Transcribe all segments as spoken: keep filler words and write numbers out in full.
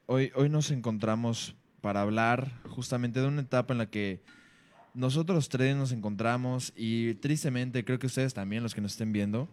hoy, hoy nos encontramos para hablar justamente de una etapa en la que nosotros tres nos encontramos y tristemente creo que ustedes también, los que nos estén viendo,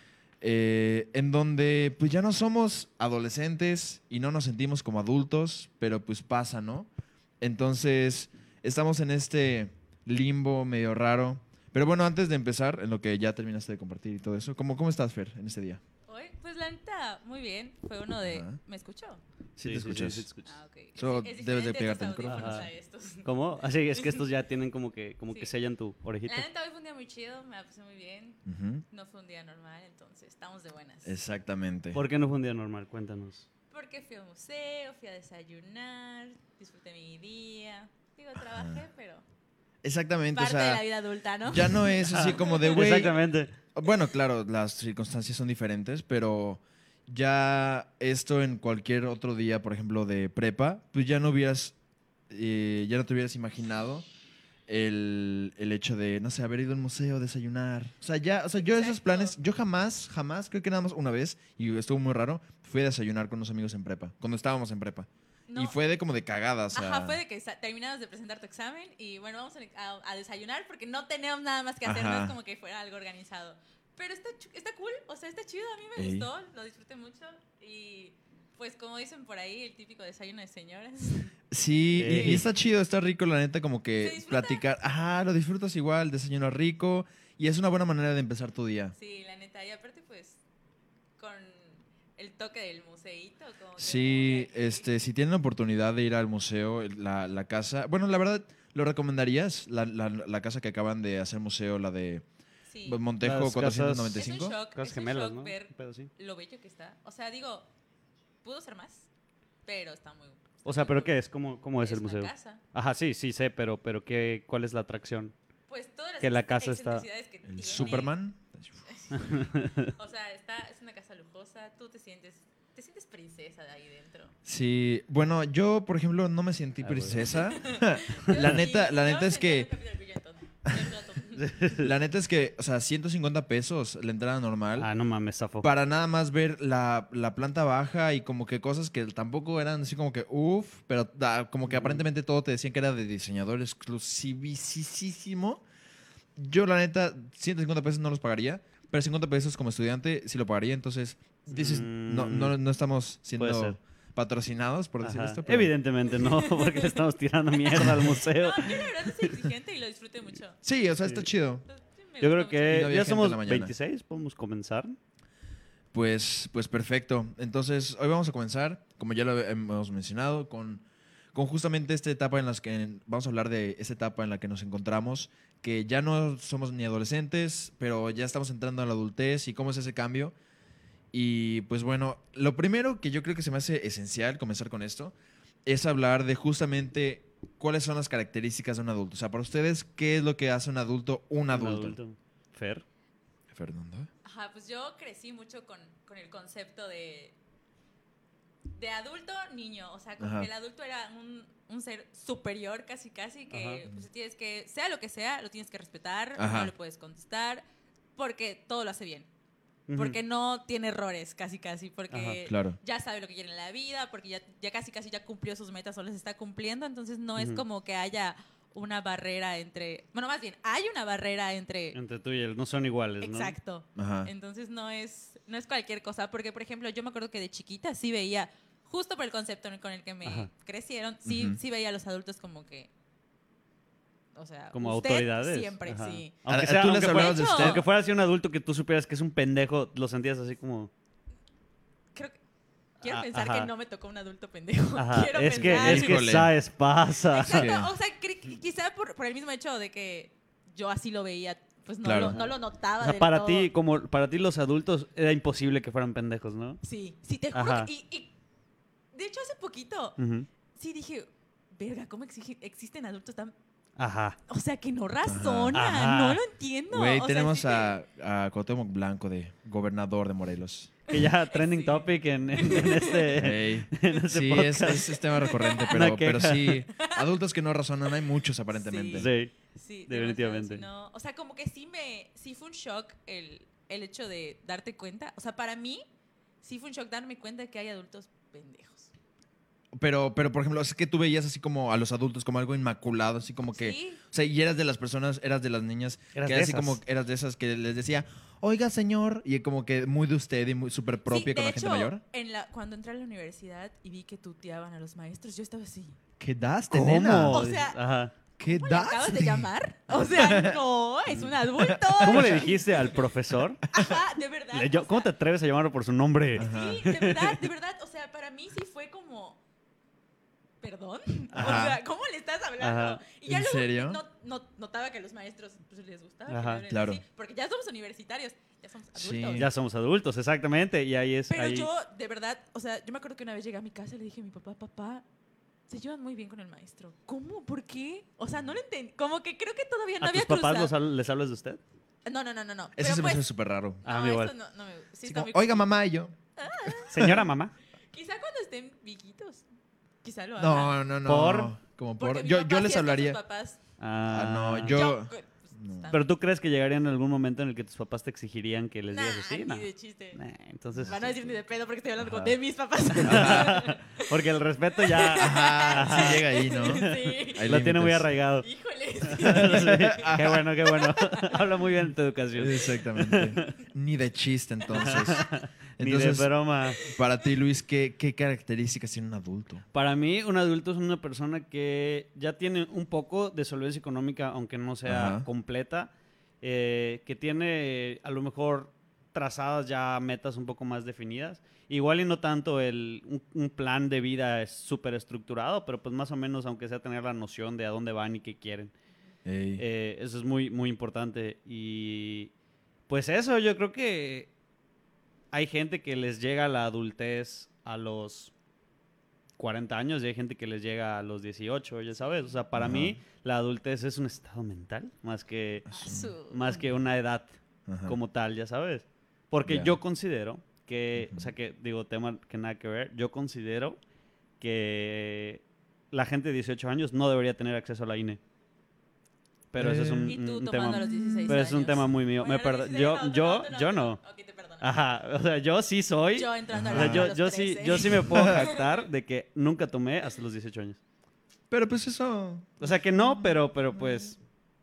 eh, en donde pues ya no somos adolescentes y no nos sentimos como adultos, pero pues pasa, ¿no? Entonces estamos en este limbo medio raro. Pero bueno, antes de empezar, en lo que ya terminaste de compartir y todo eso, ¿cómo, cómo estás, Fer, en este día? Hoy, pues la neta, muy bien. Fue uno de... Ajá. ¿Me escuchó? Sí, te escuchas. Sí, sí, te escuchas. Ah, ok. Solo Es- es debes de diferente pegarte estos el micrófono. audífonos Ajá. a estos. ¿Cómo? Así es que estos ya tienen como que, como Sí. que sellan tu orejita. La neta, hoy fue un día muy chido. Me la pasé muy bien. Ujú. No fue un día normal, entonces estamos de buenas. Exactamente. ¿Por qué no fue un día normal? Cuéntanos. Porque fui al museo, fui a desayunar, disfruté mi día. Digo, trabajé, pero... Exactamente, o Parte de la sea, vida adulta, ¿no? ya no es así como de, güey. Exactamente. Bueno, claro, las circunstancias son diferentes, pero ya esto en cualquier otro día, por ejemplo, de prepa, pues ya no hubieras, eh, ya no te hubieras imaginado el, el hecho de, no sé, haber ido al museo, desayunar. O sea, ya, o sea, yo esos Exacto. planes, yo jamás, jamás, creo que nada más una vez, y estuvo muy raro, fui a desayunar con unos amigos en prepa, cuando estábamos en prepa. No. Y fue de como de cagada, o sea. Ajá, fue de que sa- terminamos de presentar tu examen y bueno, vamos a, a- a desayunar porque no tenemos nada más que hacer, Ajá. no es como que fuera algo organizado. Pero está, chu- está cool, o sea, está chido, a mí me Ey. gustó, lo disfruté mucho y pues como dicen por ahí, el típico desayuno de señoras. Sí, y, Ey. y está chido, está rico, la neta, como Se que disfruta. platicar. Ajá, lo disfrutas igual, desayuno rico. Y es una buena manera de empezar tu día. Sí, la neta, y aparte pues con el toque del museíto. Como que Sí, como que- este, si tienen la oportunidad de ir al museo, la, la casa. Bueno, la verdad, ¿lo recomendarías? La, la, la casa que acaban de hacer museo, la de Sí. Montejo Las cuatrocientos Es noventa y cinco. un shock, Casas es un gemelas, shock ¿no? ver Un pedo así. lo bello que está. O sea, digo, pudo ser más, pero está muy... O sea, ¿pero qué es? ¿Cómo, cómo es, el una museo? casa. Ajá, sí, sí sé, pero, pero ¿qué, ¿cuál es la atracción? Pues todas las Que la casa está- excentricidades que El tiene. Superman. O sea, está, es una casa lujosa, tú te sientes, te sientes princesa de ahí dentro. Sí, bueno, yo, por ejemplo, no me sentí Ah, bueno. princesa. Yo La sí, neta, la yo neta es me que, sentí en el capítulo Bridgerton, del gato. la neta es que, o sea, ciento cincuenta pesos la entrada normal. Ah, no mames, zafo. Para nada más ver la, la planta baja y como que cosas que tampoco eran así como que uff, pero ah, como que Mm. aparentemente todo te decían que era de diseñador exclusivísimo. Yo la neta, ciento cincuenta pesos no los pagaría, pero cincuenta pesos como estudiante sí lo pagaría, entonces dices, no, no, no estamos Puede siendo ser. patrocinados por decir Ajá. esto. Pero Evidentemente no, porque le estamos tirando mierda al museo. No, yo la verdad soy exigente y lo disfruté mucho. Sí, o sea, está Sí. chido. Entonces, sí me Yo gustó creo mucho. Y no que había ya gente en somos la mañana. veintiséis, podemos comenzar. Pues, pues perfecto. Entonces, hoy vamos a comenzar, como ya lo hemos mencionado, con, con justamente esta etapa en la que vamos a hablar de esta etapa en la que nos encontramos, que ya no somos ni adolescentes, pero ya estamos entrando a la adultez y cómo es ese cambio. Y pues bueno, lo primero que yo creo que se me hace esencial comenzar con esto es hablar de justamente cuáles son las características de un adulto. O sea, para ustedes, ¿qué es lo que hace un adulto un adulto? Fer. Fernando. Ajá, pues yo crecí mucho con, con el concepto de, de adulto niño. O sea, como Ajá. que el adulto era un, un ser superior casi casi que Ajá. pues tienes que, sea lo que sea, lo tienes que respetar, Ajá. no le puedes contestar, porque todo lo hace bien. Ujú. Porque no tiene errores casi casi, porque Ajá, claro. ya sabe lo que quiere en la vida, porque ya, ya casi casi ya cumplió sus metas o les está cumpliendo, entonces no es Ujú. como que haya una barrera entre, bueno, más bien, hay una barrera entre... Entre tú y él, no son iguales, ¿no? Exacto. Ajá. Entonces no es, no es cualquier cosa, porque por ejemplo yo me acuerdo que de chiquita sí veía, justo por el concepto con el que me Ajá. crecieron, sí, Ujú. sí veía a los adultos como que, o sea, Como usted autoridades. siempre, Ajá. sí. Aunque, ¿A- sea, tú les aunque, hablabas fuera, de usted? aunque fuera así un adulto que tú supieras que es un pendejo, lo sentías así como... Creo que, quiero Ah, pensar ajá. que no me tocó un adulto pendejo. Ajá, Quiero es que, pensar. es que Híjole. sabes, pasa. Exacto, Sí. o sea, cre- qui- quizá por, por el mismo hecho de que yo así lo veía, pues no, Claro. lo, no lo notaba O sea, del para todo. ti, como para ti los adultos era imposible que fueran pendejos, ¿no? Sí, sí, te juro Ajá. que... Y, y- de hecho, hace poquito, Ujú. sí dije, verga, ¿cómo exige- existen adultos tan... Ajá. O sea, que no razona, Ajá. no lo entiendo. Güey, O sea, tenemos sí que- a, a Cuauhtémoc Blanco de gobernador de Morelos. Que ya trending Sí. topic en, en- en este, Ey. en este Sí, es, podcast. es, es tema recurrente, Una pero, queja. pero sí, adultos que no razonan, hay muchos aparentemente. Sí. Sí, definitivamente. demasiado, si no- o sea, como que sí me... Sí fue un shock el, el hecho de darte cuenta. O sea, para mí, sí fue un shock darme cuenta de que hay adultos pendejos. Pero, pero, por ejemplo, es que tú veías así como a los adultos como algo inmaculado, así como que... Sí. O sea, y eras de las personas, eras de las niñas, Eras que de era así esas. como, eras de esas que les decía, oiga, señor, y como que muy de usted y muy súper propia Sí, con de la gente hecho, mayor. En la, cuando entré a la universidad y vi que tuteaban a los maestros, yo estaba así. ¿Qué daste, ¿Cómo? nena? O sea, Ajá. ¿Qué ¿Cómo le acabas de daste? llamar? O sea, no, es un adulto. ¿Cómo le dijiste al profesor? Ajá, de verdad. Le- yo- o ¿Cómo te sea, atreves a llamarlo por su nombre? Ajá. Sí, de verdad, de verdad. O sea, para mí sí fue como... ¿Perdón? Ajá. O sea, ¿cómo le estás hablando? Ajá. Y ya ¿En luego serio? no- no- notaba que a los maestros pues, les gustaba. que Ajá, me hablen claro. así, porque ya somos universitarios, ya somos adultos. Sí. Ya somos adultos, exactamente. Y ahí es. Pero ahí- yo, de verdad, o sea, yo me acuerdo que una vez llegué a mi casa y le dije a mi papá, papá, se llevan muy bien con el maestro. ¿Cómo? ¿Por qué? O sea, no lo entendí. Como que creo que todavía no ¿A había tus papás cruzado. los hab- les hablas de usted? No, no, no, no, no. Eso Pero se me pues, hace súper raro. Ah, no, mi igual. eso no, no me sí Así está como, muy- oiga, mamá, y yo. Señora mamá. Quizá cuando estén viejitos. Quizá lo hagan. No, no, no. ¿Por? Como Porque por. mi yo papá yo sí les es con hablaría. sus papás. Ah, no, Ah. yo. pues, no. está- ¿Pero tú crees que llegarían en algún momento en el que tus papás te exigirían que les digas Nah, así? ni No. de chiste. Nah, entonces. Van a decir ni de pedo porque estoy hablando Ajá. con de mis papás. Porque el respeto ya Ajá, sí llega ahí, ¿no? Sí. Hay lo tiene muy límites. arraigado. Híjole. Sí, qué bueno, qué bueno. Habla muy bien de tu educación. Exactamente. Ni de chiste, entonces. Ni de Entonces, broma. para ti, Luis, ¿qué, qué características tiene un adulto? Para mí, un adulto es una persona que ya tiene un poco de solvencia económica, aunque no sea Ajá. completa, eh, que tiene a lo mejor trazadas ya metas un poco más definidas. Igual y no tanto el, un, un plan de vida es súper estructurado, pero pues más o menos, aunque sea tener la noción de a dónde van y qué quieren. Ey. Eh, eso es muy, muy importante. Y pues eso, yo creo que hay gente que les llega la adultez a los cuarenta años y hay gente que les llega a los dieciocho, ya sabes. O sea, para Ajá. mí la adultez es un estado mental más que, Su- más que una edad Ajá. como tal, ya sabes. Porque Ya. yo considero que, Ujú. o sea, que digo, tema que nada que ver, yo considero que la gente de dieciocho años no debería tener acceso a la I N E. Pero ese es un, Y tú un tomando tema... a los dieciséis Pero es un años. tema muy mío. Bueno, Me a los perdo- dieciséis yo, no, yo, tú yo no. Ok, te perdono. Ajá, o sea, yo sí soy. Yo entrando a o la sea, yo, a los yo sí, trece. yo sí me puedo jactar de que nunca tomé hasta los dieciocho años. Pero pues eso. O sea que no, pero, pero pues.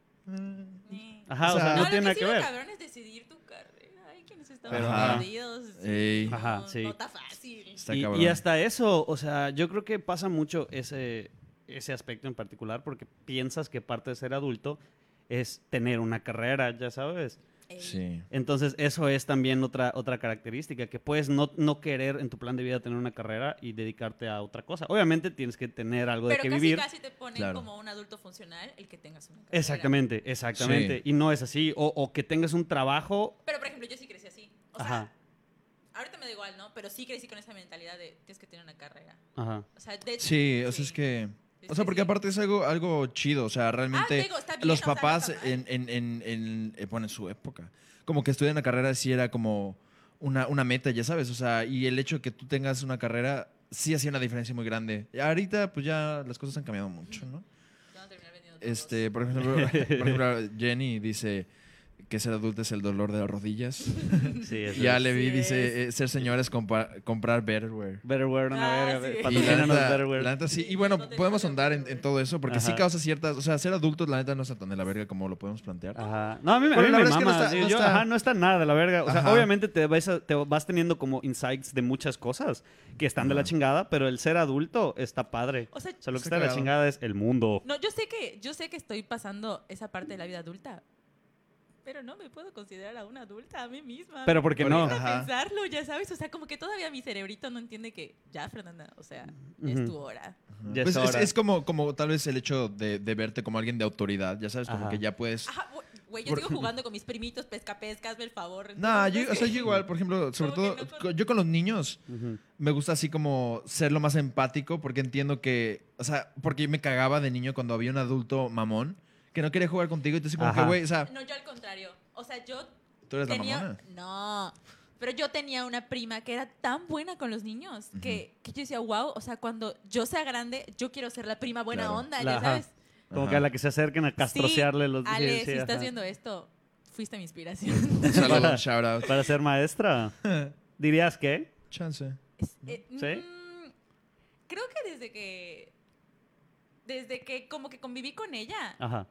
eh, Ni- Ajá, O o sea, sea, no, no tiene nada sí que lo ver. cabrón es decidir tu carrera. Hay quienes están Pero, ajá. perdidos. Ey. No, Ajá, sí. No está fácil. Está Y, cabrón. y hasta eso, o sea, yo creo que pasa mucho ese, ese aspecto en particular porque piensas que parte de ser adulto es tener una carrera, ya sabes. Ey. Sí. Entonces, eso es también otra, otra característica, que puedes no, no querer en tu plan de vida tener una carrera y dedicarte a otra cosa. Obviamente tienes que tener algo Pero de que casi, vivir. casi te ponen Claro. como un adulto funcional el que tengas una carrera. Exactamente, exactamente. Sí. Y no es así. O, o que tengas un trabajo. Pero, por ejemplo, yo sí crecí así. O sea, Ajá, ahorita me da igual, ¿no? Pero sí crecí con esa mentalidad de tienes que tener una carrera. ajá. O sea, de Sí, o sea, es que. O sea, porque aparte es algo, algo chido. O sea, Ah, realmente digo, está bien, los o sea, no papás está mal. en, en, en, en, eh, bueno, en su época, como que estudian la carrera sí era como una, una meta, ya sabes. O sea, y el hecho de que tú tengas una carrera sí hacía una diferencia muy grande. Y ahorita, pues ya las cosas han cambiado mucho, ¿no? Te van a terminar vendiendo todos. Este, por ejemplo, por ejemplo, Jenny dice que ser adulto es el dolor de las rodillas. Sí, eso Y es. Levi Sí dice es. eh, ser señor es compa- comprar Betterware. Betterware, una Ah, verga. sí. Y la Patrocínanos neta, Betterware. la neta sí. Sí, Y bueno, no te podemos digo andar en, Betterware. en todo eso porque sí Ajá. causa ciertas. O sea, ser adultos, la neta, no está tan de la verga como lo podemos plantear. Ajá. No, a mí, me- a Pero mí la me verdad es que no mama. está- sí, no yo- está- ajá, no está nada de la verga. O sea, Ajá. obviamente te vas, a- te vas teniendo como insights de muchas cosas que están de la Ajá. chingada, pero el ser adulto está padre. O sea, O sea, lo que Está está de la cagado. chingada es el mundo. no, yo sé que, yo sé que estoy pasando esa parte de la vida adulta, pero no me puedo considerar a una adulta a mí misma. Pero ¿por qué Por- no? Ajá. Ajá. Pensarlo, ya sabes, o sea, como que todavía mi cerebrito no entiende que ya, Fernanda, o sea, ya es Ujú. tu hora. Ajá. Ya Pues es es, hora. es como, como tal vez el hecho de, de verte como alguien de autoridad, ya sabes, como Ajá. que ya puedes. Ajá, güey, güey, yo Por- sigo jugando con mis primitos, pesca, pesca, hazme el favor. Nah, yo, entonces, o sea, yo igual, por ejemplo, sobre Como que todo, no con- co- yo con los niños Ujú. me gusta así como ser lo más empático porque entiendo que, o sea, porque yo me cagaba de niño cuando había un adulto mamón que no quería jugar contigo y tú así como Ajá. que, güey, o sea, No, yo al contrario. O sea, yo tú eres la tenía... mamona. No, pero yo tenía una prima que era tan buena con los niños que, que yo decía, wow, o sea, cuando yo sea grande, yo quiero ser la prima buena Claro. onda, La- ya ajá. sabes. Como Ajá. que a la que se acerquen a castrocearle Sí, los Ale, sí, si sí, estás ajá. viendo esto, fuiste mi inspiración. Un saludo, shout out. Para ser maestra. ¿Dirías qué? Chance. Es- eh, ¿Sí? mm, creo que desde que... Desde que como que conviví con ella, Ajá.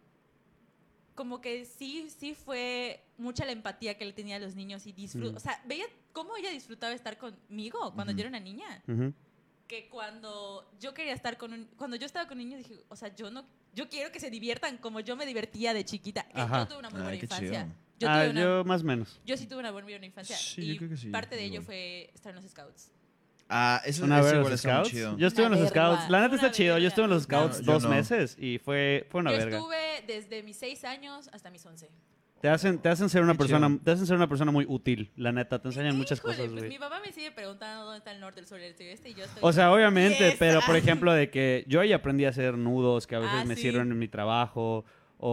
como que sí, sí fue mucha la empatía que le tenía a los niños y disfrut... Mm. O sea, veía cómo ella disfrutaba estar conmigo cuando Ujú. yo era una niña. Ujú. Que cuando yo quería estar con un... Cuando yo estaba con niños dije, o sea, yo no... Yo quiero que se diviertan como yo me divertía de chiquita. Que Ajá. yo tuve una muy buena Ay, qué infancia. chido. Yo, ah, tuve una- yo más o menos. yo sí tuve una buena buena infancia. Sí, y yo creo que sí, parte de ello igual. fue estar en los Scouts. Ah, eso, Una eso vez igual los está muy Scouts. chido. Yo estuve en Una los verga. Scouts. La neta Una está chido. Yo verga. estuve en los Scouts No, yo dos no. meses y fue, fue una yo verga. estuve desde mis seis años hasta mis once. Te hacen, te hacen ser una Qué persona, chido. te hacen ser una persona muy útil, la neta. Te enseñan muchas Híjole, cosas, pues güey. mi papá me sigue preguntando dónde está el norte, el sur, el este y el oeste, y yo estoy... O sea, obviamente, Yes. pero por ejemplo, de que yo ahí aprendí a hacer nudos que a veces Ah, me sí. sirven en mi trabajo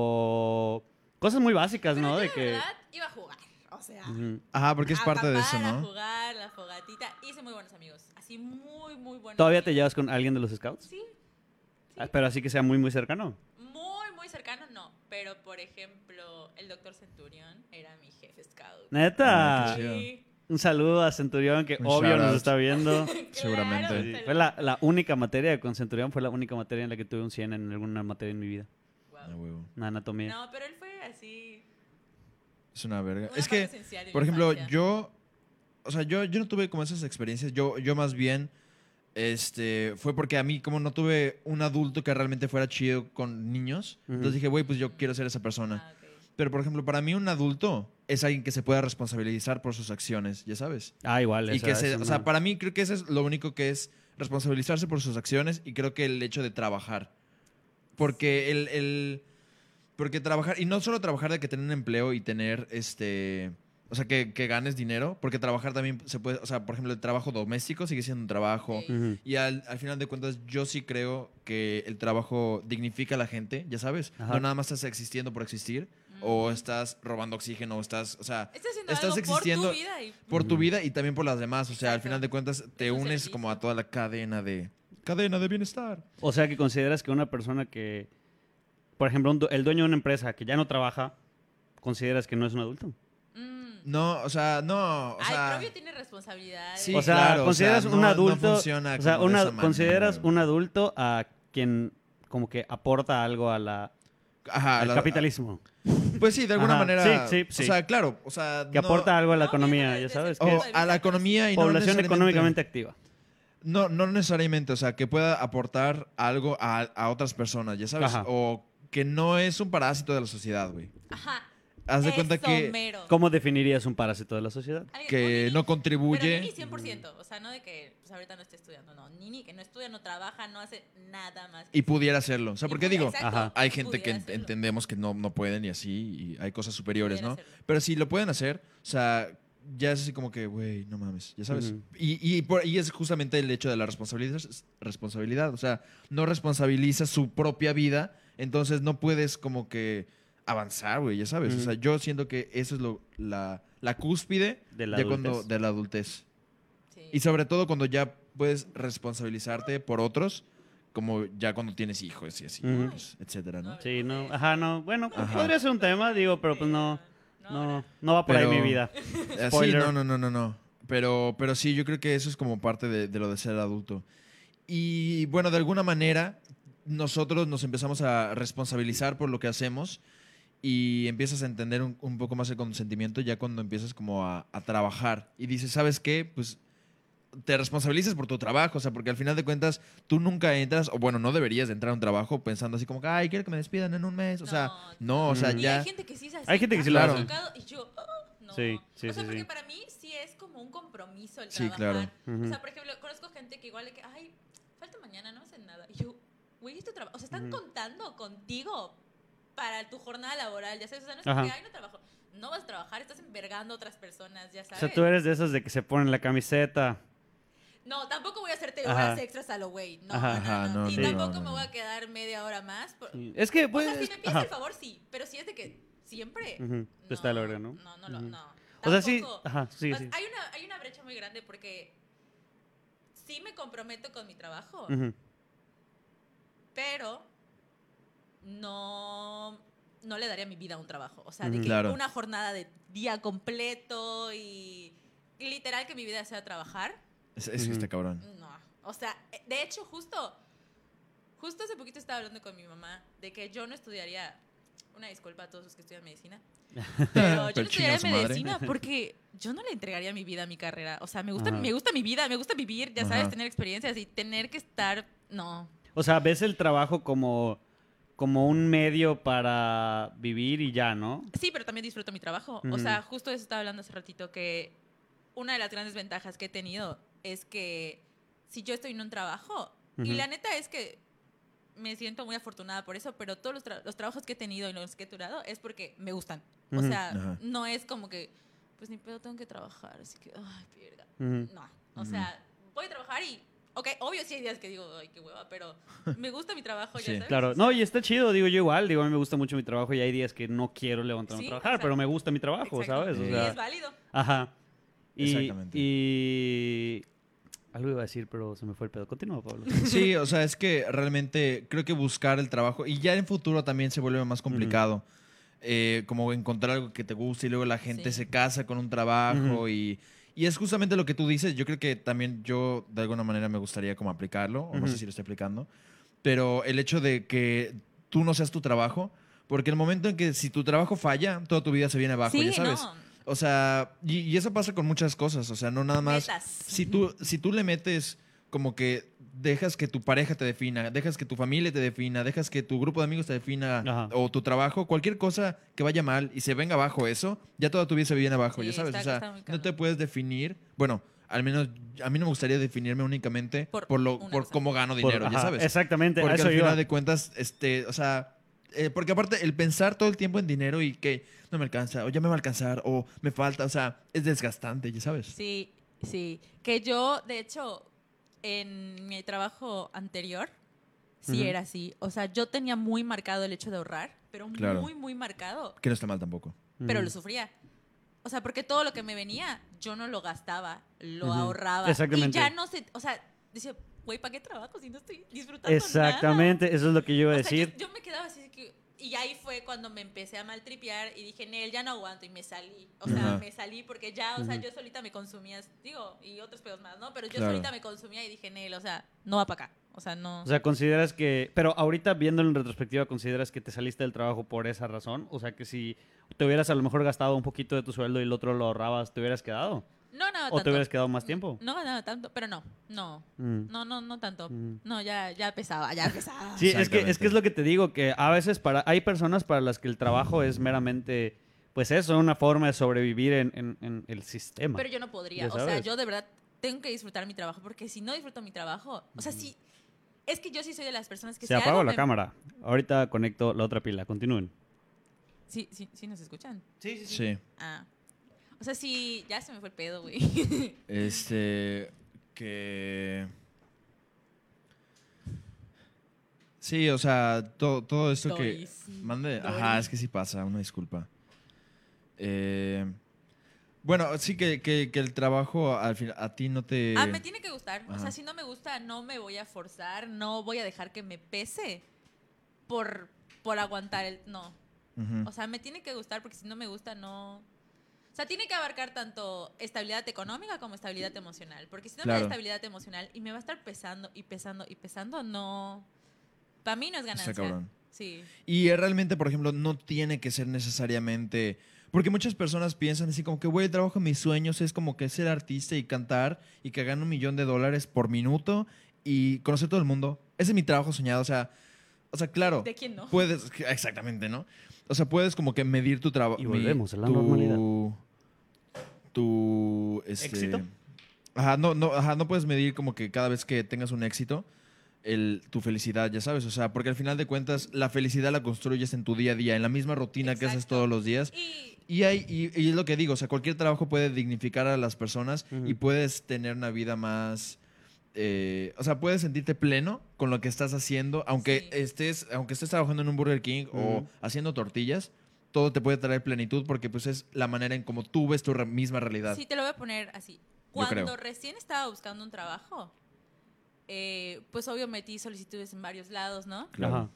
o cosas muy básicas, Pero ¿no? yo, De la que verdad, iba a jugar. O sea, Ujú. Ajá, porque es a parte de papar, eso, a ¿no? jugar, la fogatita. Hice muy buenos amigos. Así muy, muy buenos ¿Todavía te amigos. llevas con alguien de los Scouts? Sí, Ah, pero así que sea muy, muy cercano. muy, muy cercano, no. Pero, por ejemplo, el doctor Centurión era mi jefe scout. Neta. Ah, qué chido. Sí. Un saludo a Centurión que Un obvio shout nos out. está viendo. Seguramente. Claro, Sí, se fue lo- la, la única materia con Centurión, fue la única materia en la que tuve un cien en alguna materia en mi vida. Wow. Ah, huevo. Una anatomía. No, pero él fue así. Es una verga. una Es parte que, esencial de por mi ejemplo, infancia. yo, o sea, yo, yo no tuve como esas experiencias. Yo, yo más bien, este, fue porque a mí como no tuve un adulto que realmente fuera chido con niños, Ujú. entonces dije, güey, pues yo quiero ser esa persona. Ah, ok. Pero, por ejemplo, para mí un adulto es alguien que se pueda responsabilizar por sus acciones, ya sabes. Ah, igual. Y esa- que se, esa o no- sea, para mí creo que eso es lo único que es responsabilizarse por sus acciones y creo que el hecho de trabajar. Porque el, el- porque trabajar, y no solo trabajar de que tener un empleo y tener este, o sea, que, que ganes dinero, porque trabajar también se puede, o sea, por ejemplo, el trabajo doméstico sigue siendo un trabajo. Ok. Ujú. Y al, al final de cuentas, yo sí creo que el trabajo dignifica a la gente, ya sabes. Ajá. No nada más estás existiendo por existir, o estás robando oxígeno, o estás, o sea, Estás haciendo estás algo existiendo por tu vida y por tu Ujú. vida y también por las demás. O sea, al Exacto. final de cuentas, te Es un unes servicio. como a toda la cadena de cadena de bienestar. O sea, que consideras que una persona que, por ejemplo, un du- el dueño de una empresa que ya no trabaja, consideras que no es un adulto. Mm. No, o sea, no, o Ay, sea, pero obvio tiene responsabilidades. Sí, o sea, claro, o consideras sea, un no- no adulto, funciona o sea, como de una- esa manera, consideras güey. un adulto a quien como que aporta algo a la, ajá, al la- capitalismo, Pues sí, de alguna Ajá, manera. sí, sí, sí. O sea, claro, o sea, que no- aporta algo a la No, economía, viendo ya desde sabes, ese que o es punto de a la vista, economía y no población necesariamente- económicamente activa. No, no necesariamente, o sea, que pueda aportar algo a, a otras personas, ya sabes, Ajá. o que no es un parásito de la sociedad, güey. Ajá. Haz de cuenta Eso que, mero. ¿Cómo definirías un parásito de la sociedad? Alguien- que un nini, no Pero contribuye. Nini cien por ciento. O sea, no de que pues, ahorita no esté estudiando. No, Nini que no estudia, no trabaja, no hace nada más. Y pudiera hacerlo. O sea, Y porque pu- digo, exacto, Ajá. hay y gente que pudiera ent- hacerlo. entendemos que no, no pueden y así, y hay cosas superiores, Pudiera ¿no? hacerlo. Pero si lo pueden hacer, o sea, ya es así como que, güey, no mames, ya sabes. Ujú. y, y, por- y es justamente el hecho de la responsabilidad, responsabilidad. O sea, no responsabiliza su propia vida, entonces no puedes como que avanzar, güey, ya sabes. O Ujú. sea, yo siento que eso es lo, la, la cúspide De la ya cuando, adultez. de la adultez. Sí. Y sobre todo cuando ya puedes responsabilizarte por otros, como ya cuando tienes hijos y así, Ujú. pues, etcétera, ¿no? Sí, no, ajá, no, bueno, Ajá. podría ser un tema, digo, pero pues no, No, no, no va por ahí Pero- mi vida. Así, Spoiler. no, no, no, no, no. Pero, pero sí, yo creo que eso es como parte de, de lo de ser adulto. Y bueno, de alguna manera, nosotros nos empezamos a responsabilizar por lo que hacemos y empiezas a entender un, un poco más el consentimiento ya cuando empiezas como a, a trabajar. Y dices, ¿sabes qué? Pues te responsabilizas por tu trabajo, o sea, porque al final de cuentas tú nunca entras, o bueno, no deberías de entrar a un trabajo pensando así como que, ay, quiero que me despidan en un mes, o sea, no, o sea, Mm. Y ya... hay gente que sí es así. Hay gente que sí lo tan hace. enfocado, Y yo, "Ah, no. Sí, sí, o sea, sí, porque sí. para mí sí es como un compromiso el Sí, trabajar. claro. Ujú. O sea, por ejemplo, conozco gente que igual de que, ay, falta mañana, no hacen nada. Y yo, güey, esto trabajo. O sea, están Ujú. contando contigo para tu jornada laboral, ya sabes. O sea, no es Ajá. porque, ay, no trabajo. No vas a trabajar, estás envergando a otras personas, ya O sabes. sea, tú eres de esas de que se ponen la camiseta. No, tampoco voy a hacerte Ajá. horas extras a lo güey. No, Ajá. no, Ajá, no. no, Y no, tampoco no, me no. voy a quedar media hora más. por- Sí. Es que, O pues... sea, si me pides ajá. el favor, sí. Pero si es de que siempre. Ujú, pues está de la verga, ¿no? No, no, lo- Ujú. no. O sea, sí, Tampoco. ajá, sí, O sea, sí. Hay una, hay una brecha muy grande porque sí me comprometo con mi trabajo, Ujú. pero no, no le daría mi vida a un trabajo. O sea, de Ujú. que Claro. una jornada de día completo y literal que mi vida sea trabajar, Es, es que Ujú. está cabrón. no. O sea, de hecho, justo, justo hace poquito estaba hablando con mi mamá de que yo no estudiaría, una disculpa a todos los que estudian medicina, pero yo Pero no chinga estudiaría su madre. medicina porque yo no le entregaría mi vida a mi carrera. O sea, me gusta, Ajá. me gusta mi vida, me gusta vivir, ya sabes, Ajá. tener experiencias y tener que estar, no. O sea, ves el trabajo como, como un medio para vivir y ya, ¿no? Sí, pero también disfruto mi trabajo. Ujú. O sea, justo eso estaba hablando hace ratito, que una de las grandes ventajas que he tenido es que si yo estoy en un trabajo, y Ujú. la neta es que me siento muy afortunada por eso, pero todos los, tra- los trabajos que he tenido y los que he durado es porque me gustan. O Ujú. sea, Ajá. no es como que, pues ni pedo, tengo que trabajar, así que, ay, pierda. Ujú. No, o Ujú. sea, voy a trabajar y, ok, obvio sí hay días que digo, ay, qué hueva, pero me gusta mi trabajo, ya Sí. sabes. Claro, O sea, no, y está chido, digo yo igual, digo, a mí me gusta mucho mi trabajo y hay días que no quiero levantarme Sí, a trabajar, exacto. pero me gusta mi trabajo, exacto. ¿sabes? O Sí. Y sea, es válido. ajá. Y, Exactamente. y algo iba a decir, pero se me fue el pedo. Continúa, Pablo. Sí, o sea, es que realmente creo que buscar el trabajo, y ya en futuro también se vuelve más complicado, eh, como encontrar algo que te guste y luego la gente Sí. se casa con un trabajo Ujú. y, y es justamente lo que tú dices. Yo creo que también yo de alguna manera me gustaría como aplicarlo, o no sé Ujú. si lo estoy aplicando, pero el hecho de que tú no seas tu trabajo, porque el momento en que si tu trabajo falla, toda tu vida se viene abajo, Sí, ya sabes. no. O sea, y, y eso pasa con muchas cosas, o sea, no nada más... Metas. Si tú, si tú le metes como que dejas que tu pareja te defina, dejas que tu familia te defina, dejas que tu grupo de amigos te defina, Ajá. o tu trabajo, cualquier cosa que vaya mal y se venga abajo eso, ya toda tu vida se viene abajo, Sí, ya sabes. está- o sea, está muy no cabrón. te puedes definir, bueno, al menos a mí no me gustaría definirme únicamente Por por, lo, una por cosa. cómo gano Por- dinero, ya ajá, sabes. Exactamente, a Porque eso al iba. final de cuentas, este, o sea, eh, porque aparte el pensar todo el tiempo en dinero y que no me alcanza, o ya me va a alcanzar, o me falta, o sea, es desgastante, ya sabes. Sí, sí. Que yo, de hecho, en mi trabajo anterior, sí Ujú. era así. O sea, yo tenía muy marcado el hecho de ahorrar, pero Claro. muy, muy marcado. Que no está mal tampoco. Pero Ujú. lo sufría. O sea, porque todo lo que me venía, yo no lo gastaba, lo Ujú. ahorraba. Exactamente. Y ya no sé, o sea, decía, güey, ¿para qué trabajo si no estoy disfrutando Exactamente, eso es lo que yo iba a nada? O sea, yo, decir. yo me quedaba así de que... Y ahí fue cuando me empecé a maltripear y dije, Nel, ya no aguanto. Y me salí. O sea, Ajá. me salí porque ya, o sea, Ujú. yo solita me consumía, digo, y otros pedos más, ¿no? Pero yo Claro. solita me consumía y dije, Nel, o sea, no va para acá. O sea, no. O sea, consideras que, pero ahorita viéndolo en retrospectiva, ¿consideras que te saliste del trabajo por esa razón? O sea, que si te hubieras a lo mejor gastado un poquito de tu sueldo y el otro lo ahorrabas, ¿te hubieras quedado? no ganaba ¿O tanto. te hubieras quedado más tiempo? No ganaba tanto, pero no, no. Mm. No, no, no tanto. Mm. No, ya, ya pesaba, ya pesaba. Sí, es que, es Exactamente. que es lo que te digo, que a veces para, hay personas para las que el trabajo es meramente, pues eso, una forma de sobrevivir en, en- en el sistema. Pero yo no podría. Ya O sea, sabes. yo de verdad tengo que disfrutar mi trabajo porque si no disfruto mi trabajo, o sea, sí. Es que yo sí soy de las personas que Se si apagó algo la me- cámara. Ahorita conecto la otra pila. Continúen. Sí, sí, sí nos escuchan. Sí, Sí. Ah. O sea, sí, ya se me fue el pedo, güey. Este. Que. Sí, o sea, todo, todo esto que. Doris. Mande. Doris. Ajá, es que sí pasa, una disculpa. Eh, bueno, sí que, que, que el trabajo al final a ti no te. Ah, me tiene que gustar. O Ajá. sea, si no me gusta, no me voy a forzar, no voy a dejar que me pese por, por aguantar el... No. Ujú. O sea, me tiene que gustar porque si no me gusta, no... O sea, tiene que abarcar tanto estabilidad económica como estabilidad emocional. Porque si no me Claro. da estabilidad emocional y me va a estar pesando y pesando y pesando, no... Para mí no es ganancia. Está cabrón. Sí. Y eh, realmente, por ejemplo, no tiene que ser necesariamente. Porque muchas personas piensan así como que, güey, el trabajo de mis sueños es como que ser artista y cantar y que gane un millón de dólares por minuto y conocer todo el mundo. Ese es mi trabajo soñado. O sea, o sea, claro. ¿De quién no? Puedes, exactamente, ¿no? O sea, puedes como que medir tu trabajo. Y volvemos a la normalidad. Tu. Este, ¿Éxito? Ajá no, no, ajá, no puedes medir como que cada vez que tengas un éxito, el, tu felicidad, ya sabes. O sea, porque al final de cuentas, la felicidad la construyes en tu día a día, en la misma rutina que haces Exacto. todos los días. Y Y, hay, y, y es lo que digo, o sea, cualquier trabajo puede dignificar a las personas Ujú. y puedes tener una vida más... eh, o sea, puedes sentirte pleno con lo que estás haciendo, aunque, Sí. estés, aunque estés trabajando en un Burger King o Ujú. haciendo tortillas, todo te puede traer plenitud porque pues es la manera en como tú ves tu re- misma realidad. sí, te lo voy a poner así. Yo creo. Cuando recién estaba buscando un trabajo, eh, pues obvio metí solicitudes en varios lados, ¿no? Claro. Ajá.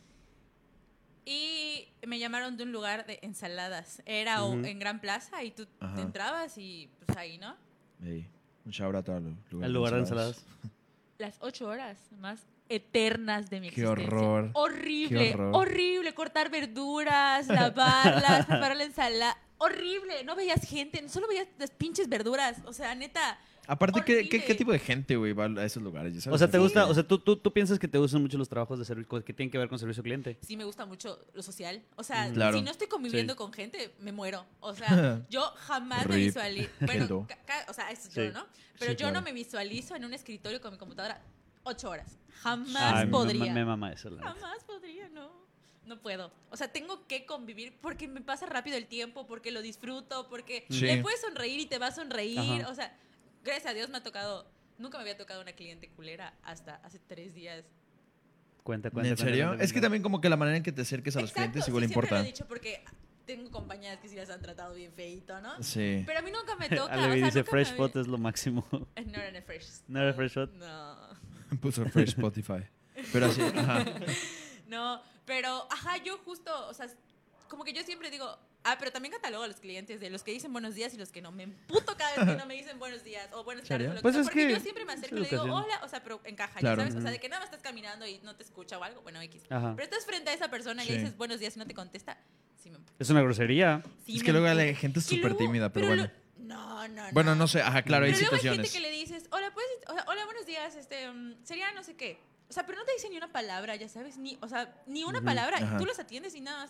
Y me llamaron de un lugar de ensaladas. Era o- Ujú. en Gran Plaza y tú Ajá. te entrabas y pues ahí, ¿no? Ey, un shout out a los lugares El lugar de ensaladas. las ocho horas más eternas de mi Qué existencia. horror. Horrible, Qué horror. horrible. Cortar verduras, lavarlas, preparar la ensalada. Horrible. No veías gente, solo veías las pinches verduras. O sea, neta. Aparte, ¿qué, qué, horrible. ¿qué tipo de gente, güey, va a esos lugares? ¿Ya sabes? O sea, ¿te Sí. gusta? O sea, ¿tú, tú, tú piensas que te gustan mucho los trabajos de servicio que tienen que ver con servicio al cliente? Sí me gusta mucho lo social. O sea, Claro. si no estoy conviviendo Sí. con gente, me muero. O sea, yo jamás me Rip. visualizo. Hello. Bueno, ca- ca- o sea, eso Sí. yo, ¿no? Pero Sí, yo claro. no me visualizo en un escritorio con mi computadora ocho horas. Jamás Ay, me- podría. Me, me mama eso, la neta. Jamás podría, no. No puedo. O sea, tengo que convivir porque me pasa rápido el tiempo, porque lo disfruto, porque Sí. le puedes sonreír y te va a sonreir. Ajá. O sea, gracias a Dios me ha tocado. Nunca me había tocado una cliente culera hasta hace tres días. Cuenta, cuenta. ¿En cuenta, serio? cuenta, Es que cuenta. también como que la manera en que te acerques a los Exacto, clientes igual sí, siempre importa. lo he dicho porque tengo compañeras que sí las han tratado bien feito, ¿no? Sí. Pero a mí nunca me toca. Alevi o sea, dice nunca Fresh me... Pot es lo máximo. Eh, No era en el Fresh. ¿No era Fresh Pot? No. Puso Fresh Spotify. Pero así, ajá. No, pero, ajá, yo justo, o sea, como que yo siempre digo, ah, pero también catalogo a los clientes de los que dicen buenos días y los que no. Me emputo cada vez que no me dicen buenos días o buenas tardes. ¿Serio? O lo que Pues sea, es porque que yo siempre me es acerco y le digo, educación. hola, o sea, pero encaja, Claro. ¿ya sabes? O sea, Ujú. de que nada más estás caminando y no te escucha o algo, bueno, X. Ajá. Pero estás frente a esa persona y Sí. le dices buenos días y no te contesta, sí me emputo. Es una grosería. Sí Es me que luego emputo. la gente es Y súper luego- tímida, pero bueno. lo- no, no, no. Bueno, no sé, ajá, claro, hay Pero luego hay situaciones. gente que le dices, hola, ¿puedes, o sea, hola, buenos días, este, um, sería no sé qué. O sea, pero no te dicen ni una palabra, ya sabes, ni, o sea, ni una Ujú. palabra. Ajá. Y tú los atiendes y nada más.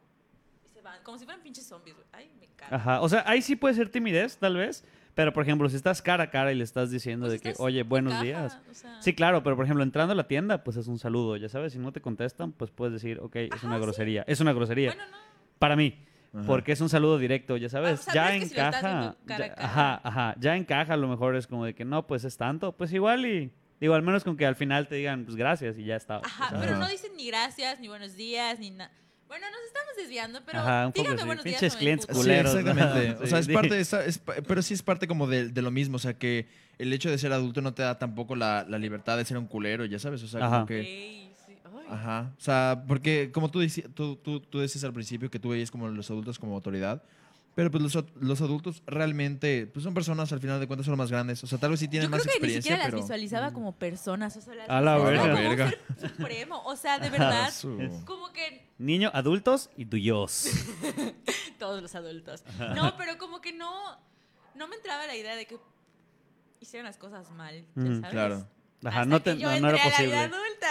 Y se van, como si fueran pinches zombies, güey. Ay, me cago. Ajá. O sea, ahí sí puede ser timidez, tal vez. Pero, por ejemplo, si estás cara a cara y le estás diciendo Pues de que, estás- oye, buenos encaja, días. o sea. Sí, claro, pero por ejemplo, entrando a la tienda, pues es un saludo, ya sabes. Si no te contestan, pues puedes decir, ok, es Ajá, una sí. grosería. Es una grosería. Bueno, no. Para mí. Ajá. Porque es un saludo directo, ya sabes. Ah, o sea, ya pero es que si lo estás encaja. viendo cara a ya- cara. ajá, ajá. Ya encaja, a lo mejor es como de que no, pues es tanto. Pues igual y. Digo, al menos con que al final te digan, pues gracias y ya está. Ajá, o sea, pero Ajá. no dicen ni gracias, ni buenos días, ni nada. Bueno, nos estamos desviando, pero Ajá, un poco díganme sí. buenos días. Pinches o me clientes emputo. Sí, culeros, ¿no? exactamente. O Sí, sea, es sí. parte de esa, es pa- pero sí es parte como de, de lo mismo. O sea, que el hecho de ser adulto no te da tampoco la, la libertad de ser un culero, ya sabes. O sea, Ajá. como que. Ey, sí. Ay. Ajá. O sea, porque como tú, dici- tú, tú, tú decías al principio que tú veías como los adultos como autoridad. Pero pues los, los adultos realmente pues son personas, al final de cuentas son los más grandes. O sea, tal vez sí tienen Yo más creo que ni experiencia, siquiera pero... las visualizaba como personas. O sea, las A la visualizaba verga. como un Verga. ser supremo. O sea, de verdad, Ah, su- como que Niños, adultos y tuyos. todos los adultos. No, pero como que no, no me entraba la idea de que hicieran las cosas mal, ya Ujú, ¿sabes? claro. Ajá, Hasta no, te, que yo no, no era entré a la vida posible. adulta.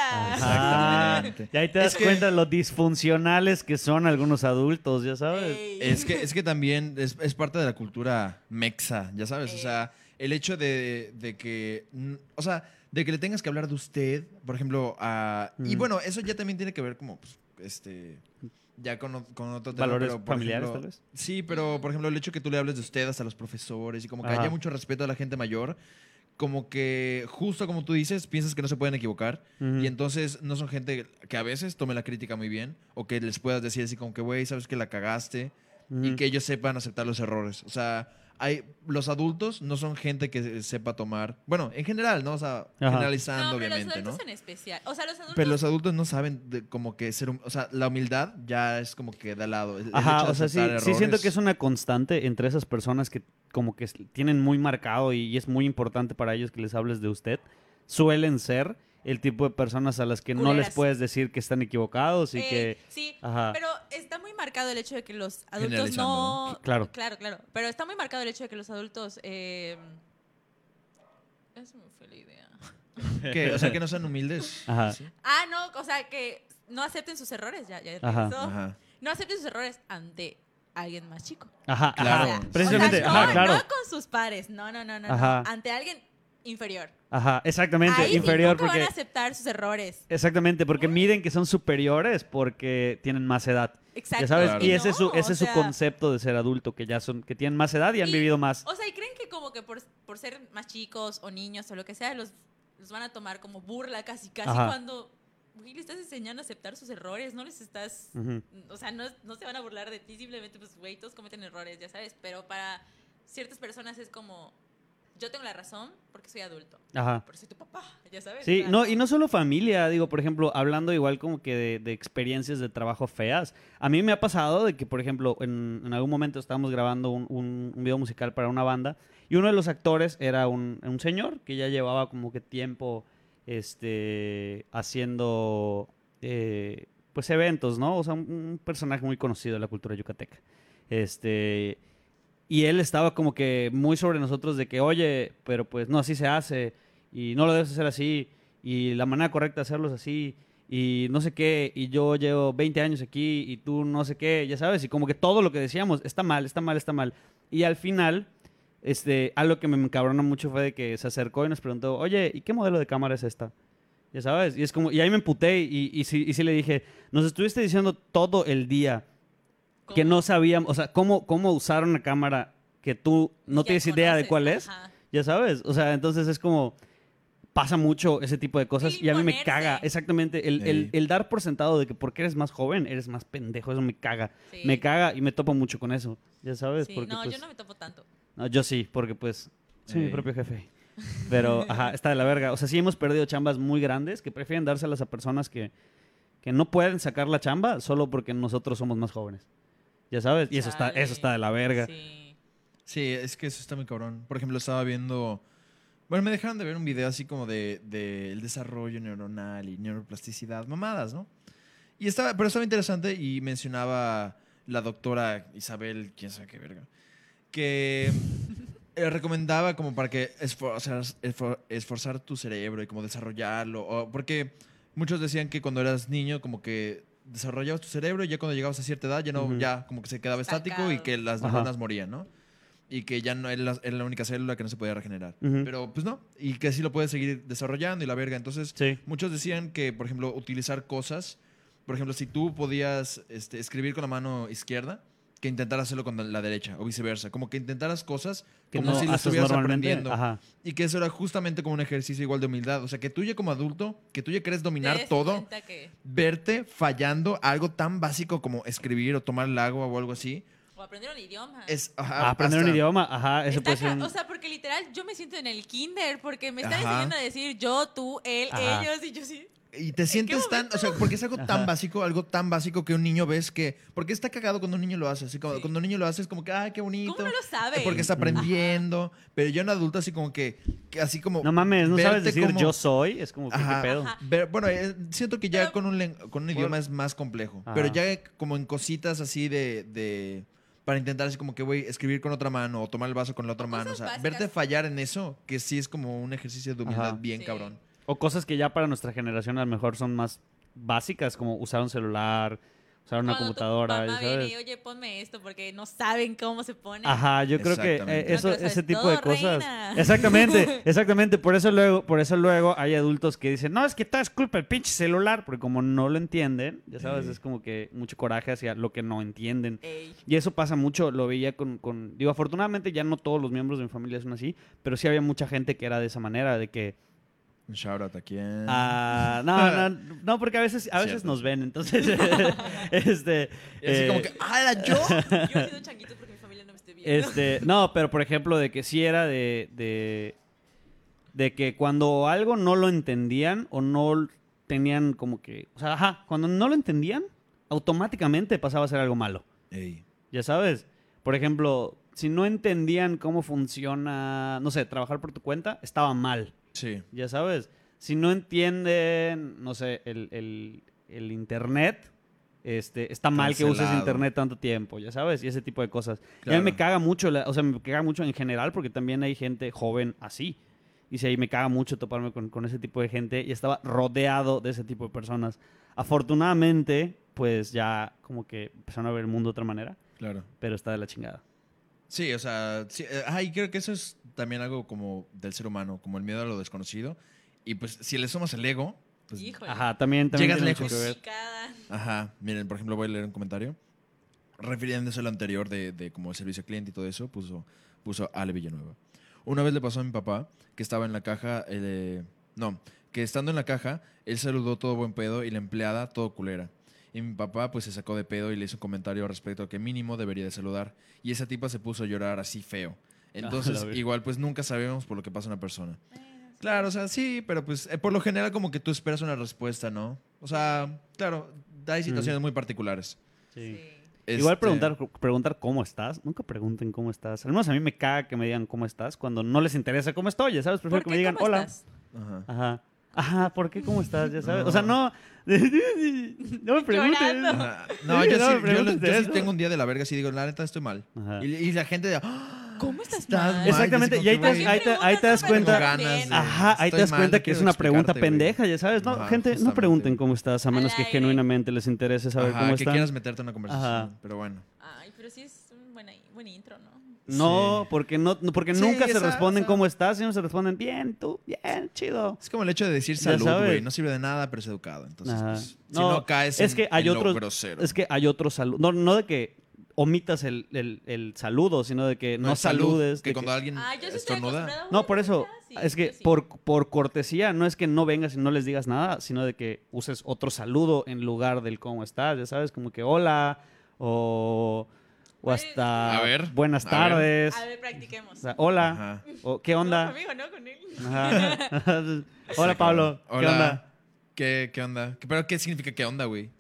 Ah, Exactamente. y ahí te das Es que- cuenta de lo disfuncionales que son algunos adultos, ya sabes. Ey. Es que, es que también es, es parte de la cultura mexa, ya sabes. O Eh. sea, el hecho de, de que... mm, O sea, de que le tengas que hablar de usted, por ejemplo, a... Y Mm. bueno, eso ya también tiene que ver como, pues, este... Ya con, o- con otro tema. Valores pero, por familiares, ejemplo, tal vez. Sí, pero por ejemplo, el hecho que tú le hables de usted hasta los profesores y como que Ajá. haya mucho respeto a la gente mayor, como que justo como tú dices, piensas que no se pueden equivocar Ujú. y entonces no son gente que a veces tome la crítica muy bien o que les puedas decir así como que, güey, sabes que la cagaste y Ujú. que ellos sepan aceptar los errores. O sea, hay, los adultos no son gente que sepa tomar, bueno, en general, ¿no? O sea, Ajá. generalizando No, pero los obviamente, ¿no? adultos en especial. O sea, los adultos... Pero los adultos no saben de, como que ser, hum- o sea, la humildad ya es como que da lado. El- el hecho Ajá, de o sea, sí, aceptar sí siento errores- que es una constante entre esas personas que como que s- tienen muy marcado y, y es muy importante para ellos que les hables de usted. Suelen ser el tipo de personas a las que no les Culeras. puedes decir que están equivocados y Eh, que... Sí, Ajá. pero está muy marcado el hecho de que los adultos Generalizando, no... ¿no? Claro. Claro, claro. Pero está muy marcado el hecho de que los adultos... Eh... Es muy fue la idea. ¿Qué? O sea, que no sean humildes. Ajá. ¿Sí? Ah, no, o sea, que no acepten sus errores. Ya, ya Ajá. regresó. Ajá. No acepten sus errores ante alguien más chico. Ajá, Claro. O sea, ajá. Precisamente, o sea, no, ajá, claro. no con sus pares. No, no, no, no. no. Ajá. Ante alguien inferior. Ajá, exactamente, Ahí inferior sí nunca porque... van a aceptar sus errores. Exactamente, porque miden que son superiores porque tienen más edad. Exacto. Ya sabes, Claro. y ese es su, no, ese o es su sea, concepto de ser adulto, que ya son, que tienen más edad y han Y- vivido más. O sea, y creen que como que por, por ser más chicos o niños o lo que sea, los, los van a tomar como burla casi, casi Ajá. cuando güey, le estás enseñando a aceptar sus errores, no les estás... Ujú. O sea, no, no se van a burlar de ti, simplemente pues, güey, todos cometen errores, ya sabes, pero para ciertas personas es como, yo tengo la razón porque soy adulto, Ajá. porque soy tu papá, ya sabes. Sí, O sea, no, y no solo familia, digo, por ejemplo, hablando igual como que de, de experiencias de trabajo feas. A mí me ha pasado de que, por ejemplo, en, en algún momento estábamos grabando un, un, un video musical para una banda y uno de los actores era un, un señor que ya llevaba como que tiempo este, haciendo eh, pues eventos, ¿no? O sea, un, un personaje muy conocido de la cultura yucateca. Este, y él estaba como que muy sobre nosotros de que, oye, pero pues no, así se hace y no lo debes hacer así y la manera correcta de hacerlo es así y no sé qué, y yo llevo veinte años aquí y tú no sé qué, ya sabes, y como que todo lo que decíamos está mal, está mal, está mal. Y al final, este, algo que me encabrona mucho fue de que se acercó y nos preguntó, oye, ¿y qué modelo de cámara es esta? Ya sabes, y es como, y ahí me emputé y, y, sí, y sí le dije, nos estuviste diciendo todo el día ¿Cómo? que no sabíamos, o sea, cómo, cómo usar una cámara que tú no Ya tienes idea de conoces, cuál es, ajá. ya sabes, o sea, entonces es como, pasa mucho ese tipo de cosas El y a mí me imponerse. caga, exactamente, el, el, Ey. el dar por sentado de que porque eres más joven, eres más pendejo, eso me caga, Sí. me caga y me topo mucho con eso, ya sabes, Sí, porque no, pues, yo no me topo tanto. no, yo sí, porque pues soy mi Ey. propio jefe. Pero, ajá, está de la verga. O sea, sí hemos perdido chambas muy grandes que prefieren dárselas a personas que, que no pueden sacar la chamba solo porque nosotros somos más jóvenes. Ya sabes, y eso está, Chale. eso está de la verga. Sí. Sí, es que eso está muy cabrón. Por ejemplo, estaba viendo... Bueno, me dejaron de ver un video así como de, de el desarrollo neuronal y neuroplasticidad, mamadas, ¿no? Y estaba, pero estaba interesante y mencionaba la doctora Isabel, quién sabe qué verga, que eh, recomendaba como para que esforzar, esfor- esforzar tu cerebro y como desarrollarlo, o- porque muchos decían que cuando eras niño como que desarrollabas tu cerebro y ya cuando llegabas a cierta edad ya no, Ujú. ya como que se quedaba estático y Estancado. que las Ajá. neuronas morían, ¿no? Y que ya no era la, era la única célula que no se podía regenerar. Ujú. Pero pues no, y que sí lo puedes seguir desarrollando y la verga. Entonces, Sí. muchos decían que, por ejemplo, utilizar cosas, por ejemplo, si tú podías este, escribir con la mano izquierda, que intentaras hacerlo con la derecha o viceversa. Como que intentaras cosas Que como no si lo haces estuvieras normalmente. aprendiendo. Ajá. Y que eso era justamente como un ejercicio igual de humildad. O sea, que tú ya como adulto, que tú ya querés dominar Te des todo, cuenta que- verte fallando algo tan básico como escribir o tomar el agua o algo así, O aprender un idioma. es... ajá, Ah, aprender un hasta- idioma, ajá, eso Está puede ser ca- un... O sea, porque literal yo me siento en el kinder porque me están Ajá. enseñando a decir yo, tú, él, Ajá. ellos y yo sí. Y te sientes tan, o sea, porque es algo tan Ajá. básico, algo tan básico que un niño ves que, porque está cagado cuando un niño lo hace, así como Sí. cuando un niño lo hace es como que, ay, qué bonito. ¿Cómo no lo sabe? Porque está aprendiendo, pero ya un adulto así como que, que así como No mames, no sabes verte decir como- yo soy, es como, ¿qué, Ajá. qué pedo? Ajá. ver- bueno, eh, siento que ya Pero- con un len- con un idioma es más complejo, Ajá. pero ya como en cositas así de, de para intentar así como que voy a escribir con otra mano o tomar el vaso con la otra O mano, o cosas sea, básicas. verte fallar en eso, que sí es como un ejercicio de humildad Ajá. bien Sí. cabrón. O cosas que ya para nuestra generación a lo mejor son más básicas, como usar un celular, usar una Cuando computadora, tu mamá ya sabes. viene y, oye, ponme esto porque no saben cómo se pone. Ajá, yo creo que Exactamente. eh, eso, No, pero ese sabes tipo todo, de cosas. reina. Exactamente, exactamente. Por eso luego, por eso luego hay adultos que dicen, no, es que todo es culpa del pinche celular, porque como no lo entienden, ya sabes, Ey. es como que mucho coraje hacia lo que no entienden. Ey. Y eso pasa mucho, lo veía con, con, digo, afortunadamente ya no todos los miembros de mi familia son así, pero sí había mucha gente que era de esa manera, de que, Un shout out a quién. ah, no, no, no, porque a veces, a veces Cierto. nos ven, entonces, este, Y así eh, como que, ah, era yo. Yo he sido un changuito porque mi familia no me esté viendo. Este, no, pero por ejemplo, de que sí era de, de, de que cuando algo no lo entendían o no tenían como que, o sea, ajá, cuando no lo entendían, automáticamente pasaba a ser algo malo. Ey. Ya sabes, por ejemplo, si no entendían cómo funciona, no sé, trabajar por tu cuenta, estaba mal. Sí. Ya sabes, si no entienden, no sé, el, el, el internet, este, está mal que uses Cancelado. internet tanto tiempo, ya sabes, y ese tipo de cosas. Y a Claro. mí me caga mucho, la- o sea, me caga mucho en general porque también hay gente joven así. Y sí, ahí me caga mucho toparme con, con ese tipo de gente y estaba rodeado de ese tipo de personas. Afortunadamente, pues ya como que empezaron a ver el mundo de otra manera, Claro. pero está de la chingada. Sí, o sea, sí, eh, ay, creo que eso es también algo como del ser humano, como el miedo a lo desconocido. Y pues si le sumas el ego, pues... Híjole. Ajá, también, también Llegas tiene mucho lejos. que ver. Picada. Ajá, miren, por ejemplo, voy a leer un comentario. Refiriéndose a lo anterior de, de como el servicio al cliente y todo eso, puso, puso Ale Villanueva. Una vez le pasó a mi papá que estaba en la caja, eh, no, que estando en la caja, él saludó todo buen pedo y la empleada todo culera. Y mi papá pues se sacó de pedo y le hizo un comentario respecto a que mínimo debería de saludar. Y esa tipa se puso a llorar así feo. Entonces, la verga. igual pues nunca sabemos por lo que pasa a una persona. Claro, o sea, sí, pero pues eh, por lo general como que tú esperas una respuesta, ¿no? O sea, claro, hay situaciones muy particulares. Sí. Sí. Igual Este, preguntar, preguntar cómo estás. Nunca pregunten cómo estás. Al menos a mí me caga que me digan cómo estás cuando no les interesa cómo estoy, ya ¿sabes? Prefiero ¿Por que me qué? digan ¿Cómo hola. estás? Ajá. Ajá. Ajá, ¿por qué? ¿Cómo estás? Ya sabes. No. O sea, no. No me preguntes. Llorando. Ajá. No, Sí, yo, no sí, me yo, preguntes yo de sí eso. tengo un día de la verga, sí digo, la neta estoy mal. Ajá. Y, y la gente de, "Ah, ¿Cómo estás estás mal? mal". Exactamente, Yo y ahí como te, que, ahí te, ahí te das Tengo cuenta. ganas de- Ajá, ahí te estoy das mal, cuenta no que es quiero una pregunta explicarte, güey. pendeja, ya sabes. No, Ajá, gente, no justamente, pregunten güey. cómo estás, a menos Al que aire. genuinamente les interese saber Ajá, cómo que están. quieras meterte en una conversación, Ajá. pero bueno. Ay, pero sí es un buen, buen intro, ¿no? No, Sí. porque no, no- porque Sí, nunca se esa- responden esa- cómo estás, sino se responden bien, tú, bien, chido. Es como el hecho de decir Ya salud, sabes. güey. No sirve de nada, pero es educado. Entonces, Ajá. pues, si No, no caes es en, que hay en lo otros, grosero. es que hay otros saludos, no, no de que omitas el, el, el saludo, sino de que no, el salud, saludes. Que de cuando alguien Ah, yo sí estoy estornuda. acostumbrada. No, por eso, Bueno, sí, es que yo sí. por, por cortesía, no es que no vengas y no les digas nada, sino de que uses otro saludo en lugar del cómo estás, ya sabes, como que hola, o, o Pues, hasta A ver, buenas a ver. tardes, A ver, practiquemos. o sea, hola, Ajá. o qué No, onda. conmigo, no con él. Ajá. Hola, Pablo, ¿qué Hola. onda? ¿Qué, qué onda? ¿Qué- ¿Pero qué significa qué onda, güey?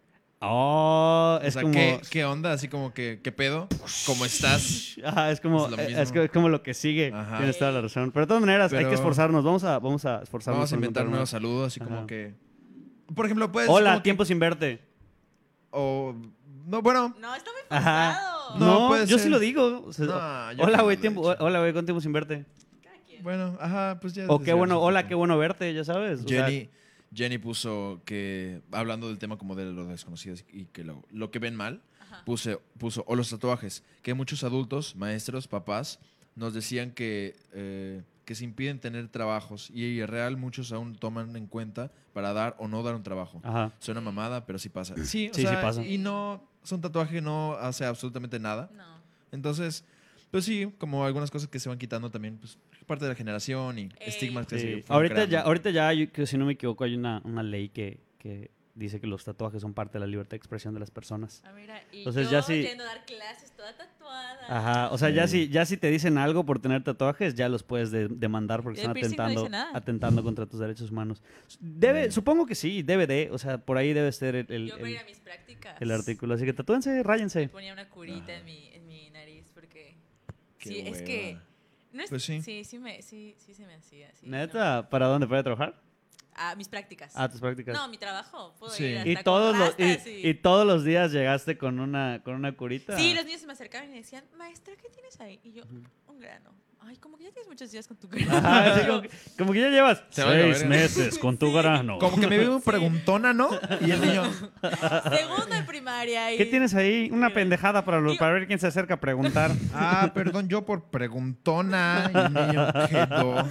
Oh, O es sea, como... ¿qué, ¿qué onda? Así como que, ¿qué pedo? ¿Cómo estás? Ajá, es como, Es lo eh, mismo. es, que- es como lo que sigue. Ajá. Tienes toda la razón. Pero de todas maneras, hay Pero- que esforzarnos. Vamos a, vamos a esforzarnos. Vamos a por inventar un encontrar nuevo una- saludo, así como Ajá. que... Por ejemplo, puedes... decir Hola, como que- tiempo sin verte. O... No, bueno... No, está muy Ajá. forzado. No, No, puede yo ser. sí lo digo. O sea, No, yo hola, jamás güey, lo he tiempo, dicho. hola, güey, con tiempo sin verte. Cada quien. Bueno, ajá, pues ya... O qué desviarse bueno, un hola, poco. qué bueno verte, ya sabes. O sea, Jenny, Jenny puso que, hablando del tema como de los desconocidos y que lo, lo que ven mal, Ajá. puse, puso, o los tatuajes, que muchos adultos, maestros, papás, nos decían que, eh, que se impiden tener trabajos y en real muchos aún toman en cuenta para dar o no dar un trabajo. Ajá. Suena mamada, pero sí pasa. Sí, o Sí, sí sea, pasa. y no, es un tatuaje que no hace absolutamente nada. No. Entonces, pues sí, como algunas cosas que se van quitando también, pues parte de la generación y Ey. estigmas que Sí. se fueron Ahorita creando. ya, ahorita ya, yo- que si no me equivoco, hay una, una ley que, que dice que los tatuajes son parte de la libertad de expresión de las personas. Ah, mira, y Entonces, yo ya sí- yendo a dar clases toda tatuada. Ajá, o sea, ya Sí. si, ya si te dicen algo por tener tatuajes, ya los puedes de- demandar porque El están piercing no atentando, dice nada. atentando contra tus derechos humanos. Debe, Mm. supongo que sí, debe de, o sea, por ahí debe ser el, el- Yo para el- ir a mis prácticas. el artículo. Así que tatúense, ráyense. Ponía una curita Ajá. en mi, en mi nariz porque... Qué sí, es hueva. que... No es, Pues sí. sí. Sí, me, sí, sí se me hacía. Sí, ¿Neta? ¿Para dónde? ¿Para trabajar? no. Ah, mis prácticas. Ah, tus prácticas. No, mi trabajo. Puedo Sí. ir hasta y, con todos los, rastas y, y- y todos los días llegaste con una, con una curita. Sí, los niños se me acercaban y me decían, maestra, ¿qué tienes ahí? Y yo, un grano. Ay, como que ya tienes muchos días con tu grano. Ajá, sí, como, que, como que ya llevas Se va a la seis verga. meses con tu grano. Como que me veo preguntona, ¿no? Y el niño... Segundo de primaria. Y... ¿Qué tienes ahí? Una pendejada para, lo- Digo- para ver quién se acerca a preguntar. Ah, perdón, yo por preguntona. Y el niño quedó.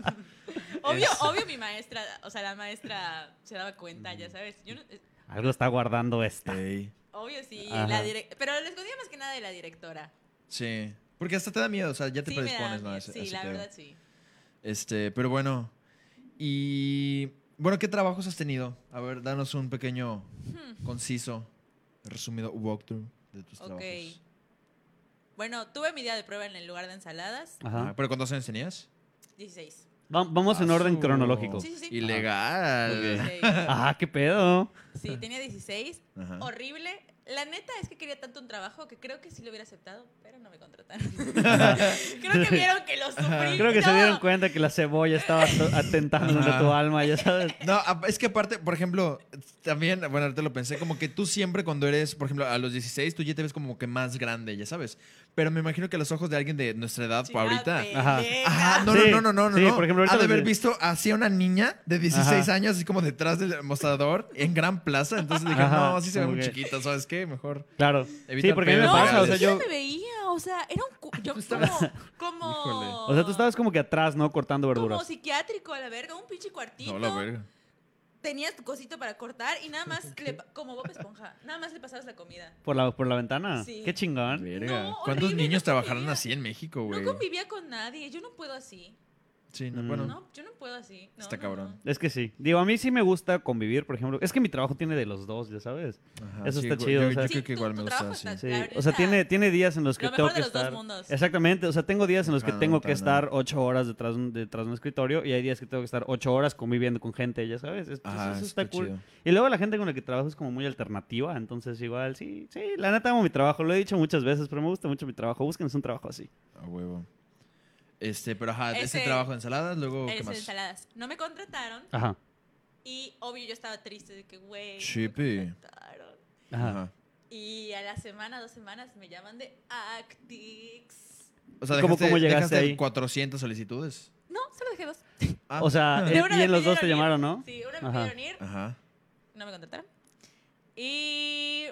Obvio, Es- obvio mi maestra, o sea, la maestra se daba cuenta, ya sabes. Yo no- eh, Algo está guardando esta. Ey, obvio sí, Ajá. la direc- pero les escondía más que nada de la directora. sí. Porque hasta te da miedo, o sea, ya te Sí, me da predispones, ¿no? a miedo. ese- a Sí, ese la pedo. verdad sí. Este, pero bueno. Y. Bueno, ¿qué trabajos has tenido? A ver, danos un pequeño, conciso, resumido walkthrough de tus Ok. trabajos. Bueno, tuve mi día de prueba en el lugar de ensaladas, Ajá. Ah, ¿pero cuántos años tenías? dieciséis. Va- Vamos en Ah, orden su- cronológico. Sí, sí, sí. Ilegal. dieciséis. Ah, qué pedo. Sí, tenía dieciséis. Ajá. Horrible. La neta es que quería tanto un trabajo que creo que sí lo hubiera aceptado, pero no me contrataron. Creo que vieron que lo sufrí. Creo que se No. dieron cuenta que la cebolla estaba to- atentando Ajá. de tu alma, ya sabes. No, a- es que aparte, por ejemplo, también, bueno, ahorita lo pensé, como que tú siempre cuando eres, por ejemplo, a los dieciséis, tú ya te ves como que más grande, ya sabes. Pero me imagino que a los ojos de alguien de nuestra edad, Chica, ahorita. Ajá. pendeja. Ajá, no, Sí, no, no, no, no, sí, no. por ejemplo, ahorita ha de los haber de- visto así a una niña de dieciséis Ajá. años, así como detrás del mostrador, en gran plaza. Entonces dije, Ajá, no, sí se ve como muy que- chiquita, ¿sabes qué? Mejor. Claro. Evita Sí, porque a mí me pedos No, pasa, o legales. sea, yo yo... me veía, o sea, era un... cu- Yo Tú como... estabas- como... Híjole. O sea, tú estabas como que atrás, ¿no? Cortando verduras. Como psiquiátrico a la verga, un pinche cuartito. No, la verga. Tenías tu cosito para cortar y nada más, le pa- como Bob Esponja, nada más le pasabas la comida. ¿Por la, por la ventana? Sí. Qué chingón. Verga. No, ¿Cuántos horrible, niños no trabajarán convivía. así en México, güey? No convivía con nadie, yo no puedo así. Sí, no, Mm. bueno. No, yo no puedo así. No, Está no, cabrón. no. Es que sí. Digo, a mí sí me gusta convivir, por ejemplo. Es que mi trabajo tiene de los dos, ya sabes. Ajá, Eso sí, está güey, chido, Yo, o sea- yo Sí, creo que tu- igual tu me gusta trabajo así. está- Sí. La O sea, neta, tiene, tiene días en los que lo tengo mejor que de los dos estar... mundos. Exactamente. O sea, tengo días en los que Ajá, tengo que ventana. estar ocho horas detrás, de un- detrás de un escritorio y hay días que tengo que estar ocho horas conviviendo con gente, ya sabes. Es- Ajá, eso eso está, está cool. chido. Y luego la gente con la que trabajo es como muy alternativa, entonces igual, sí, sí, la neta amo mi trabajo. Lo he dicho muchas veces, pero me gusta mucho mi trabajo. Búsquense un trabajo así. A huevo. Este, pero ajá, ese, Ese- trabajo de ensaladas, luego, ¿qué Ese, más? ensaladas. No me contrataron Ajá. Y obvio yo estaba triste de que, güey, Chippy. me contrataron. Ajá. Ajá. Y a la semana, dos semanas, me llaman de Actix. O sea, ¿Cómo- dejaste, cómo llegaste dejaste ahí? cuatrocientas solicitudes. No, solo dejé dos. Ah, O sea, De eh, una y me en los dos te pidieron ir. llamaron, ¿no? Sí, una me Ajá. pidieron ir, Ajá. no me contrataron. Y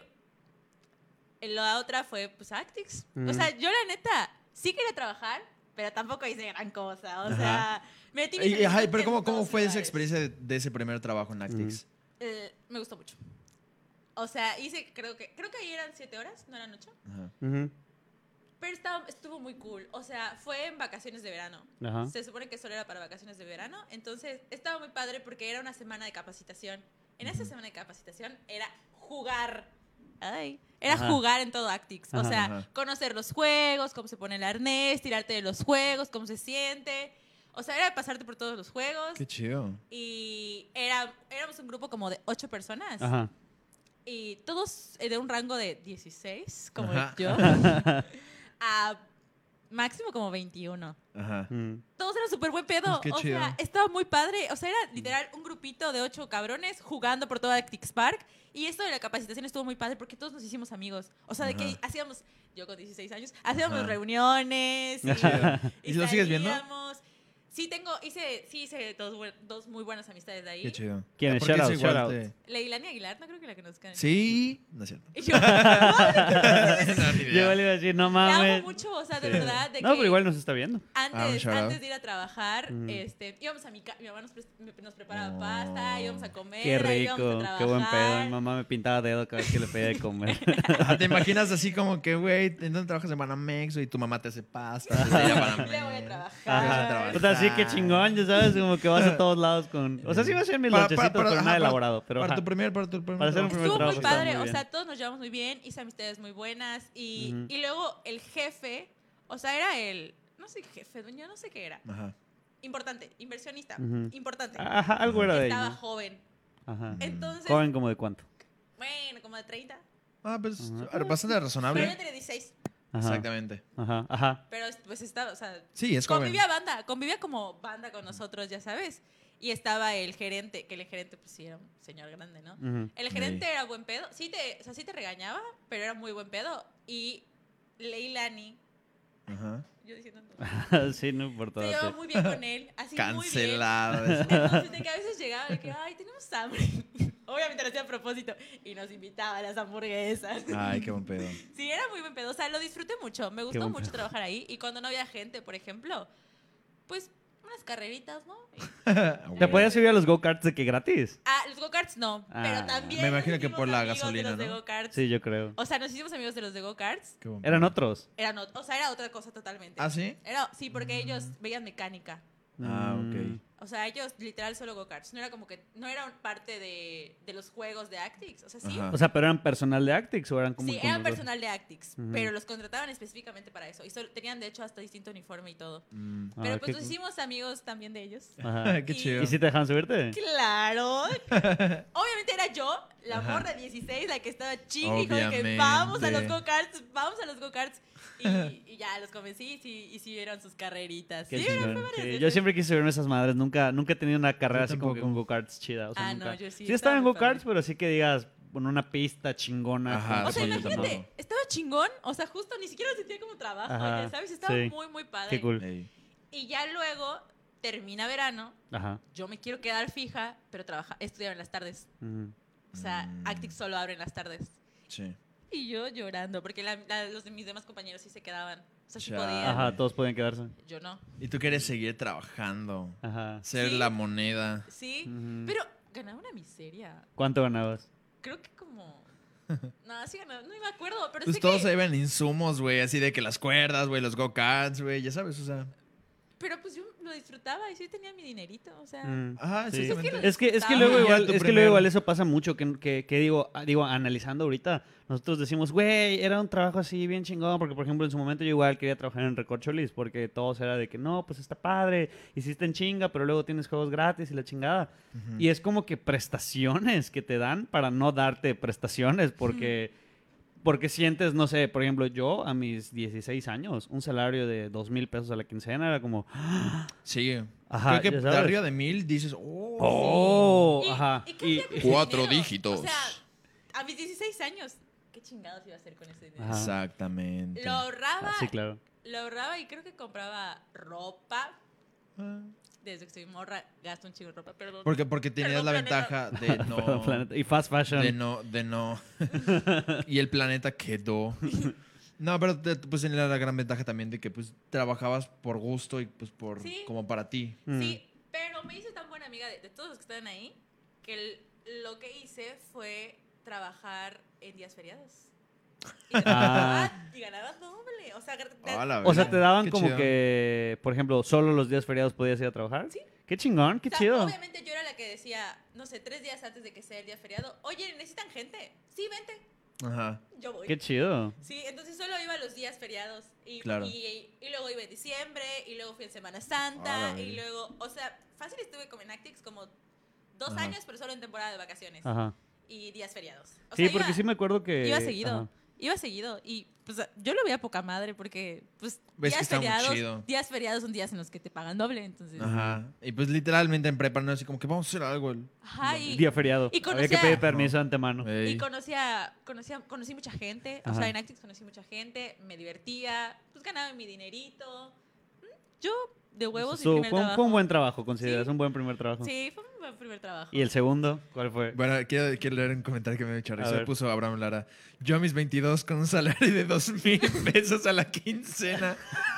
la otra fue, pues, Actix. Mm. O sea, yo la neta sí quería trabajar, pero tampoco hice gran cosa. O Ajá. sea, me metí mis Y, ajá, solicitudes pero en ¿cómo, cómo dos fue esa lugares. experiencia de, de ese primer trabajo en Actix? Eh, me gustó mucho. O sea, hice, creo que, creo que ahí eran siete horas, no eran ocho. Ajá. Ujú. Pero estaba, estuvo muy cool. O sea, fue en vacaciones de verano. Ajá. Se supone que solo era para vacaciones de verano. Entonces, estaba muy padre porque era una semana de capacitación. En esa semana de capacitación era jugar. Ay. Era Ajá. jugar en todo Actix. O Ajá. sea, Ajá. conocer los juegos, cómo se pone el arnés, tirarte de los juegos, cómo se siente. O sea, era pasarte por todos los juegos. Qué chido. Y era, éramos un grupo como de ocho personas. Ajá. Y todos eh, de un rango de dieciséis, como Ajá. yo, a máximo como veintiuno. Ajá. Mm. Todos eran súper buen pedo. Qué o chido. sea, estaba muy padre. O sea, era literal un grupito de ocho cabrones jugando por toda Actix Park. Y esto de la capacitación estuvo muy padre porque todos nos hicimos amigos. O sea, de que Ajá. hacíamos, yo con dieciséis años, hacíamos Ajá. reuniones. Y, Chido. ¿Y lo sigues viendo? salíamos. Sí, tengo, hice, sí hice dos, buen- dos muy buenas amistades de ahí. Qué chido. ¿Quién Ah, es? porque Shout es out, igual shout te- Leilani Aguilar, no creo que la conozcan. Sí. No es cierto. Y yo, madre, No, ni idea. Yo le iba a decir, no la amo mames. mucho, o sea, de Sí. verdad. De No, que pero igual nos está viendo. Ah, un Antes, shout out. antes de ir a trabajar, Mm. este, íbamos a mi casa, mi mamá nos, pre- me- nos preparaba Oh. pasta, íbamos a comer, Qué ahí íbamos a rico, trabajar. qué buen pedo. Mi mamá me pintaba dedo cada vez que le pedía de comer. Ah, ¿te imaginas así como que, güey, ¿en dónde trabajas en Banamex? Y tu mamá te hace pasta. te lleva a Banamex. Le voy a trabajar. Ajá. Ajá. O sea, sí, qué chingón, ya sabes, como que vas a todos lados con... O sea, sí me hacían mis Para- lonchecitos, para- para- pero ajá, nada para- elaborado. Pero Para ajá. tu primer, para tu primer Para hacer un trabajo. primer Estuvo trabajo muy estaba padre, muy o bien. sea, todos nos llevamos muy bien, hice amistades muy buenas y, Ujú. y luego el jefe, o sea, era el, no sé jefe, dueño, no sé qué era. Ajá. Importante, inversionista, Ujú. importante. Ajá, algo era de ahí, Estaba ¿no? joven. Ajá. Entonces, ¿Joven como de cuánto? bueno, como de treinta. Ah, pues Ajá. bastante Pero yo razonable. tenía dieciséis. Ajá. Exactamente. Ajá, ajá. Pero pues estaba, o sea, Sí, es joven. convivía banda, convivía como banda con nosotros, ya sabes. Y estaba el gerente, que el gerente pues sí era un señor grande, ¿no? Ujú. El gerente era buen pedo, sí te, o sea, sí te regañaba, pero era muy buen pedo. Y Leilani, Ajá. yo diciendo no, Sí, no importa. se llevaba muy bien con él, así Cancelado. muy bien. Entonces, de que a veces llegaba de que, ay, tenemos hambre. Obviamente lo hacía a propósito. Y nos invitaba a las hamburguesas. Ay, qué buen pedo. Sí, era muy buen pedo. O sea, lo disfruté mucho. Me Qué gustó buen mucho pedo. trabajar ahí. Y cuando no había gente, por ejemplo, pues unas carreritas, ¿no? Y- ¿Te podías subir a los go-karts de que gratis? Ah, los go-karts no. Ah, pero también. me nos imagino que hicimos por la amigos de gasolina, los de ¿no? go-karts. Sí, yo creo. O sea, nos hicimos amigos de los de go-karts. Qué buen Eran pedo. otros. Eran, ot- o sea, era otra cosa totalmente. ¿Ah, sí? Era, sí, porque ellos veían mecánica. Ah, Mm. ok. O sea, ellos literal solo go-karts. No era como que. No era parte de, de los juegos de Actix. O sea, sí. Ajá. O sea, ¿pero eran personal de Actix o eran como... Sí, como eran los- personal de Actix, Ujú. pero los contrataban específicamente para eso. Y solo- tenían, de hecho, hasta distinto uniforme y todo. Mm. Ah, Pero qué pues nos cool. hicimos amigos también de ellos. Ajá. Qué Y- chido. ¿Y si te dejan subirte? claro. Obviamente era yo, la Ajá. morra de dieciséis, la que estaba chingue y dijo de que Obviamente. vamos a los go-karts, vamos a los go-karts. Y, y ya los convencí y sí, y sí eran sus carreritas. Qué Sí, chingón. fue varias Sí, veces. yo siempre quise subirme esas madres. Nunca, nunca he tenido una carrera Yo así como que tampoco. con go-karts chida. O sea, Ah, nunca. no, yo sí, Sí estaba estaba en muy go-karts, padre. pero sí que digas, con una pista chingona. Ajá, con- O sea, sí, yo imagínate, tampoco. estaba chingón, o sea, justo ni siquiera lo sentía como trabajo, Ajá, ya sabes, estaba sí. muy, muy padre. Qué cool. Ey. Y ya luego termina verano, Ajá. yo me quiero quedar fija, pero trabajar, estudiar en las tardes. Ujú. O sea, Mm. Actix solo abre en las tardes. Sí. Y yo llorando, porque la- la- los de mis demás compañeros sí se quedaban. O sea, sí Chale. podían. Ajá, todos podían quedarse. Yo no. Y tú quieres seguir trabajando. Ajá. Ser Sí. la moneda. Sí, Ujú. pero ganaba una miseria. ¿Cuánto ganabas? Creo que como... No, sí ganaba, no me acuerdo, pero Pues sé todos que... se ven insumos, güey. Así de que las cuerdas, güey, los go-karts, güey. Ya sabes, o sea. Pero pues yo lo disfrutaba y sí tenía mi dinerito, o sea... Mm. Ajá, Sí. exactamente. Es que, es que Ah, luego ya igual, tu es que primer- luego igual eso pasa mucho, que, que, que digo, ah, digo, analizando ahorita, nosotros decimos, güey, era un trabajo así bien chingón, porque por ejemplo en su momento yo igual quería trabajar en Recorcholis, porque todos era de que no, pues está padre, hiciste en chinga, pero luego tienes juegos gratis y la chingada. Ujú. Y es como que prestaciones que te dan para no darte prestaciones, porque Porque sientes, no sé, por ejemplo, yo a mis dieciséis años, un salario de dos mil pesos a la quincena era como... Sí. Ajá, Creo que ya de sabes. arriba de mil dices, oh, ¡Oh! Y- Ajá. ¿y qué Y- hacía con ese Cuatro dinero? dígitos. O sea, a mis dieciséis años, ¿qué chingados iba a hacer con ese dinero? Ajá. exactamente. Lo ahorraba, Ah, sí, claro. lo ahorraba y creo que compraba ropa. Ah. Desde que soy morra, gasto un chingo de ropa, perdón. Porque, porque tenías Perdón, la planeta. ventaja de no... Perdón, planeta. Y fast fashion. De no, de no. Y el planeta quedó. No, pero te- pues tenía la gran ventaja también de que pues trabajabas por gusto y pues por Sí. como para ti. Mm. Sí, pero me hice tan buena amiga de, de todos los que estaban ahí que el- lo que hice fue trabajar en días feriados. Y ganaba, Ah. y ganaba doble. O sea, de- Ah, la O sea, verdad. te daban Qué como chido. que, por ejemplo, solo los días feriados podías ir a trabajar. Sí. Qué chingón, qué o sea, chido. obviamente yo era la que decía, no sé, tres días antes de que sea el día feriado, oye, ¿necesitan gente? Sí, vente. Ajá. Yo voy. Qué chido. Sí, entonces solo iba a los días feriados. Y, Claro. y, y luego iba en diciembre, y luego fui en Semana Ah, Santa, la y verga. luego, o sea, fácil estuve como en Actix como dos Ajá. años, pero solo en temporada de vacaciones. Ajá. Y días feriados. O Sí, sea, porque iba, sí me acuerdo que... iba seguido. Ajá. Iba seguido. Y pues yo lo veía poca madre porque, pues, Ves que días está muy feriados, chido. días feriados son días en los que te pagan doble, entonces. Ajá. Y pues literalmente en prepa no así como que vamos a hacer algo. el- Ajá, y, Día feriado. y Había que conocía- pedir permiso de antemano. y Ey. conocía, conocía, conocí mucha gente. O Ajá. sea, en Actix conocí mucha gente, me divertía, pues ganaba mi dinerito. Mm, Yo, de huevos, Su- mi primer fue, un, trabajo. fue un buen trabajo, consideras, Sí. un buen primer trabajo. Sí, fue un buen primer trabajo. ¿Y el segundo? ¿Cuál fue? Bueno, quiero, quiero leer un comentario que me dio mucha A risa. ver. Puso Abraham Lara. Yo a mis veintidós con un salario de dos mil pesos a la quincena.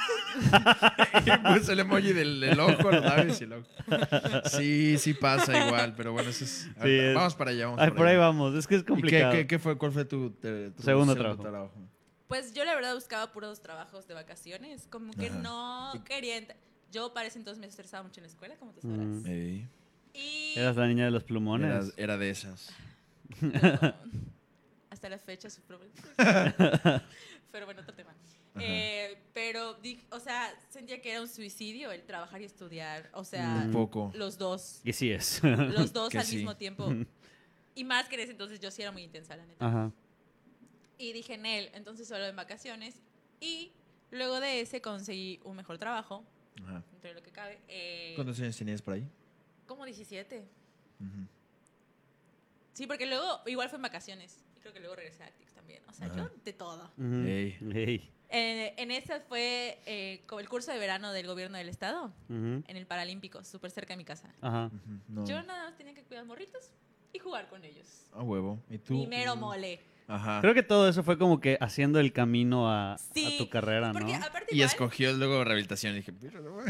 Y puso el emoji del, del ojo, los labios y el ojo. Sí, sí pasa igual, pero bueno, eso es... es- Vamos para allá, vamos Ay, para por ahí allá. vamos, es que es ¿Y qué, complicado. qué, qué fue, cuál fue tu, te- tu Segundo trabajo. Pues yo la verdad buscaba puros trabajos de vacaciones, como que Ajá. no quería... ent- Yo para ese entonces me estresaba mucho en la escuela, como tú sabrás. Mm. Ey, Y Eras la niña de los era, plumones. era de esas. hasta la fecha sufro. Pero bueno, otro tema. Eh, pero, di- o sea, sentía que era un suicidio el trabajar y estudiar. O sea, Mm. Un poco. los dos. Y sí es. Los dos Que al sí. mismo tiempo. Y más que en ese entonces yo sí era muy intensa, la neta. Ajá. Y dije, Nel, entonces solo en vacaciones. Y luego de ese conseguí un mejor trabajo, Ajá. dentro de lo que cabe. Eh, ¿Cuántos años tenías por ahí? como diecisiete. Ujú. Sí, porque luego igual fue en vacaciones. Y creo que luego regresé a Actix también. O sea, Ajá. yo de todo. Ujú. Ey. Ey. Eh, en esa fue eh, como el curso de verano del gobierno del estado, Ujú. en el Paralímpico, súper cerca de mi casa. Ajá. Ujú. No. Yo nada más tenía que cuidar morritos y jugar con ellos. A huevo. ¿Y tú? Mi mero mole. Ajá. Creo que todo eso fue como que haciendo el camino a, Sí, a tu carrera, ¿no? Porque aparte Y igual, escogió luego rehabilitación. Y dije, "Pero, güey".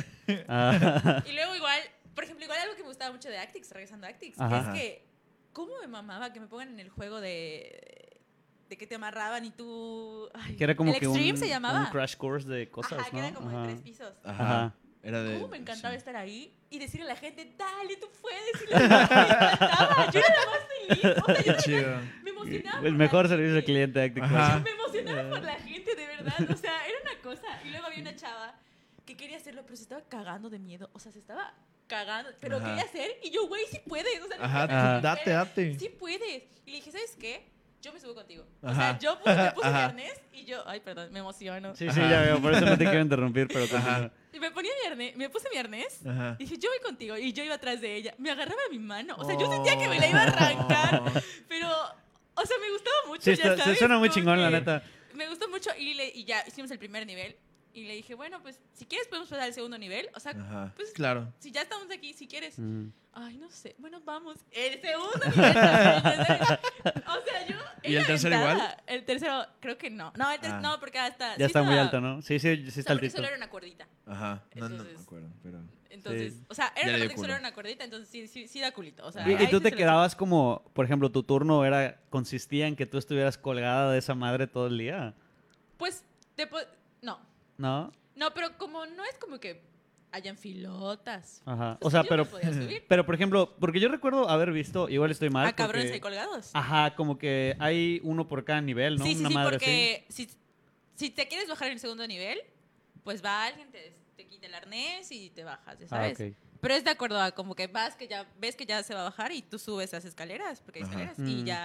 Ah, y luego igual, por ejemplo, igual algo que me gustaba mucho de Actix, regresando a Actix, Ajá. es que cómo me mamaba que me pongan en el juego de, de que te amarraban y tú... ay, que era como el que Extreme un, se llamaba. un crash course de cosas, Ajá, que ¿no? era como Ajá. de tres pisos. Ajá. Ajá. Era de. ¿Cómo me encantaba sí. estar ahí y decirle a la gente, dale, tú puedes? Y la gente me encantaba. Yo era la más feliz. O sea, yo Qué chido. me emocionaba. El por mejor la servicio al gente. cliente de Actic Ajá. Class. Me emocionaba por la gente, de verdad. O sea, era una cosa. Y luego había una chava que quería hacerlo, pero se estaba cagando de miedo. O sea, se estaba cagando, pero Ajá. quería hacer. Y yo, güey, sí puedes. O sea, Ajá, nunca me Ajá. desesperé. date, date. Sí puedes. Y le dije, ¿sabes qué? Yo me subo contigo. O Ajá. sea, yo puse, me puse mi Ajá. arnés y yo, ay, perdón, me emociono. Sí, sí, Ajá. ya veo. Por eso no te quiero interrumpir, pero Ajá. continúa. Y me ponía mi arnés, me puse mi arnés. Ajá. Dije, yo voy contigo. Y yo iba atrás de ella. Me agarraba mi mano. O sea, yo sentía que me la iba a arrancar. Pero, o sea, me gustaba mucho. Sí, ya está- se sabes, suena muy como chingón, la que neta. Me gustó mucho y, le, y ya hicimos el primer nivel. Y le dije, bueno, pues, si quieres podemos pasar al segundo nivel. O sea, Ajá. pues, Claro. si ya estamos aquí, si quieres. Mm. Ay, no sé. Bueno, vamos. El segundo nivel. el tercero. O sea, yo... ¿Y el ella tercero aventada. igual? El tercero, creo que no. No, el ter- Ah. no porque hasta... Ya está muy alto, ¿no? Sí, sí, sí O sea, está porque altito. solo era una cuerdita. Ajá. No, no me Entonces- acuerdo, pero. Entonces, Sí. o sea, Ya era le una dio parte que solo culo. era una cuerdita, entonces sí, sí, sí da culito. O sea, ¿Y, y ahí tú sí te se lo quedabas como, por ejemplo, tu turno era consistía en que tú estuvieras colgada de esa madre todo el día? Pues, te po- no. ¿No? No, pero como no es como que hayan filotas. Ajá. Pues O sea, yo pero, me podía subir. pero por ejemplo, porque yo recuerdo haber visto, igual estoy mal. Ah, cabrones porque- ahí colgados. Ajá, como que hay uno por cada nivel, ¿no? sí, sí, Una sí, madre porque si, si te quieres bajar en el segundo nivel, pues va alguien, te, te quita el arnés y te bajas, ya así. sabes. Ah, ok. Pero es de acuerdo a como que vas, que ya ves que ya se va a bajar y tú subes las escaleras, porque hay Ajá. escaleras, y Mm. ya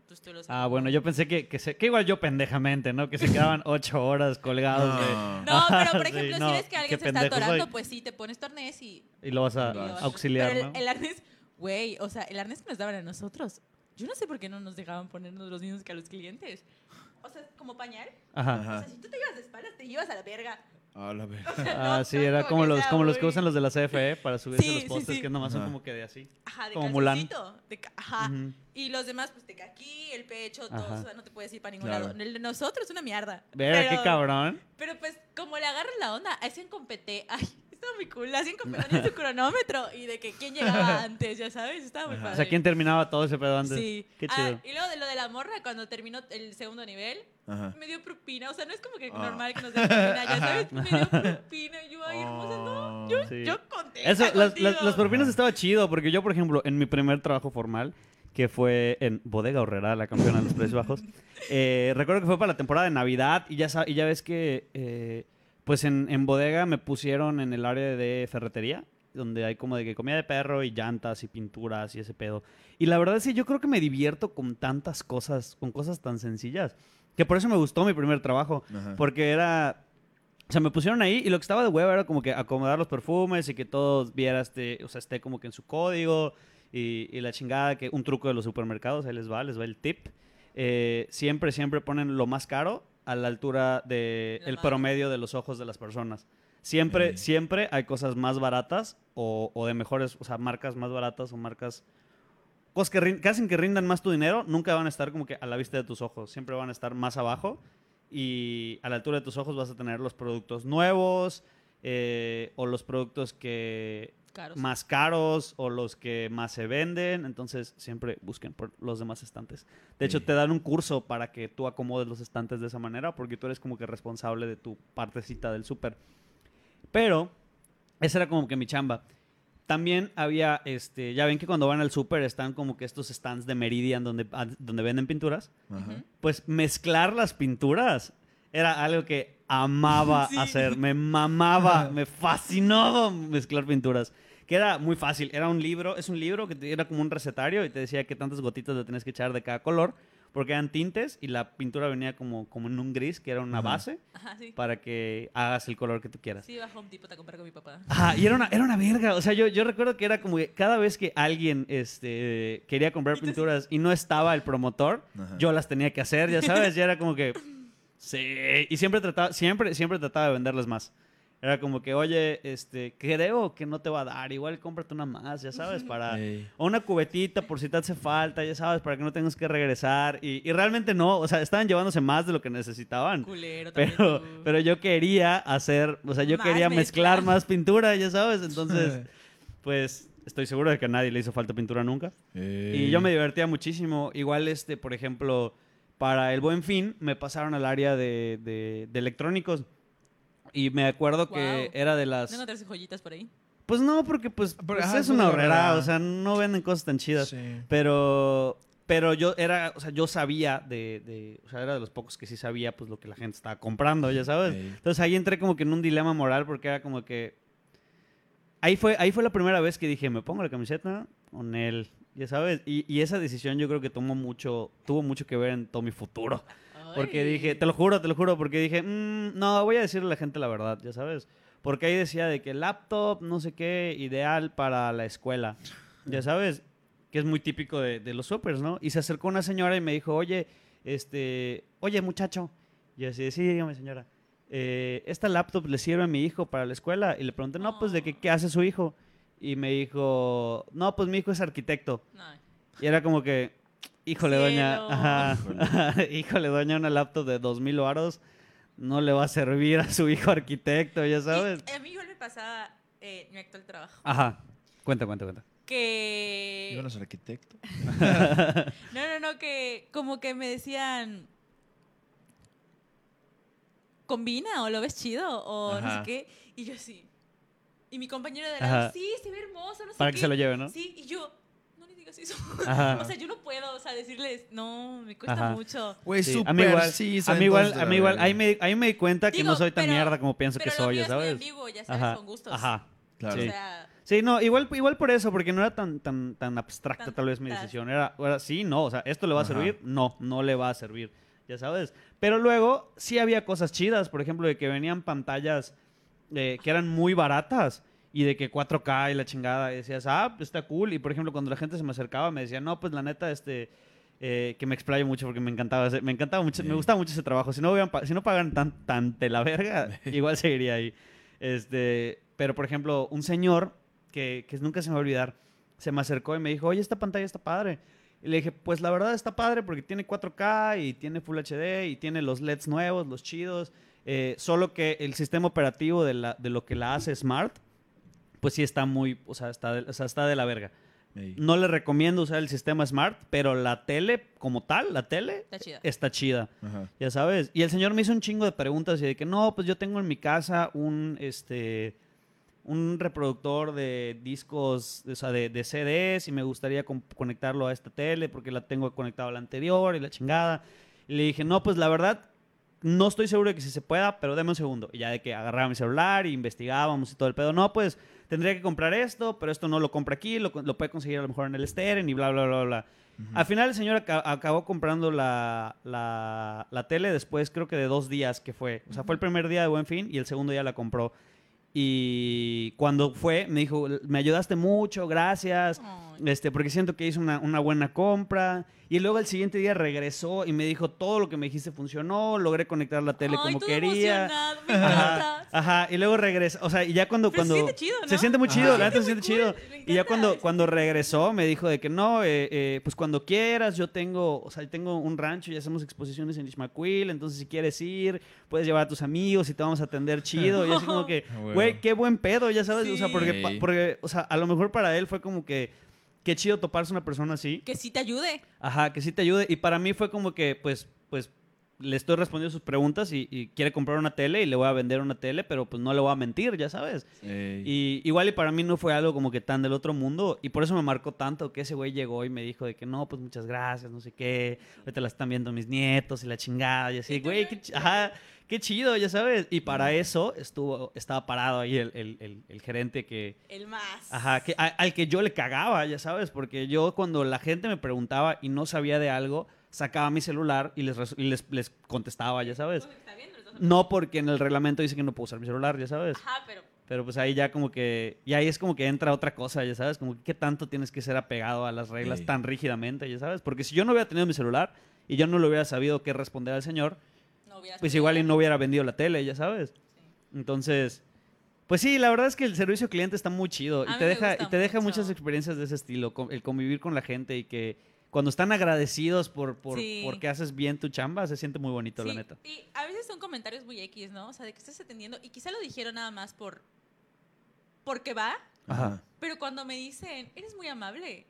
Pues tú lo sabes. Ah, bueno, yo pensé que, que, se, que igual yo pendejamente, ¿no? Que se quedaban ocho horas colgados. No. De, No, pero por Sí, ejemplo, no, si ves que alguien qué se está pendejo atorando, soy. pues sí, te pones tu arnés y... y lo vas a y lo vas- auxiliar, Pero el, ¿no? el arnés, güey, o sea, el arnés que nos daban a nosotros, yo no sé por qué no nos dejaban ponernos los mismos que a los clientes. O sea, como pañal. Ajá. O Ajá. sea, si tú te ibas de espaldas, te ibas a la verga. A la verga. Ah, No, sí, no, era como que los, sea como los que muy- usan los de la C F E para subirse Sí, los sí, postes, sí. que nomás son Ajá. como que de así. Ajá, de Como Mulan. calzoncito. De ca- Ajá. Ujú. Y los demás, pues, de aquí, el pecho, todo. Ajá. O sea, no te puedes ir para ningún Claro. lado. El de nosotros, una mierda. Ver, Pero- qué cabrón. Pero pues, como le agarran la onda, hacían compete. Ay, estaba muy cool. Hacían competencia su cronómetro y de que quién llegaba antes, ya sabes. Estaba muy Ajá. padre. O sea, ¿quién terminaba todo ese pedo antes? Sí. Qué Ah, chido. y luego de lo de la morra, cuando terminó el segundo nivel, Ajá. me dio propina. O sea, no es como que Ah. normal que nos den propina, ya sabes. Me dio propina. Y yo, ay, hermosa, no. Oh. Yo, Sí. yo contenta Eso, las, contigo. las, las propinas Ajá. estaba chido, porque yo, por ejemplo, en mi primer trabajo formal, que fue en Bodega Horrera, la campeona de los precios bajos, eh, recuerdo que fue para la temporada de Navidad y ya, sa- y ya ves que, eh, pues en, en Bodega me pusieron en el área de ferretería, donde hay como de que comida de perro y llantas y pinturas y ese pedo. Y la verdad es que yo creo que me divierto con tantas cosas, con cosas tan sencillas, que por eso me gustó mi primer trabajo, Ajá. porque era... O sea, me pusieron ahí y lo que estaba de hueva era como que acomodar los perfumes y que todo viera, este, o sea, esté como que en su código y, y la chingada, que un truco de los supermercados, ahí les va, les va el tip. Eh, siempre, siempre ponen lo más caro a la altura del La el marca. promedio de los ojos de las personas. Siempre, Ok. siempre hay cosas más baratas o, o de mejores, o sea, marcas más baratas o marcas... Cosas que, rin- que hacen que rindan más tu dinero, nunca van a estar como que a la vista de tus ojos. Siempre van a estar más abajo y a la altura de tus ojos vas a tener los productos nuevos eh, o los productos que Caros. más caros o los que más se venden. Entonces siempre busquen por los demás estantes. De hecho, Sí. te dan un curso para que tú acomodes los estantes de esa manera porque tú eres como que responsable de tu partecita del súper. Pero esa era como que mi chamba. También había, este, ya ven que cuando van al súper están como que estos stands de Meridian donde, ah, donde venden pinturas. Ajá. Ujú. Pues mezclar las pinturas era algo que amaba Sí. hacer. Me mamaba, me fascinaba mezclar pinturas. Que era muy fácil. Era un libro, es un libro que te- era como un recetario y te decía que tantas gotitas le tenías que echar de cada color. Porque eran tintes y la pintura venía como, como en un gris, que era una Ajá. base, Ajá, sí. para que hagas el color que tú quieras. Sí, iba a Home Depot a comprar con mi papá. Ajá, y era una, era una verga. O sea, yo, yo recuerdo que era como que cada vez que alguien este, quería comprar Entonces- pinturas y no estaba el promotor, Ajá. yo las tenía que hacer, ya sabes, ya era como que... Sí, y siempre trataba, siempre, siempre trataba de venderles más. Era como que, oye, este, creo que no te va a dar, igual cómprate una más, ya sabes, para... Ey. O una cubetita por si te hace falta, ya sabes, para que no tengas que regresar. Y, y realmente no, o sea, estaban llevándose más de lo que necesitaban. Culero también Pero, tú. pero yo quería hacer, o sea, yo Más quería mezclar mezcla. más pintura, ya sabes. Entonces, pues estoy seguro de que a nadie le hizo falta pintura nunca. Ey. Y yo me divertía muchísimo. Igual, este, por ejemplo, para el Buen Fin me pasaron al área de, de- de electrónicos. Y me acuerdo que Guau. era de las... ¿No encontraste joyitas por ahí? Pues no, porque pues, Pero, pues, ajá, es es una una horrera, horrera. o sea, no venden cosas tan chidas. Sí. Pero, pero yo era, o sea, yo sabía de, de, o sea, era de los pocos que sí sabía, pues, lo que la gente estaba comprando, ya sabes. Ey. Entonces ahí entré como que en un dilema moral porque era como que... Ahí fue, ahí fue la primera vez que dije, ¿me pongo la camiseta o Nel? Ya sabes, y, y esa decisión yo creo que tomó mucho, tuvo mucho que ver en todo mi futuro. Porque Ay. dije, te lo juro, te lo juro, porque dije, "Mm, no, voy a decirle a la gente la verdad, ya sabes. Porque ahí decía de que laptop, no sé qué, ideal para la escuela, ya sabes, que es muy típico de, de los supers, ¿no? Y se acercó una señora y me dijo, oye, este, oye muchacho, y yo así, sí, dígame señora, eh, ¿esta laptop le sirve a mi hijo para la escuela? Y le pregunté, no, pues de qué, qué hace su hijo. Y me dijo, no, pues mi hijo es arquitecto. Ay. Y era como que, híjole, doña, Cielo. ajá, híjole, doña, una laptop de dos mil varos no le va a servir a su hijo arquitecto, ya sabes. Y a mí igual me pasaba eh, mi actual trabajo. Ajá, cuenta, cuenta, cuenta. Que... Yo no soy arquitecto. No, no, no, que como que me decían... ¿Combina? ¿O lo ves chido? O no sé Ajá. qué. Y yo así... Y mi compañero de Ajá. lado, sí, se ve hermoso, no sé Para qué. que se lo lleve, ¿no? Sí, y yo... No le digas eso. Ajá. O sea, yo no puedo, o sea, decirles... No, me cuesta Ajá. mucho. Güey, Sí, súper, a mí igual, sí. a saben mí igual, todos de a la mí igual, verga. ahí me, ahí me di cuenta que Digo, no soy tan pero- mierda como pienso que Pero lo soy, mío ya es muy sabes. ambiguo, ya sabes, Ajá, con gustos. ajá, Claro. O Sí. sea, Sí, no, igual, igual por eso, porque no era tan, tan, tan abstracta Tan- tal vez mi tan- decisión. Era, era, sí, no, o sea, ¿esto le va a Ajá. servir? No, no le va a servir, ya sabes. Pero luego sí había cosas chidas, por ejemplo, de que venían pantallas eh, que eran muy baratas y de que cuatro K y la chingada, y decías, ah, pues está cool. Y por ejemplo, cuando la gente se me acercaba, me decía, no, pues la neta, este... eh, que me explayo mucho porque me encantaba, ese- me encantaba mucho, Sí. me gustaba mucho ese trabajo. Si no, hubieran pa- si no pagan tan, tan de la verga, igual seguiría ahí. Este, pero por ejemplo, un señor que, que nunca se me va a olvidar, se me acercó y me dijo, oye, esta pantalla está padre. Y le dije, pues la verdad está padre porque tiene cuatro K y tiene Full H D y tiene los L E Ds nuevos, los chidos. eh, solo que el sistema operativo de, la, de lo que la hace Smart, pues sí está muy, o sea, está de, o sea, está de la verga. Ey. No le recomiendo usar el sistema Smart, pero la tele como tal, la tele, está chida. está chida. Ajá. Ya sabes. Y el señor me hizo un chingo de preguntas y de que no, pues yo tengo en mi casa un este un reproductor de discos, o sea, de, de C Ds y me gustaría con- conectarlo a esta tele porque la tengo conectado a la anterior y la chingada. Y le dije, no, pues la verdad, no estoy seguro de que si se pueda, pero deme un segundo. Y ya de que agarraba mi celular y investigábamos y todo el pedo. No, pues tendría que comprar esto, pero esto no lo compra aquí, lo, lo puede conseguir a lo mejor en el Steren y bla, bla, bla, bla. Ujú. Al final el señor aca- acabó comprando la, la, la tele después creo que de dos días que fue. O sea, fue el primer día de Buen Fin y el segundo día la compró. Y cuando fue, me dijo, me ayudaste mucho, gracias, Ay. este, porque siento que hice una, una buena compra. Y luego el siguiente día regresó y me dijo, todo lo que me dijiste funcionó, logré conectar la tele Ay, como todo quería. emocionado, me Ajá, encanta. ajá, y luego regresó, o sea, y ya cuando... Pero se cuando siente chido, ¿no? Se siente muy Ajá. chido, Se la neta se siente siente muy chido. cool, me Y ya encanta, cuando, se cuando siente muy regresó me dijo de que no, eh, eh, pues cuando quieras, yo tengo, o sea, tengo un rancho y hacemos exposiciones en Ishmaquil, entonces si quieres ir, puedes llevar a tus amigos y te vamos a atender chido. Y así como que, Ah, huevo. güey, qué buen pedo, ya sabes, o sea, Sí. porque, pa- Ey. porque, o sea, a lo mejor para él fue como que, qué chido toparse una persona así. Que sí te ayude. Ajá, que sí te ayude. Y para mí fue como que, pues, pues, le estoy respondiendo sus preguntas y, y quiere comprar una tele y le voy a vender una tele, pero pues no le voy a mentir, ya sabes. Ey. Y igual y para mí no fue algo como que tan del otro mundo y por eso me marcó tanto que ese güey llegó y me dijo de que no, pues muchas gracias, no sé qué, ahorita la están viendo mis nietos y la chingada y así, Y tú, güey, qué, ch- ajá, qué chido, ya sabes. Y para eso estuvo, estaba parado ahí el, el- el- el gerente que, El más. ajá, que, a- al que yo le cagaba, ya sabes, porque yo cuando la gente me preguntaba y no sabía de algo, sacaba mi celular y les, res- y les, les contestaba, ya sabes. Pues, está bien, los dos- No porque en el reglamento dice que no puedo usar mi celular, ya sabes. Ajá, pero Pero pues ahí ya como que, y ahí es como que entra otra cosa, ya sabes, como que qué tanto tienes que ser apegado a las reglas Sí. tan rígidamente, ya sabes. Porque si yo no hubiera tenido mi celular y yo no le hubiera sabido qué responder al señor, no hubieras pues podido igual y dar. no hubiera vendido la tele, ya sabes. Entonces, pues sí, la verdad es que el servicio al cliente está muy chido A y mí te me deja, gusta y te deja mucho. muchas experiencias de ese estilo, con- el convivir con la gente y que cuando están agradecidos por, por, Sí. porque haces bien tu chamba, se siente muy bonito, la Sí, neta. y a veces son comentarios muy X, ¿no? O sea, de que estás atendiendo y quizá lo dijeron nada más por porque va, Ajá. pero cuando me dicen, eres muy amable.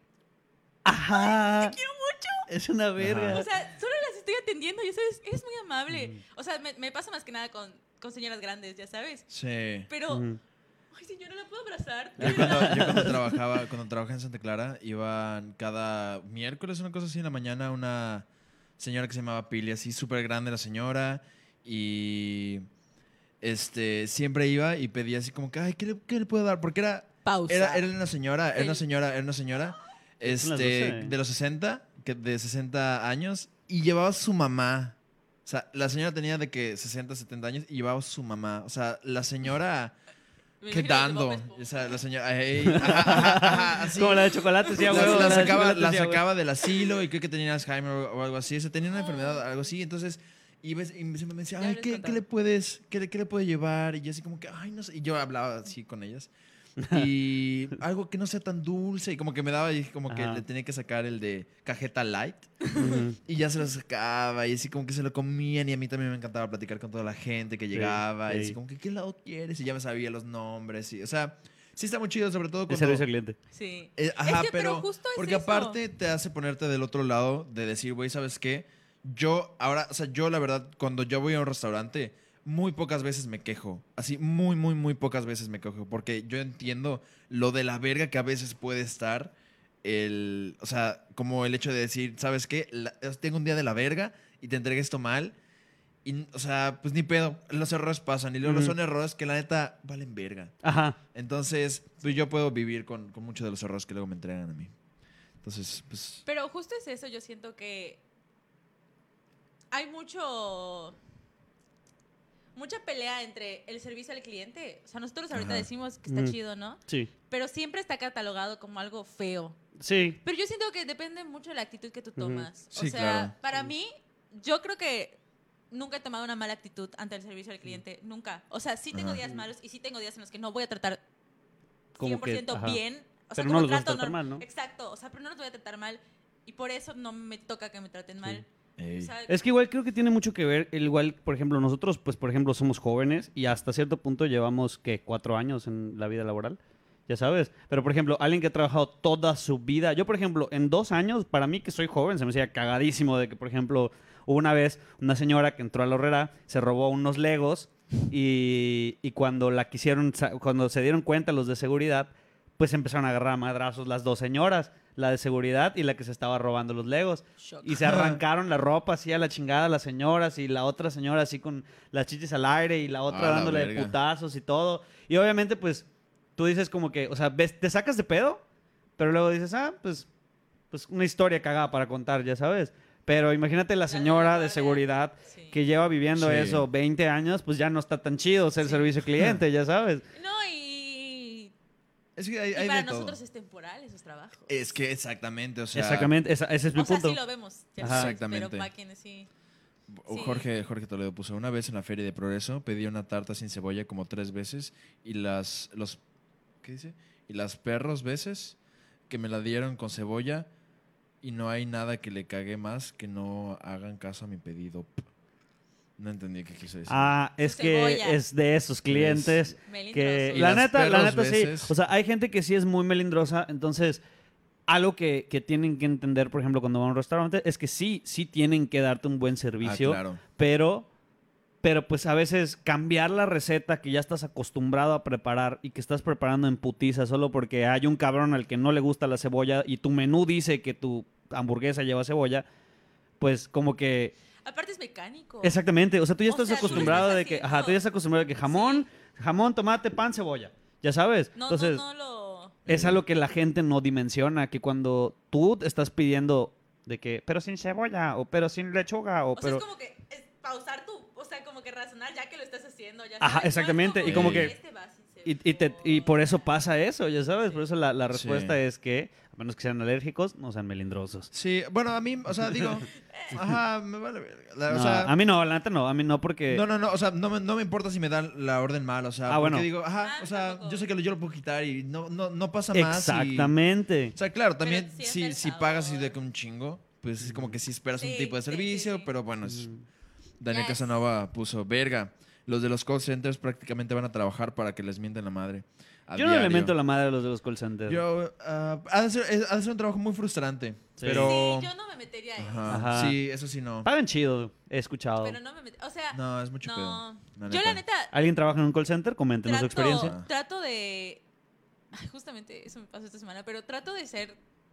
Ajá. Te quiero mucho. Es una verga. O sea, solo las estoy atendiendo, ya sabes, eres muy amable. Mm. O sea, me, me pasa más que nada con, con señoras grandes, ya sabes. Sí. Pero, Ujú. ay, señora, ¿la puedo abrazar? Yo cuando, yo cuando trabajaba, cuando trabajaba en Santa Clara, iban cada miércoles, una cosa así, en la mañana, una señora que se llamaba Pili, así súper grande la señora, y este siempre iba y pedía así como que, ay, ¿qué le, qué le puedo dar? Porque era, Pausa. era, era una señora, era una El- señora, era una señora Son las este, doce. de los sesenta, que de sesenta años, y llevaba a su mamá. O sea, la señora tenía de que sesenta, setenta años y llevaba a su mamá. O sea, la señora... Me ¿Qué imagino que dando? Bob Esponja. O sea, la señora... ey, ajá, ajá, ajá, así. Como la de chocolate, sí, a La, huevo. la de sacaba, chocolate, la sí, a huevo. sacaba del asilo y creo que tenía Alzheimer o, o algo así. O sea, tenía una enfermedad, algo así. Entonces, iba y siempre me decía, Ya ay, les ¿qué, contaba. ¿qué le puedes, qué, le- qué le puedo llevar? Y yo así como que, ay, no sé. Y yo hablaba así con ellas. Y algo que no sea tan dulce. Y como que me daba y como que Ajá. le tenía que sacar el de cajeta light. Ujú. Y ya se lo sacaba y así como que se lo comían y a mí también me encantaba platicar con toda la gente que Sí, llegaba y sí. así como que ¿qué lado quieres? Y ya me sabía los nombres y o sea, sí está muy chido sobre todo El cuando... servicio al cliente. Sí. Eh, ajá, que, pero pero, justo es porque eso. aparte te hace ponerte del otro lado de decir, güey, ¿sabes qué? Yo ahora, o sea, yo la verdad, cuando yo voy a un restaurante, muy pocas veces me quejo. Así, muy, muy, muy pocas veces me quejo. Porque yo entiendo lo de la verga que a veces puede estar. El, o sea, como el hecho de decir, ¿sabes qué? La- tengo un día de la verga y te entregué esto mal. Y, o sea, pues ni pedo. Los errores pasan. Y luego Ujú. son errores que la neta valen verga. Ajá. Entonces, pues yo puedo vivir con, con muchos de los errores que luego me entregan a mí. Entonces, pues... Pero justo es eso, yo siento que hay mucho... Mucha pelea entre el servicio al cliente. O sea, nosotros ahorita Ajá. decimos que está Mm. chido, ¿no? Sí. Pero siempre está catalogado como algo feo. Sí. Pero yo siento que depende mucho de la actitud que tú Ujú. tomas. Sí, o sea, claro. para mí, yo creo que nunca he tomado una mala actitud ante el servicio al cliente. Nunca. O sea, sí tengo Ajá. días malos y sí tengo días en los que no voy a tratar Como cien por ciento que, ajá. bien. O sea, Pero como no los vas a trato tratar norm- mal, ¿no? Exacto. O sea, pero no los voy a tratar mal. Y por eso no me toca que me traten mal. ey. O sea, Es que igual creo que tiene mucho que ver, el igual, por ejemplo, nosotros, pues, por ejemplo, somos jóvenes y hasta cierto punto llevamos, ¿qué? Cuatro años en la vida laboral, ya sabes. Pero, por ejemplo, alguien que ha trabajado toda su vida, yo, por ejemplo, en dos años, para mí que soy joven, se me hacía cagadísimo de que, por ejemplo, hubo una vez una señora que entró a la horrera, se robó unos Legos y, y cuando la quisieron, sa- cuando se dieron cuenta los de seguridad, pues empezaron a agarrar a madrazos las dos señoras, la de seguridad y la que se estaba robando los Legos. shock. Y se arrancaron la ropa así a la chingada las señoras y la otra señora así con las chichis al aire y la otra A la dándole de verga. putazos y todo. Y obviamente pues tú dices como que, o sea, ves, te sacas de pedo, pero luego dices, ah, pues, pues una historia cagada para contar, ya sabes. Pero imagínate la señora de seguridad Sí. que lleva viviendo Sí. eso veinte años, pues ya no está tan chido ser Sí. servicio al cliente, ya sabes. No, y, Es que hay, y hay para de todo. nosotros es temporal esos trabajos. Es que exactamente, o sea... Exactamente, esa- ese es mi o sea, punto. sí lo vemos. ya Ajá. sabes, Exactamente. Pero para quienes sí. Sí. Jorge, Jorge Toledo puso una vez en la Feria de Progreso, pedí una tarta sin cebolla como tres veces y las, los, ¿qué dice? Y las perros veces que me la dieron con cebolla y no hay nada que le cague más que no hagan caso a mi pedido. No entendí qué quiso decir. Ah, es Su que cebolla. es de esos clientes que Melindrosos. Y la las neta, la perros neta sí. veces. O sea, hay gente que sí es muy melindrosa, entonces algo que, que tienen que entender, por ejemplo, cuando van a un restaurante, es que sí, sí tienen que darte un buen Ah, servicio, claro. pero, pero pues a veces cambiar la receta que ya estás acostumbrado a preparar y que estás preparando en putiza solo porque hay un cabrón al que no le gusta la cebolla y tu menú dice que tu hamburguesa lleva cebolla, pues como que... Aparte es mecánico. Exactamente, o sea, tú ya O estás sea, tú lo acostumbrado estás de que, haciendo. ajá, tú ya estás acostumbrado de que jamón, jamón, tomate, pan, cebolla, ya sabes. No, Entonces, no, no lo... es algo que la gente no dimensiona, que cuando tú estás pidiendo de que, pero sin cebolla, o pero sin lechuga, o, O sea, pero... es como que es pausar tú, o sea, como que razonar ya que lo estás haciendo. Ya Ajá, sabes, ¿no? exactamente, Es y como que- este va sin Y, y, te- y por eso pasa eso, ya sabes, Sí. por eso la, la respuesta Sí. es que, a menos que sean alérgicos, no sean melindrosos. Sí, bueno, a mí, o sea, digo, ajá, me vale verga. La- o No, sea, a mí no, la neta no, a mí no porque... no, no, no, o sea, no me, no me importa si me dan la orden mal, o sea, Ah, porque bueno. digo, ajá, Ah, o sea, tampoco. yo sé que lo- yo lo puedo quitar y no, no, no pasa más. y- Exactamente. o sea, claro, también Pero siente si, el si pagas y sabor. de que un chingo, pues es como que sí esperas un Sí, tipo de sí, sí, servicio, sí. pero bueno, es, Mm. Daniel Yes. Casanova puso, verga, los de los call centers prácticamente van a trabajar para que les mienten la madre. a Yo no le diario". mento la madre a los de los call centers. Yo, ah, ha, de ser, es- ha de ser un trabajo muy frustrante, Sí. pero... Sí, yo no me metería ahí. Ajá, Ajá. sí, eso sí no. Pagan chido, he escuchado. Pero no me metería. O sea, No, es mucho no. pedo. la Yo la neta ¿Alguien trabaja en un call center? Coméntenos su experiencia. trato, trato de... Ay, justamente eso me pasó esta semana, pero trato de ser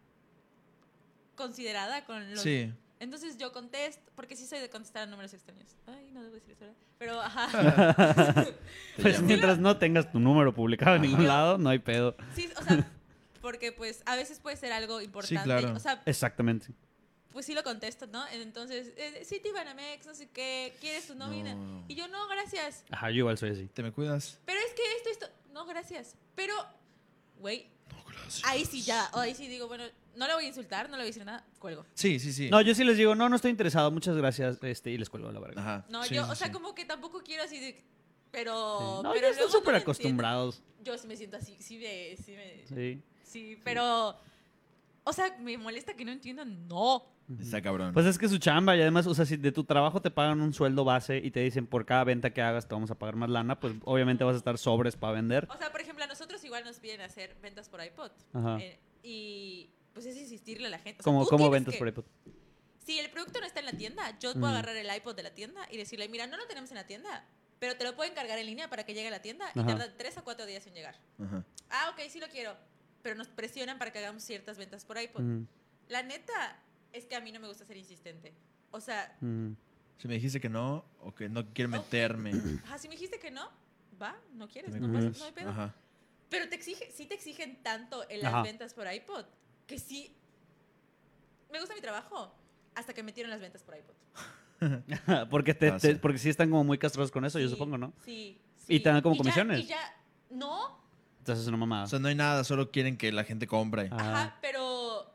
considerada con los... Sí. Entonces yo contesto, porque sí soy de contestar a números extraños. Ay, no debo decir eso, ¿verdad? Pero, ajá. Te Pues llamo. mientras no tengas tu número publicado en ningún Yo- lado, no hay pedo. Sí, o sea, porque pues a veces puede ser algo importante. claro. O sea, Exactamente. pues sí lo contesto, ¿no? Entonces, eh, sí, te iban a Mex, no sé qué, ¿quieres tu nómina? No. Y yo, no, gracias. Ajá, yo igual soy así. ¿Te me cuidas? Pero es que esto, esto, no, gracias. Pero, güey, No, gracias. ahí sí ya, o ahí sí digo, bueno, no le voy a insultar, no le voy a decir nada, cuelgo. Sí, sí, sí. No, yo sí les digo, no, no estoy interesado, muchas gracias, este, y les cuelgo la verga. Ajá. No, sí, yo, sí, o sea, sí. como que tampoco quiero así de... Sí. Pero... No, pero ya están luego no súper lo acostumbrados. entiendo. Yo sí me siento así, sí me... Sí, me, Sí. sí, pero... O sea, me molesta que no entiendan, no. Está cabrón. Pues es que es su chamba y además, o sea, si de tu trabajo te pagan un sueldo base y te dicen por cada venta que hagas te vamos a pagar más lana, pues obviamente vas a estar sobres para vender. O sea, por ejemplo, a nosotros igual nos piden hacer ventas por iPod. Ajá. Eh, y pues es insistirle a la gente. O sea, ¿Cómo, tú cómo tienes ventas que- por iPod? Si el producto no está en la tienda, yo puedo Ujú. agarrar el iPod de la tienda y decirle, mira, no lo tenemos en la tienda, pero te lo pueden cargar en línea para que llegue a la tienda y Ajá. tarda tres a cuatro días en llegar. Ajá. Ah, ok, sí lo quiero. Pero nos presionan para que hagamos ciertas ventas por iPod. Mm, La neta es que a mí no me gusta ser insistente. O sea, mm. Si me dijiste que no o que no quiero meterme. Ajá, si me dijiste que no, va, no quieres, Me no, comes. pasa, no hay pedo. Ajá. Pero te exige, sí te exigen tanto en las Ajá. ventas por iPod que sí. Me gusta mi trabajo hasta que metieron las ventas por iPod. porque, te, Ah, te- sí. porque sí están como muy castrosos con eso, yo Sí, supongo, ¿no? Sí. ¿Y sí. te dan como ya- comisiones? y ya, no, Entonces es una mamada. O sea, no hay nada, solo quieren que la gente compre. Ah. ajá, pero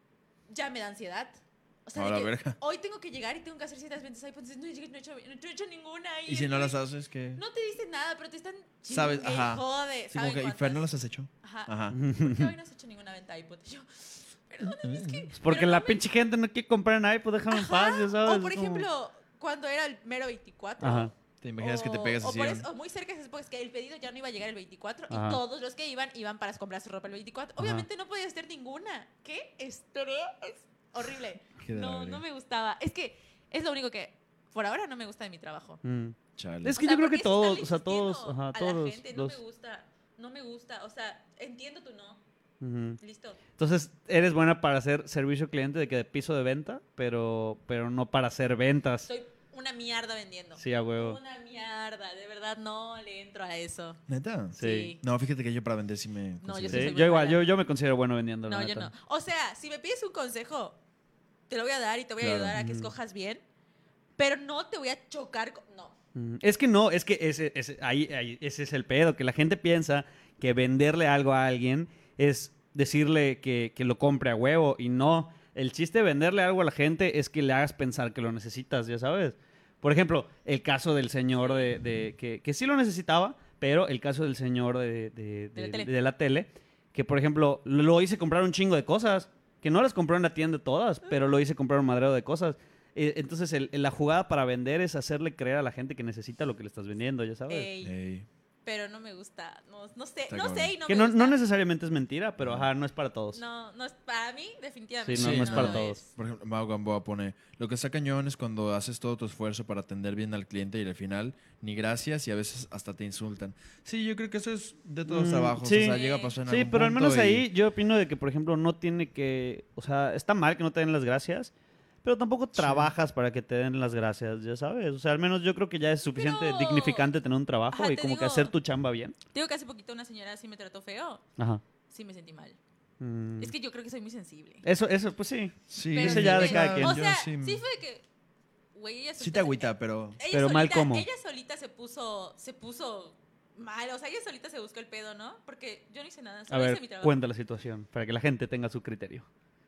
ya me da ansiedad. O sea, A de la que verga. hoy tengo que llegar y tengo que hacer ciertas ventas iPod. Entonces, no, he- no he hecho, no he hecho ninguna. Y si no las haces, ¿qué? No te dicen nada, pero te están Sabes, chingue y ajá. jode. Sí, como ¿Saben que, ¿y cuántas? Fer, no las has hecho? Ajá. Ajá. ¿Por qué hoy no has hecho ninguna venta iPod? Y yo, perdóname, es que... Pues porque pero la no me- pinche gente no quiere comprar en iPod, déjame en paz, ya sabes. O por es como- ejemplo, cuando era el mero veinticuatro. Ajá. ¿Te imaginas que te o- pegas o, así? por ¿no? eso- o muy cerca de esas épocas que el pedido ya no iba a llegar el veinticuatro Ajá. y todos los que iban iban para comprar su ropa el veinticuatro. Ajá. Obviamente no podía hacer ninguna. ¿Qué estrés? Horrible. Qué de la No, verga. no me gustaba. Es que es lo único que por ahora no me gusta de mi trabajo. Mm. Chale. Es O que sea, yo creo porque que es estarle todos, o sea, todos, insistiendo ajá, a todos la gente, los... no me gusta. No me gusta. O sea, entiendo tu no. Ujú. Listo. Entonces, eres buena para hacer servicio cliente de que de piso de venta, pero, pero no para hacer ventas. Soy una mierda vendiendo. Sí, a huevo. Una mierda. De verdad no le entro a eso. ¿Neta? Sí. No, fíjate que yo para vender sí me... No, yo considero- sí Sí, soy muy yo igual, mala. yo, yo me considero bueno vendiendo, la No, yo neta. no. O sea, si me pides un consejo, te lo voy a dar y te voy a Claro. ayudar a que Ujú. escojas bien, pero no te voy a chocar con... No. Mm, Es que no, es que ese, ese, ahí, ahí- ese es el pedo, que la gente piensa que venderle algo a alguien es decirle que, que lo compre a huevo y no. El chiste de venderle algo a la gente es que le hagas pensar que lo necesitas, ya sabes. Por ejemplo, el caso del señor de, de- que, que sí lo necesitaba, pero el caso del señor de, de- De la de- tele. de la tele, que por ejemplo lo hice comprar un chingo de cosas, que no las compró en la tienda todas, pero lo hice comprar un madreo de cosas. Eh, Entonces, el- la jugada para vender es hacerle creer a la gente que necesita lo que le estás vendiendo, ya sabes. Ey, Ey. pero no me gusta. No, no sé, Está no cabrón. sé y no que me no, gusta. no necesariamente es mentira, pero No. ajá, no es para todos. No, no es para mí, definitivamente. Sí, no, no es para lo todos. es. Por ejemplo, Mau Gamboa pone, lo que está cañón es cuando haces todo tu esfuerzo para atender bien al cliente y al final ni gracias y a veces hasta te insultan. Sí, yo creo que eso es de todos los Mm, trabajos. sí. O sea, llega a pasar en Sí, algún pero al punto menos y- ahí yo opino de que, por ejemplo, no tiene que... O sea, está mal que no te den las gracias, pero tampoco trabajas para que te den las gracias, ya sabes. O sea, al menos yo creo que ya es suficiente Pero- dignificante tener un trabajo Ajá, y te como que digo- hacer tu chamba bien. Digo que hace poquito una señora así me trató feo. Ajá. Sí me sentí mal. Mm. Es que yo creo que soy muy sensible. Eso, eso, pues sí. Sí, Pero ese sí ya de me- cada quien. O Yo sea, sí, sí, fue de que... Güey, ella sí solita te se- agüita, pero... ella Pero mal solita- cómo. Ella solita se puso... Se puso mal. O sea, ella solita se buscó el pedo, ¿no? Porque yo no hice nada. A Solo hice ver, mi trabajo. cuenta la situación para que la gente tenga su criterio.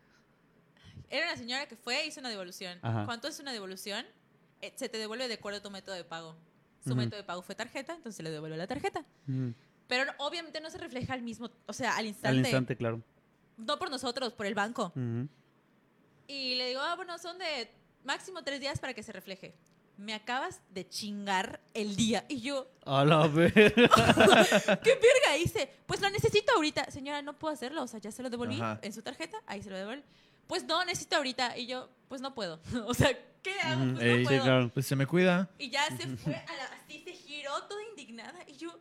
Era una señora que fue e hizo una devolución. Ajá. Cuando haces una devolución, eh, se te devuelve de acuerdo a tu método de pago. Su Ujú. método de pago fue tarjeta, entonces se le devuelve la tarjeta. Mm. Pero no- obviamente no se refleja al mismo, o sea, al Al instante. instante, claro. No por nosotros, por el banco. Ujú. Y le digo, ah, bueno, son de máximo tres días para que se refleje. Me acabas de chingar el día. Y yo, A la vez. ¿qué verga hice? Pues lo necesito ahorita. Señora, no puedo hacerlo. O sea, ya se lo devolví Ajá. en su tarjeta. Ahí se lo devuelve. Pues no, necesito ahorita. Y yo, pues no puedo. O sea, ¿qué hago? Ujú. Pues Ey, no sí, puedo. claro. Pues se me cuida. Y ya se fue a la... Así se giró toda indignada. Y yo,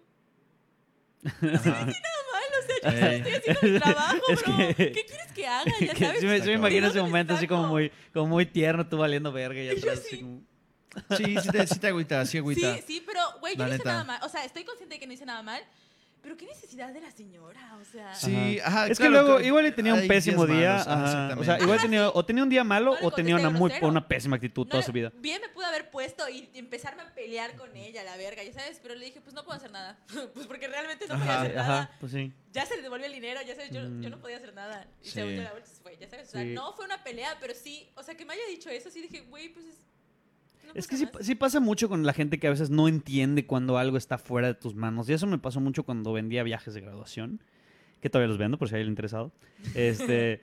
Ajá. mal, o sea, yo Ey. estoy haciendo mi trabajo, Es bro. que- ¿Qué quieres que haga? Ya Que sabes. sí me, sí me Está imagino cabrón. ese momento así como muy, como muy tierno, tú valiendo verga y Y yo atrás sí. así como... Sí, sí te, sí te agüita, sí agüita. Sí, sí, pero, güey, yo La no hice neta. nada mal. O sea, estoy consciente de que no hice nada mal. Pero qué necesidad de la señora, o sea... Sí, ajá. Es claro, que luego que igual y tenía un hay pésimo días día, malos, ajá, ajá, o exactamente. sea, igual Ajá, tenía, sí. o tenía un día malo No le o tenía una contesté muy grosero. una pésima actitud No, toda su vida. Bien me pude haber puesto y empezarme a pelear con ella, la verga, ya sabes, pero le dije, pues no puedo hacer nada. Pues porque realmente no podía Ajá, hacer Ajá, nada. pues sí. Ya se le devolvió el dinero, ya sabes, yo, Mm. yo no podía hacer nada. Y Sí. se volvió la vuelta y se fue, ya sabes. O sea, Sí. no fue una pelea, pero sí, o sea, que me haya dicho eso, sí dije, güey, pues es... no Es pasa que sí, más. sí pasa mucho con la gente que a veces no entiende cuando algo está fuera de tus manos. Y eso me pasó mucho cuando vendía viajes de graduación, que todavía los vendo por si hay alguien interesado. Este,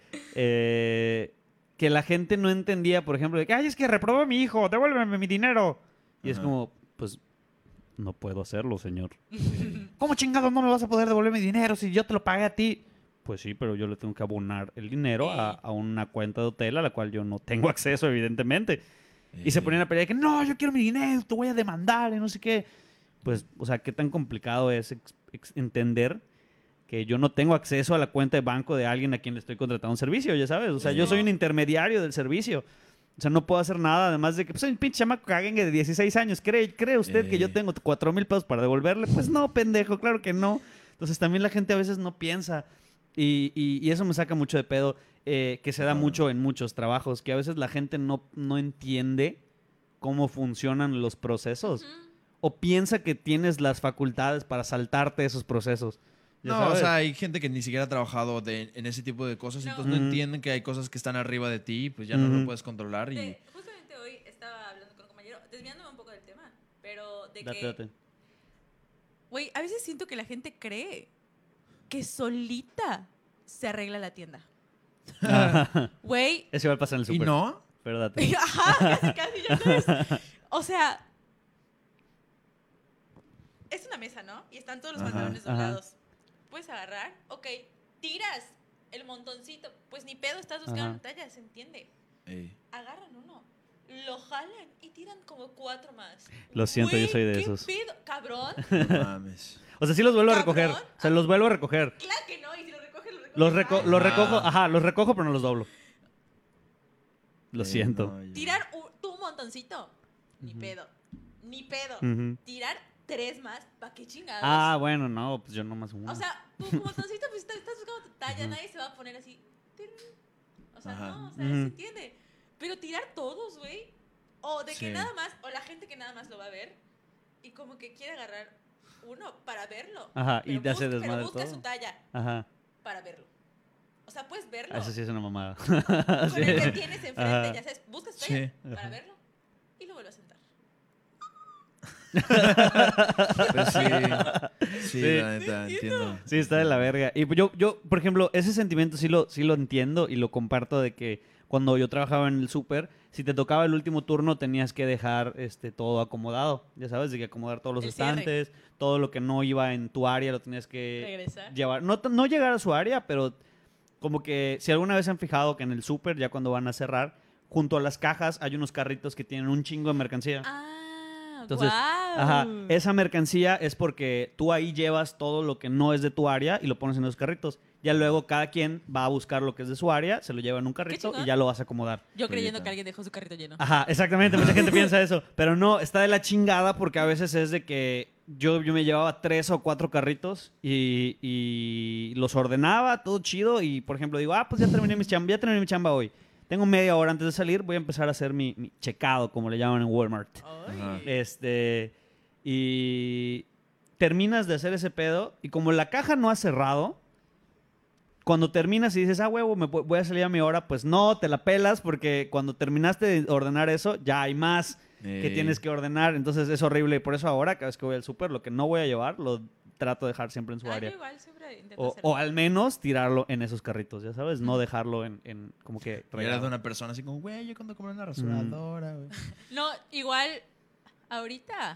eh, que la gente no entendía, por ejemplo, de que, ay, es que reprobó a mi hijo, devuélveme mi dinero. Y es Ajá. como, pues, no puedo hacerlo, señor. ¿Cómo chingados no me vas a poder devolver mi dinero si yo te lo pagué a ti? Pues sí, pero yo le tengo que abonar el dinero a, a una cuenta de hotel a la cual yo no tengo acceso, evidentemente. Y se ponían a pelear que no, yo quiero mi dinero, te voy a demandar y no sé qué. Pues, o sea, qué tan complicado es ex- ex- entender que yo no tengo acceso a la cuenta de banco de alguien a quien le estoy contratando un servicio, ya sabes. O sea, yo soy un intermediario del servicio. O sea, no puedo hacer nada, además de que pues, soy un pinche chamaco caguengue de dieciséis años. ¿Cree, cree usted eh. que yo tengo cuatro mil pesos para devolverle? Pues no, pendejo, claro que no. Entonces también la gente a veces no piensa. Y, y, y eso me saca mucho de pedo, eh, que se da uh-huh. mucho en muchos trabajos, que a veces la gente no, no entiende cómo funcionan los procesos. Uh-huh. O piensa que tienes las facultades para saltarte esos procesos. No, sabes? O sea, hay gente que ni siquiera ha trabajado de, en ese tipo de cosas, no. entonces mm. no entienden que hay cosas que están arriba de ti, pues ya mm. no lo puedes controlar. Y... De, justamente hoy estaba hablando con un compañero, desviándome un poco del tema, pero de date, que... Date. Güey, a veces siento que la gente cree que solita se arregla la tienda. Güey... Eso igual pasa en el súper. ¿Y no? Pero date. Ajá, casi, casi, ya sabes. O sea... Es una mesa, ¿no? Y están todos los ajá, pantalones doblados. Ajá. Puedes agarrar, ok, tiras el montoncito. Pues ni pedo, estás buscando una talla, ¿se entiende? Ey. Agarran uno, lo jalan y tiran como cuatro más. Lo siento, Wey, yo soy de ¿qué esos. Pido? Cabrón. No mames. O sea, sí los vuelvo ¿Cabrón? a recoger. O sea, los vuelvo a recoger. Claro que no, y si los recoges, los recoges. Los, reco los recojo, ajá, los recojo, pero no los doblo. Lo eh, siento. No, yo... Tirar un, tu montoncito, ni uh-huh. pedo. Ni pedo. Uh-huh. Tirar tres más, ¿para qué chingados? Ah, bueno, no, pues yo nomás uno. O sea, tu montoncito, pues estás, estás buscando tu talla, uh-huh. nadie se va a poner así. O sea, ajá. no, o sea, uh-huh. se entiende. Pero tirar todos, güey. O de que sí. nada más, o la gente que nada más lo va a ver y como que quiere agarrar uno para verlo. Ajá, y te hace desmadre todo. Pero busca su talla Ajá. para verlo. O sea, puedes verlo. Eso sí es una mamada. Con sí. el que tienes enfrente, ajá. ya sabes, buscas su talla sí. para verlo y lo vuelves a sentar. Pues sí, sí, sí, la neta, entiendo. Sí, está de la verga. Y yo, yo, por ejemplo, ese sentimiento sí lo, sí lo entiendo y lo comparto de que cuando yo trabajaba en el súper, si te tocaba el último turno tenías que dejar este, todo acomodado. Ya sabes, de que acomodar todos los el estantes, cierre. Todo lo que no iba en tu área lo tenías que regresar. Llevar. No, no llegar a su área, pero como que si alguna vez se han fijado que en el súper, ya cuando van a cerrar, junto a las cajas hay unos carritos que tienen un chingo de mercancía. Ah. Entonces, wow. ajá, esa mercancía es porque tú ahí llevas todo lo que no es de tu área y lo pones en los carritos. Ya luego cada quien va a buscar lo que es de su área, se lo lleva en un carrito y ya lo vas a acomodar. Yo creyendo Oye, que alguien dejó su carrito lleno. Ajá, exactamente, mucha gente piensa eso. Pero no, está de la chingada porque a veces es de que yo, yo me llevaba tres o cuatro carritos y, y los ordenaba, todo chido. Y, por ejemplo, digo, ah, pues ya terminé mi chamba, ya terminé mi chamba hoy. Tengo media hora antes de salir, voy a empezar a hacer mi, mi checado, como le llaman en Walmart. Ajá. Este, y terminas de hacer ese pedo y como la caja no ha cerrado, cuando terminas y dices, ah, huevo, me voy a salir a mi hora, pues no, te la pelas porque cuando terminaste de ordenar eso, ya hay más Ey. que tienes que ordenar. Entonces es horrible. Y por eso ahora, cada vez que voy al súper, lo que no voy a llevar, lo trato de dejar siempre en su ah, área. Yo igual siempre intento o, hacerlo. o al menos tirarlo en esos carritos, ya sabes, no dejarlo en, en como que... Era de una persona así como, güey, yo cuando compré una rasuradora, güey. Mm. No, igual, ahorita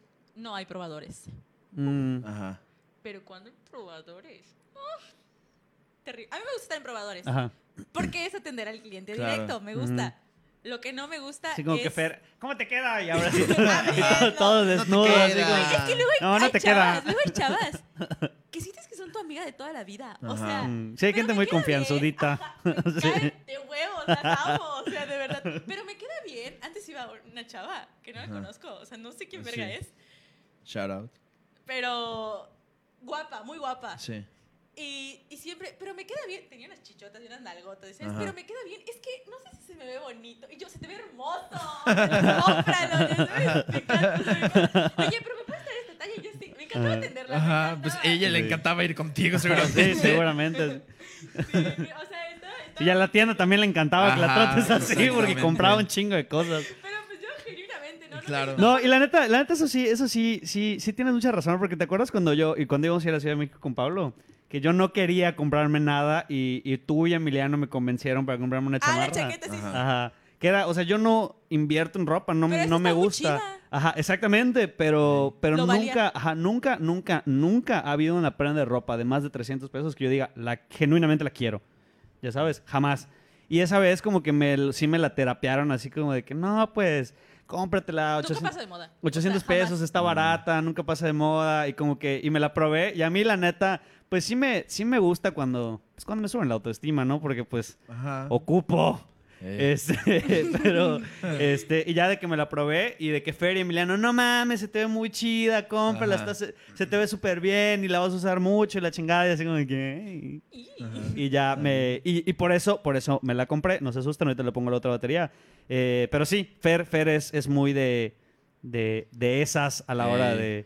no hay probadores. Mm. Ajá. Pero cuando hay probadores... Oh, terrible. A mí me gusta estar en probadores. Ajá. Porque es atender al cliente claro. directo, me gusta. Mm-hmm. Lo que no me gusta así como es... que Fer, ¿cómo te queda? Y ahora sí, no, todo desnudo. No así como... Es que luego hay, no, no hay te chavas, queda. luego hay chavas que sientes que son tu amiga de toda la vida. O Ajá. sea... Mm, sí, hay gente muy confianzudita. Ajá, me sí. caen de huevos, las amo, o sea, de verdad. Pero me queda bien. Antes iba una chava que no la Ajá. conozco, o sea, no sé quién verga sí. es. Shout out. Pero guapa, muy guapa. Sí. Y, y siempre, pero me queda bien. Tenía unas chichotas y unas nalgotas. Decías, pero me queda bien. Es que no sé si se me ve bonito. Y yo, se te ve hermoso. Cómpralo. Ya sabes, me encanta, me encanta. Oye, pero me puedes traer esta talla. Y yo sí, me encantaba atenderla. Ajá, pues ella le encantaba ir contigo, seguramente. Sí, seguramente. Sí, o sea, estaba, estaba... Y a la tienda también le encantaba Ajá, que la trates así porque compraba un chingo de cosas. Pero pues yo genuinamente, ¿no? Claro. No, y la neta, la neta, eso sí, eso sí, sí, sí tienes mucha razón. Porque te acuerdas cuando yo, y cuando íbamos a ir a la Ciudad de México con Pablo, que yo no quería comprarme nada y, y tú y Emiliano me convencieron para comprarme una chamarra. Ah, la chaqueta, sí, sí. Ajá. Que era, o sea, yo no invierto en ropa, no, pero no me gusta. Chida. Ajá, exactamente, pero, pero Lo nunca, valía. ajá, nunca, nunca, nunca ha habido una prenda de ropa de más de trescientos pesos que yo diga, la, genuinamente la quiero. Ya sabes, jamás. Y esa vez como que me, sí me la terapiaron así como de que, no, pues... cómpratela. Nunca pasa de moda. ochocientos o sea, pesos, jamás. Está barata, nunca pasa de moda. Y como que, y me la probé. Y a mí, la neta, pues sí me, sí me gusta cuando, pues cuando me suben la autoestima, ¿no? Porque pues, Ajá. ocupo. Eh. Este, pero, este, y ya de que me la probé y de que Fer y Emiliano, no mames, se te ve muy chida, cómprala, está, se, se te ve súper bien y la vas a usar mucho y la chingada, y así como de que... Y ya me... Y, y por eso, por eso me la compré, no se asusten, ahorita le pongo la otra batería. Eh, pero sí, Fer, Fer es, es muy de, de, de esas a la hora de...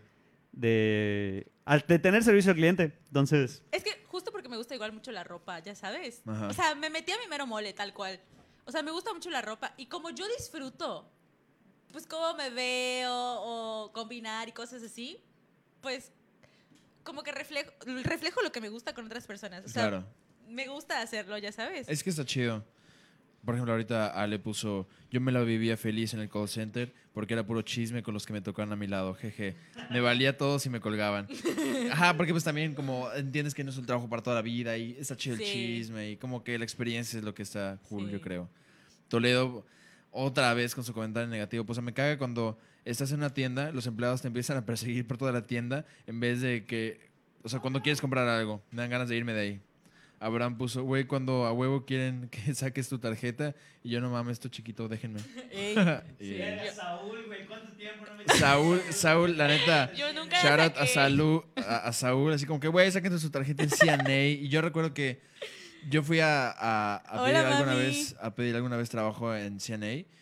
de al de tener servicio al cliente, entonces... Es que justo porque me gusta igual mucho la ropa, ya sabes. Ajá. O sea, me metí a mi mero mole, tal cual. O sea, me gusta mucho la ropa. Y como yo disfruto, pues cómo me veo o combinar y cosas así, pues como que reflejo, reflejo lo que me gusta con otras personas. O sea, Claro. me gusta hacerlo, ya sabes. Es que está chido. Por ejemplo, ahorita Ale puso, yo me la vivía feliz en el call center porque era puro chisme con los que me tocaban a mi lado, jeje. Me valía todo si me colgaban. Ajá, porque pues también como entiendes que no es un trabajo para toda la vida y está chido Sí. el chisme y como que la experiencia es lo que está cool, Sí. yo creo. Toledo, otra vez con su comentario negativo, pues me caga cuando estás en una tienda, los empleados te empiezan a perseguir por toda la tienda en vez de que, o sea, cuando quieres comprar algo, me dan ganas de irme de ahí. Abraham puso, güey, cuando a huevo quieren que saques tu tarjeta y yo no mames, esto chiquito, déjenme. Ey, Y- sí, yo- Saúl, güey, ¿cuánto tiempo no me... Saúl, Saúl, la neta, Yo nunca la shout out a, saqué. Salud, a, a Saúl, así como que, güey, saquen su tarjeta en C N A. Y yo recuerdo que yo fui a, a, a Hola, pedir alguna mami. vez, a pedir alguna vez trabajo en C N A.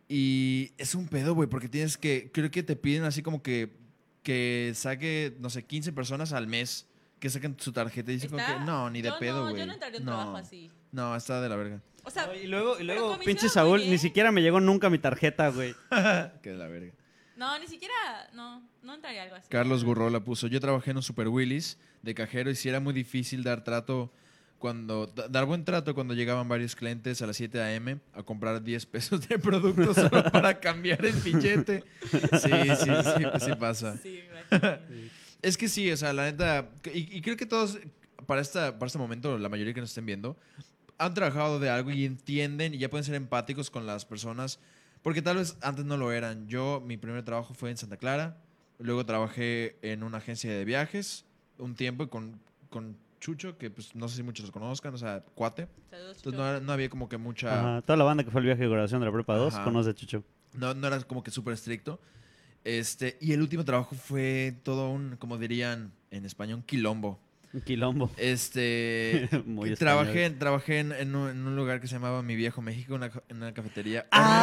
Y es un pedo, güey, porque tienes que, creo que te piden así como que, que saque, no sé, quince personas al mes que saquen su tarjeta. Y dice como Está- que, no, ni de yo pedo, no, güey. yo no entraría en un trabajo así. No, está de la verga. O sea, Y luego, y pero luego comisiona pinche muy Saúl, bien. ni siquiera me llegó nunca mi tarjeta, güey. Que de la verga. no, ni siquiera, no, no entraría algo así. Carlos Gurrola puso, yo trabajé en un Super Willis de cajero y sí era muy difícil dar trato cuando da- dar buen trato cuando llegaban varios clientes a las siete a eme a comprar diez pesos de productos solo para cambiar el billete. Sí, sí, sí, pues sí pasa. Sí, me imagino. Es que sí, o sea, la neta, y, y creo que todos, para, esta, para este momento, la mayoría que nos estén viendo, han trabajado de algo y entienden y ya pueden ser empáticos con las personas, porque tal vez antes no lo eran. Yo, mi primer trabajo fue en Santa Clara, luego trabajé en una agencia de viajes un tiempo con, con Chucho, que pues no sé si muchos los conozcan, o sea, cuate. Saludos, Entonces Chucho. no, era- no había como que mucha... Ajá, toda la banda que fue al viaje de graduación de la prepa dos Ajá. conoce a Chucho. No, no era como que súper estricto. Este, y el último trabajo fue todo un, como dirían en español, un quilombo. Un quilombo. Este, Muy trabajé, español. trabajé en, en un, en un lugar que se llamaba Mi Viejo México, una, ca- en una cafetería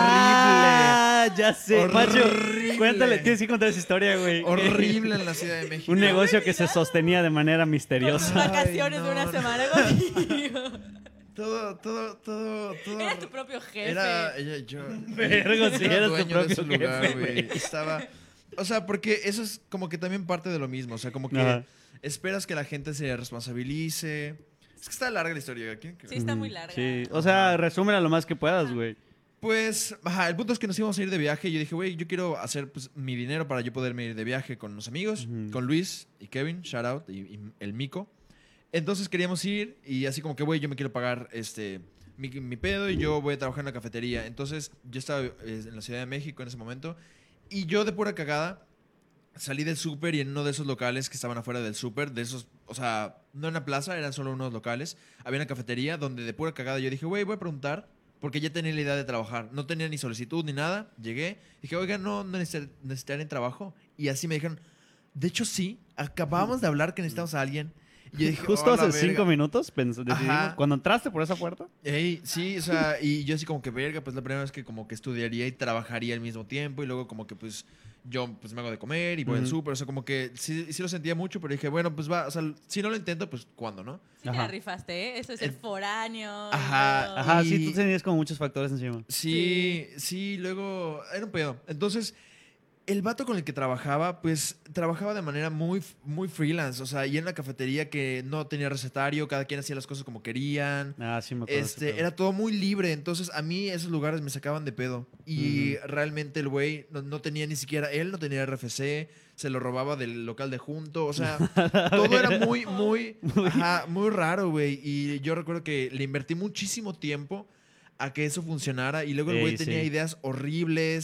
¡Ah! Ya sé. Horrible. Macho, cuéntale, tienes que contar esa historia, güey. horrible, horrible en la Ciudad de México. Un negocio que se sostenía de manera Con misteriosa. vacaciones Ay, de una no, semana contigo. Todo, todo, todo, todo. Era tu propio jefe. Era ella, yo. Vergo, sí, era eras tu dueño de propio ese lugar, jefe, güey. Estaba. O sea, porque eso es como que también parte de lo mismo. O sea, como que Ajá. esperas que la gente se responsabilice. Es que está larga la historia. ¿Quién cree? Sí, está muy larga. Sí, o sea, resúmela lo más que puedas, güey. Pues, ajá, el punto es que nos íbamos a ir de viaje y yo dije, güey, yo quiero hacer pues, mi dinero para yo poderme ir de viaje con los amigos, Ujú. con Luis y Kevin, shout out, y, y el Mico. Entonces queríamos ir y así como que, güey, yo me quiero pagar este mi, mi pedo y yo voy a trabajar en la cafetería. Entonces yo estaba eh, en la Ciudad de México en ese momento y yo de pura cagada salí del súper y en uno de esos locales que estaban afuera del súper, de esos, o sea, no en la plaza, eran solo unos locales, había una cafetería donde de pura cagada yo dije, güey, voy a preguntar. Porque ya tenía la idea de trabajar. No tenía ni solicitud ni nada. Llegué. Dije, oiga, no, no necesitar- necesitarían trabajo. Y así me dijeron, de hecho sí. Acabamos de hablar que necesitamos a alguien. Y yo dije, Justo "Oh, la hace verga". cinco minutos pens- decidimos, Ajá. cuando entraste por esa puerta. Ey, sí, o sea, y yo así como que verga, pues la primera vez que como que estudiaría y trabajaría al mismo tiempo. Y luego como que pues yo pues me hago de comer y voy al Ujú. súper. O sea, como que sí, sí lo sentía mucho, pero dije, bueno, pues va. O sea, si no lo intento, pues ¿cuándo, no? Sí, te la Ajá. rifaste, ¿eh? Eso es ser El- foráneo. y Ajá, todo. Ajá, Y- sí, tú tenías como muchos factores encima. Sí, sí, luego era un pedo. Entonces, el vato con el que trabajaba, pues trabajaba de manera muy, muy freelance. O sea, y en la cafetería que no tenía recetario, cada quien hacía las cosas como querían. Ah, sí me acuerdo. de ese Este, pedo. era todo muy libre, entonces a mí esos lugares me sacaban de pedo. Y Ujú. realmente el güey no, no tenía ni siquiera, él no tenía R F C, se lo robaba del local de junto, o sea, todo era muy, muy, ajá, muy raro, güey. Y yo recuerdo que le invertí muchísimo tiempo a que eso funcionara y luego el güey Ey, tenía sí. ideas horribles,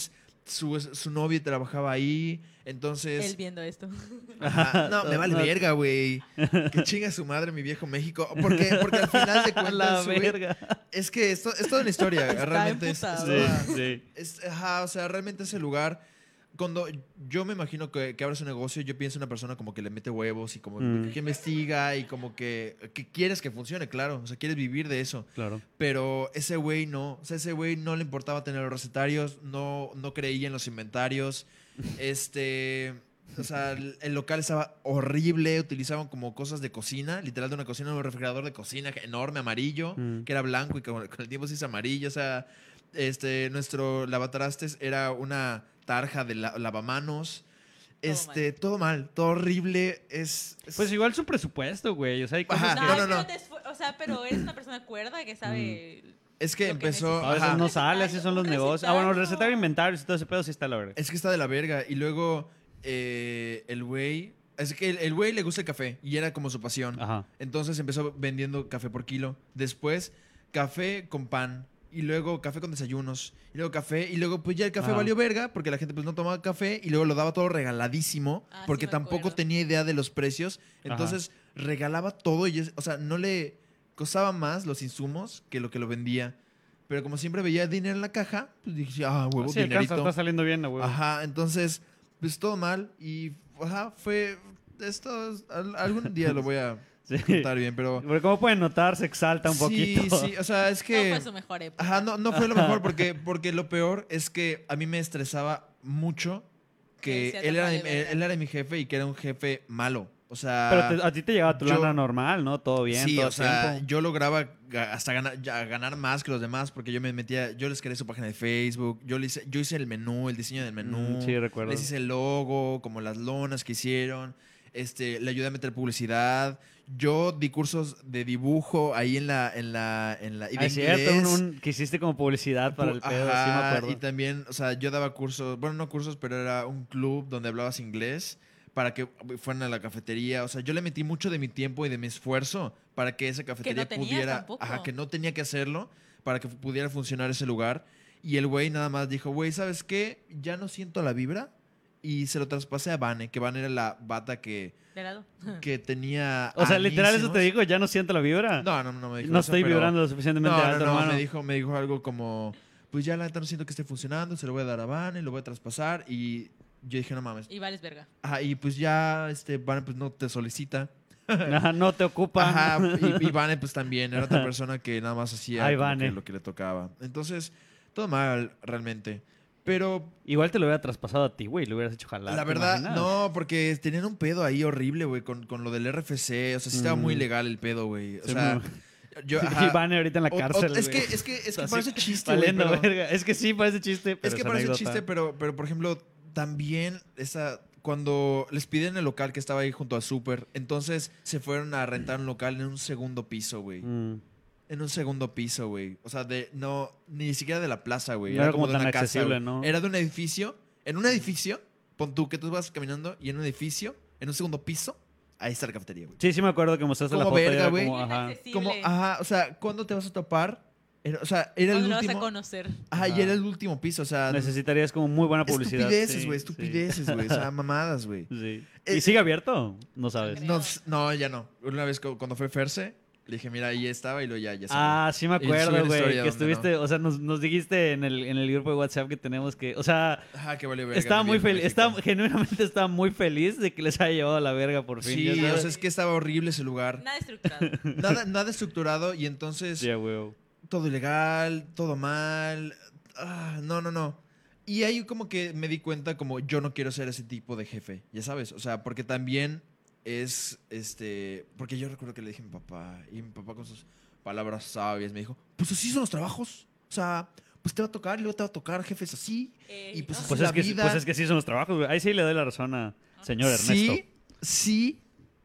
su, su novio trabajaba ahí, entonces... Él viendo esto. Ajá, no, me vale No. verga, güey. Que chinga su madre, mi viejo México. Porque, porque al final de cuentas, La güey, verga. es que esto es toda una historia. Está realmente es, es emputado. toda- Sí, sí. es- ajá, o sea, realmente ese lugar... Cuando yo me imagino que, que abres un negocio, yo pienso en una persona como que le mete huevos y como Mm. que investiga y como que, que quieres que funcione, claro. O sea, quieres vivir de eso. Claro. Pero ese güey no. O sea, ese güey no le importaba tener los recetarios, no, no creía en los inventarios. Este. O sea, el, el local estaba horrible. Utilizaban como cosas de cocina, literal de una cocina, un refrigerador de cocina enorme, amarillo, Mm. que era blanco y que con, con el tiempo se hizo amarillo. O sea, este, nuestro lavatrastes era una tarja de la- lavamanos. Todo Este, todo mal, todo horrible. Es. es- Pues igual su presupuesto, güey. O sea, hay cosas Ajá, que- no, no, pero no. te esfu- o sea, pero eres una persona cuerda que sabe... es que lo que empezó. necesitas. A veces ajá. no sale, así son los Un negocios. Ah, bueno, recetario. recetario, inventarios y todo ese pedo sí está a la verga. Es que está de la verga. Y luego eh, el güey. Es que el- el güey le gusta el café y era como su pasión. Ajá. Entonces empezó vendiendo café por kilo. Después, café con pan. Y luego café con desayunos. Y luego café. Y luego, pues ya el café Ajá. valió verga porque la gente pues no tomaba café. Y luego lo daba todo regaladísimo. Ah, sí porque me tampoco acuerdo. tenía idea de los precios. Entonces regalaba todo. Y, es- o sea, no le costaba más los insumos que lo que lo vendía. Pero como siempre veía dinero en la caja, pues dije, ah, huevo, Sí, el caso dinerito. está saliendo bien, güey. Ajá, entonces, pues todo mal. Y, ajá, fue. Esto, es- al- algún día lo voy a Sí. contar bien, pero. Porque como pueden notar, se exalta un poquito. Sí, sí, o sea, es No que. fue su mejor época. Ajá, no, no fue lo mejor porque, porque lo peor es que a mí me estresaba mucho que Que decía, él "Te era, vale mi- verga". él era mi jefe y que era un jefe malo. O sea. Pero te- a ti te llegaba tu yo- lana normal, ¿no? Todo bien, sí, todo o el sea, tiempo. yo lograba ga- hasta ganar, ya ganar más que los demás porque yo me metía, yo les creé su página de Facebook, yo, le hice, yo hice el menú, el diseño del menú, Mm, sí, recuerdo. les hice el logo, como las lonas que hicieron, este, le ayudé a meter publicidad, yo di cursos de dibujo ahí en la, en la, en la, y de Ah, es cierto, un, inglés. un- que hiciste como publicidad para el Pu- pedo, sí me ajá, acuerdo. y también, o sea, yo daba cursos, bueno, no cursos, pero era un club donde hablabas inglés para que fueran a la cafetería. O sea, yo le metí mucho de mi tiempo y de mi esfuerzo para que esa cafetería tenías pudiera, tampoco. ajá, que no tenía que hacerlo para que pudiera funcionar ese lugar. Y el güey nada más dijo, güey, ¿sabes qué? Ya no siento la vibra. Y se lo traspasé a Vane, que Vane era la bata que, De lado. que tenía. O sea, literal, eso anísimos. te dijo, ya no siento la vibra. No, no, no me dijo No eso, estoy pero- vibrando lo suficientemente no, alto, no, no, hermano. me dijo, me dijo algo como, pues ya la neta no siento que esté funcionando, se lo voy a dar a Vane, lo voy a traspasar. Y yo dije, no mames. Y vales verga. Ajá, y pues ya, este, Vane pues no te solicita. Ajá, no te ocupa. Ajá, y, y Vane pues también, era otra persona que nada más hacía Ay, como Vane. que lo que le tocaba. Entonces, todo mal, realmente. Pero Igual te lo hubiera traspasado a ti, güey, lo hubieras hecho jalar. la ¿te verdad, imaginas? no, porque tenían un pedo ahí horrible, güey, con, con lo del R F C. O sea, sí estaba Mm. muy legal el pedo, güey. O Sí, sea, muy- yo... Y ajá, Vane ahorita en la o- o- cárcel, es, que, güey. es que, es que Así, parece chiste, güey, valiendo pero- verga. Es que sí, parece chiste, pero Es que es parece anécdota. chiste, pero, pero por ejemplo, también esa, cuando les piden el local que estaba ahí junto al súper, entonces se fueron a rentar un local en un segundo piso, güey. Mm. En un segundo piso, güey. O sea, de no, ni siquiera de la plaza, güey. No era como de tan una casa, accesible, güey. ¿no? Era de un edificio. En un edificio, pon tú que tú vas caminando y en un edificio, en un segundo piso, ahí está la cafetería, güey. Sí, sí me acuerdo que mostraste la Como foto. y verga, era güey. como, Bien ajá. accesible. Como, ajá, o sea, ¿cuándo te vas a topar? Era- o sea, era el ¿Cuándo lo vas a último. conocer? Ajá, y Ajá. era el último piso, o sea. Necesitarías como muy buena publicidad. Estupideces, sí, güey, sí. estupideces, güey. O sea, mamadas, güey. Sí. Eh, ¿Y sigue abierto? No sabes. creo. No, no, ya no. Una vez cu- cuando fue Ferse, le dije, mira, ahí estaba y luego ya, ya se Ah, sí me Y subí acuerdo, una güey. historia Que donde estuviste, o sea, nos, nos dijiste en el, en el grupo de WhatsApp que tenemos que, o sea, Ajá, que vale verga. estaba mi muy viejo feliz, México. estaba, genuinamente estaba muy feliz de que les haya llevado a la verga por fin. Sí, ya o sabes. sea, es que estaba horrible ese lugar. Nada estructurado. Nada, nada estructurado y entonces Sí, güey. todo ilegal, todo mal. Ah, no, no, no. Y ahí como que me di cuenta como yo no quiero ser ese tipo de jefe, ya sabes. O sea, porque también es, este, porque yo recuerdo que le dije a mi papá y mi papá con sus palabras sabias me dijo, pues así son los trabajos. O sea, pues te va a tocar y luego te va a tocar jefes así. Eh, Y pues ah, así Pues la es, que, vida. pues es que sí son los trabajos, güey. Ahí sí le doy la razón a señor Ernesto. Sí, sí,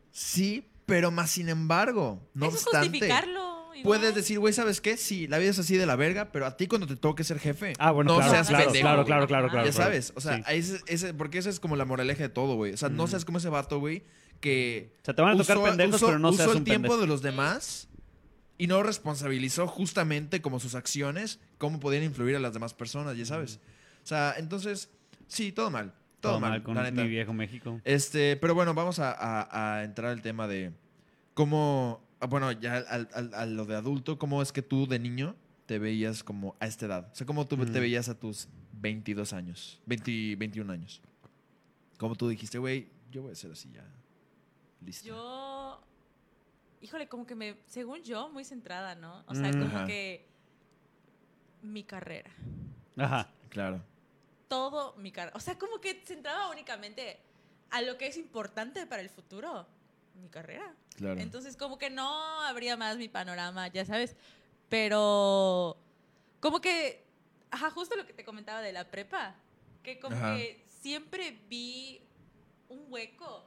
sí, pero más sin embargo, no eso es obstante, justificarlo. igual. puedes decir, güey, ¿sabes qué? Sí, la vida es así de la verga, pero a ti cuando te toque ser jefe, Ah, bueno, no claro, seas claro, pendejo, claro, güey. claro, claro, claro, Ya claro. sabes, o sea, Sí. ese, ese- porque esa es como la moraleja de todo, güey. O sea, no Mm. seas como ese vato, güey, que O sea, te van a tocar usó- pendejos, usó- pero no usó seas el un tiempo pendejo. de los demás y no responsabilizó justamente como sus acciones, cómo podían influir a las demás personas, ya sabes. O O sea, entonces, sí, todo mal. Todo, Todo mal, mal con la neta. mi viejo México. Este, pero bueno, vamos a, a- a entrar al tema de cómo, ah, bueno, ya al- al- a lo de adulto, cómo es que tú de niño te veías como a esta edad. O sea, cómo tú Mm. te veías a tus veintidós años, veinte, veintiún años. Cómo tú dijiste, güey, yo voy a ser así ya. Listo. Yo, híjole, como que me, según yo, muy centrada, ¿no? O sea, Mm. como Ajá. que mi carrera, Ajá. Claro. todo mi carrera. O sea, como que centraba únicamente a lo que es importante para el futuro, mi carrera. Claro. Entonces, como que no habría más mi panorama, ya sabes. Pero, como que, ajá, justo lo que te comentaba de la prepa, que como Ajá. que siempre vi un hueco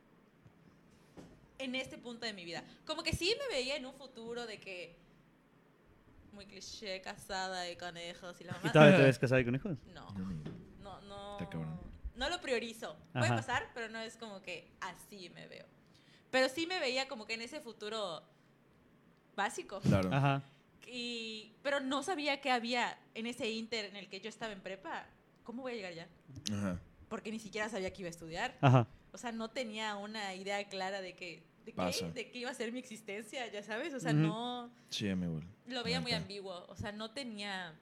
en este punto de mi vida. Como que sí me veía en un futuro de que, muy cliché, casada y con hijos y la mamá. ¿Y todavía te ves casada y con hijos? No, No, ni- no, no. Está cabrón. No lo priorizo. Puede Ajá. pasar, pero no es como que así me veo. Pero sí me veía como que en ese futuro básico. Claro. Ajá. Y, pero no sabía que había en ese inter en el que yo estaba en prepa. ¿Cómo voy a llegar ya? Ajá. Porque ni siquiera sabía que iba a estudiar. Ajá. O sea, no tenía una idea clara de que de qué, Pasa. de qué iba a ser mi existencia, ya sabes. O sea, Ujú. no Sí, amigo. lo veía muy Neta. ambiguo. O sea, no tenía,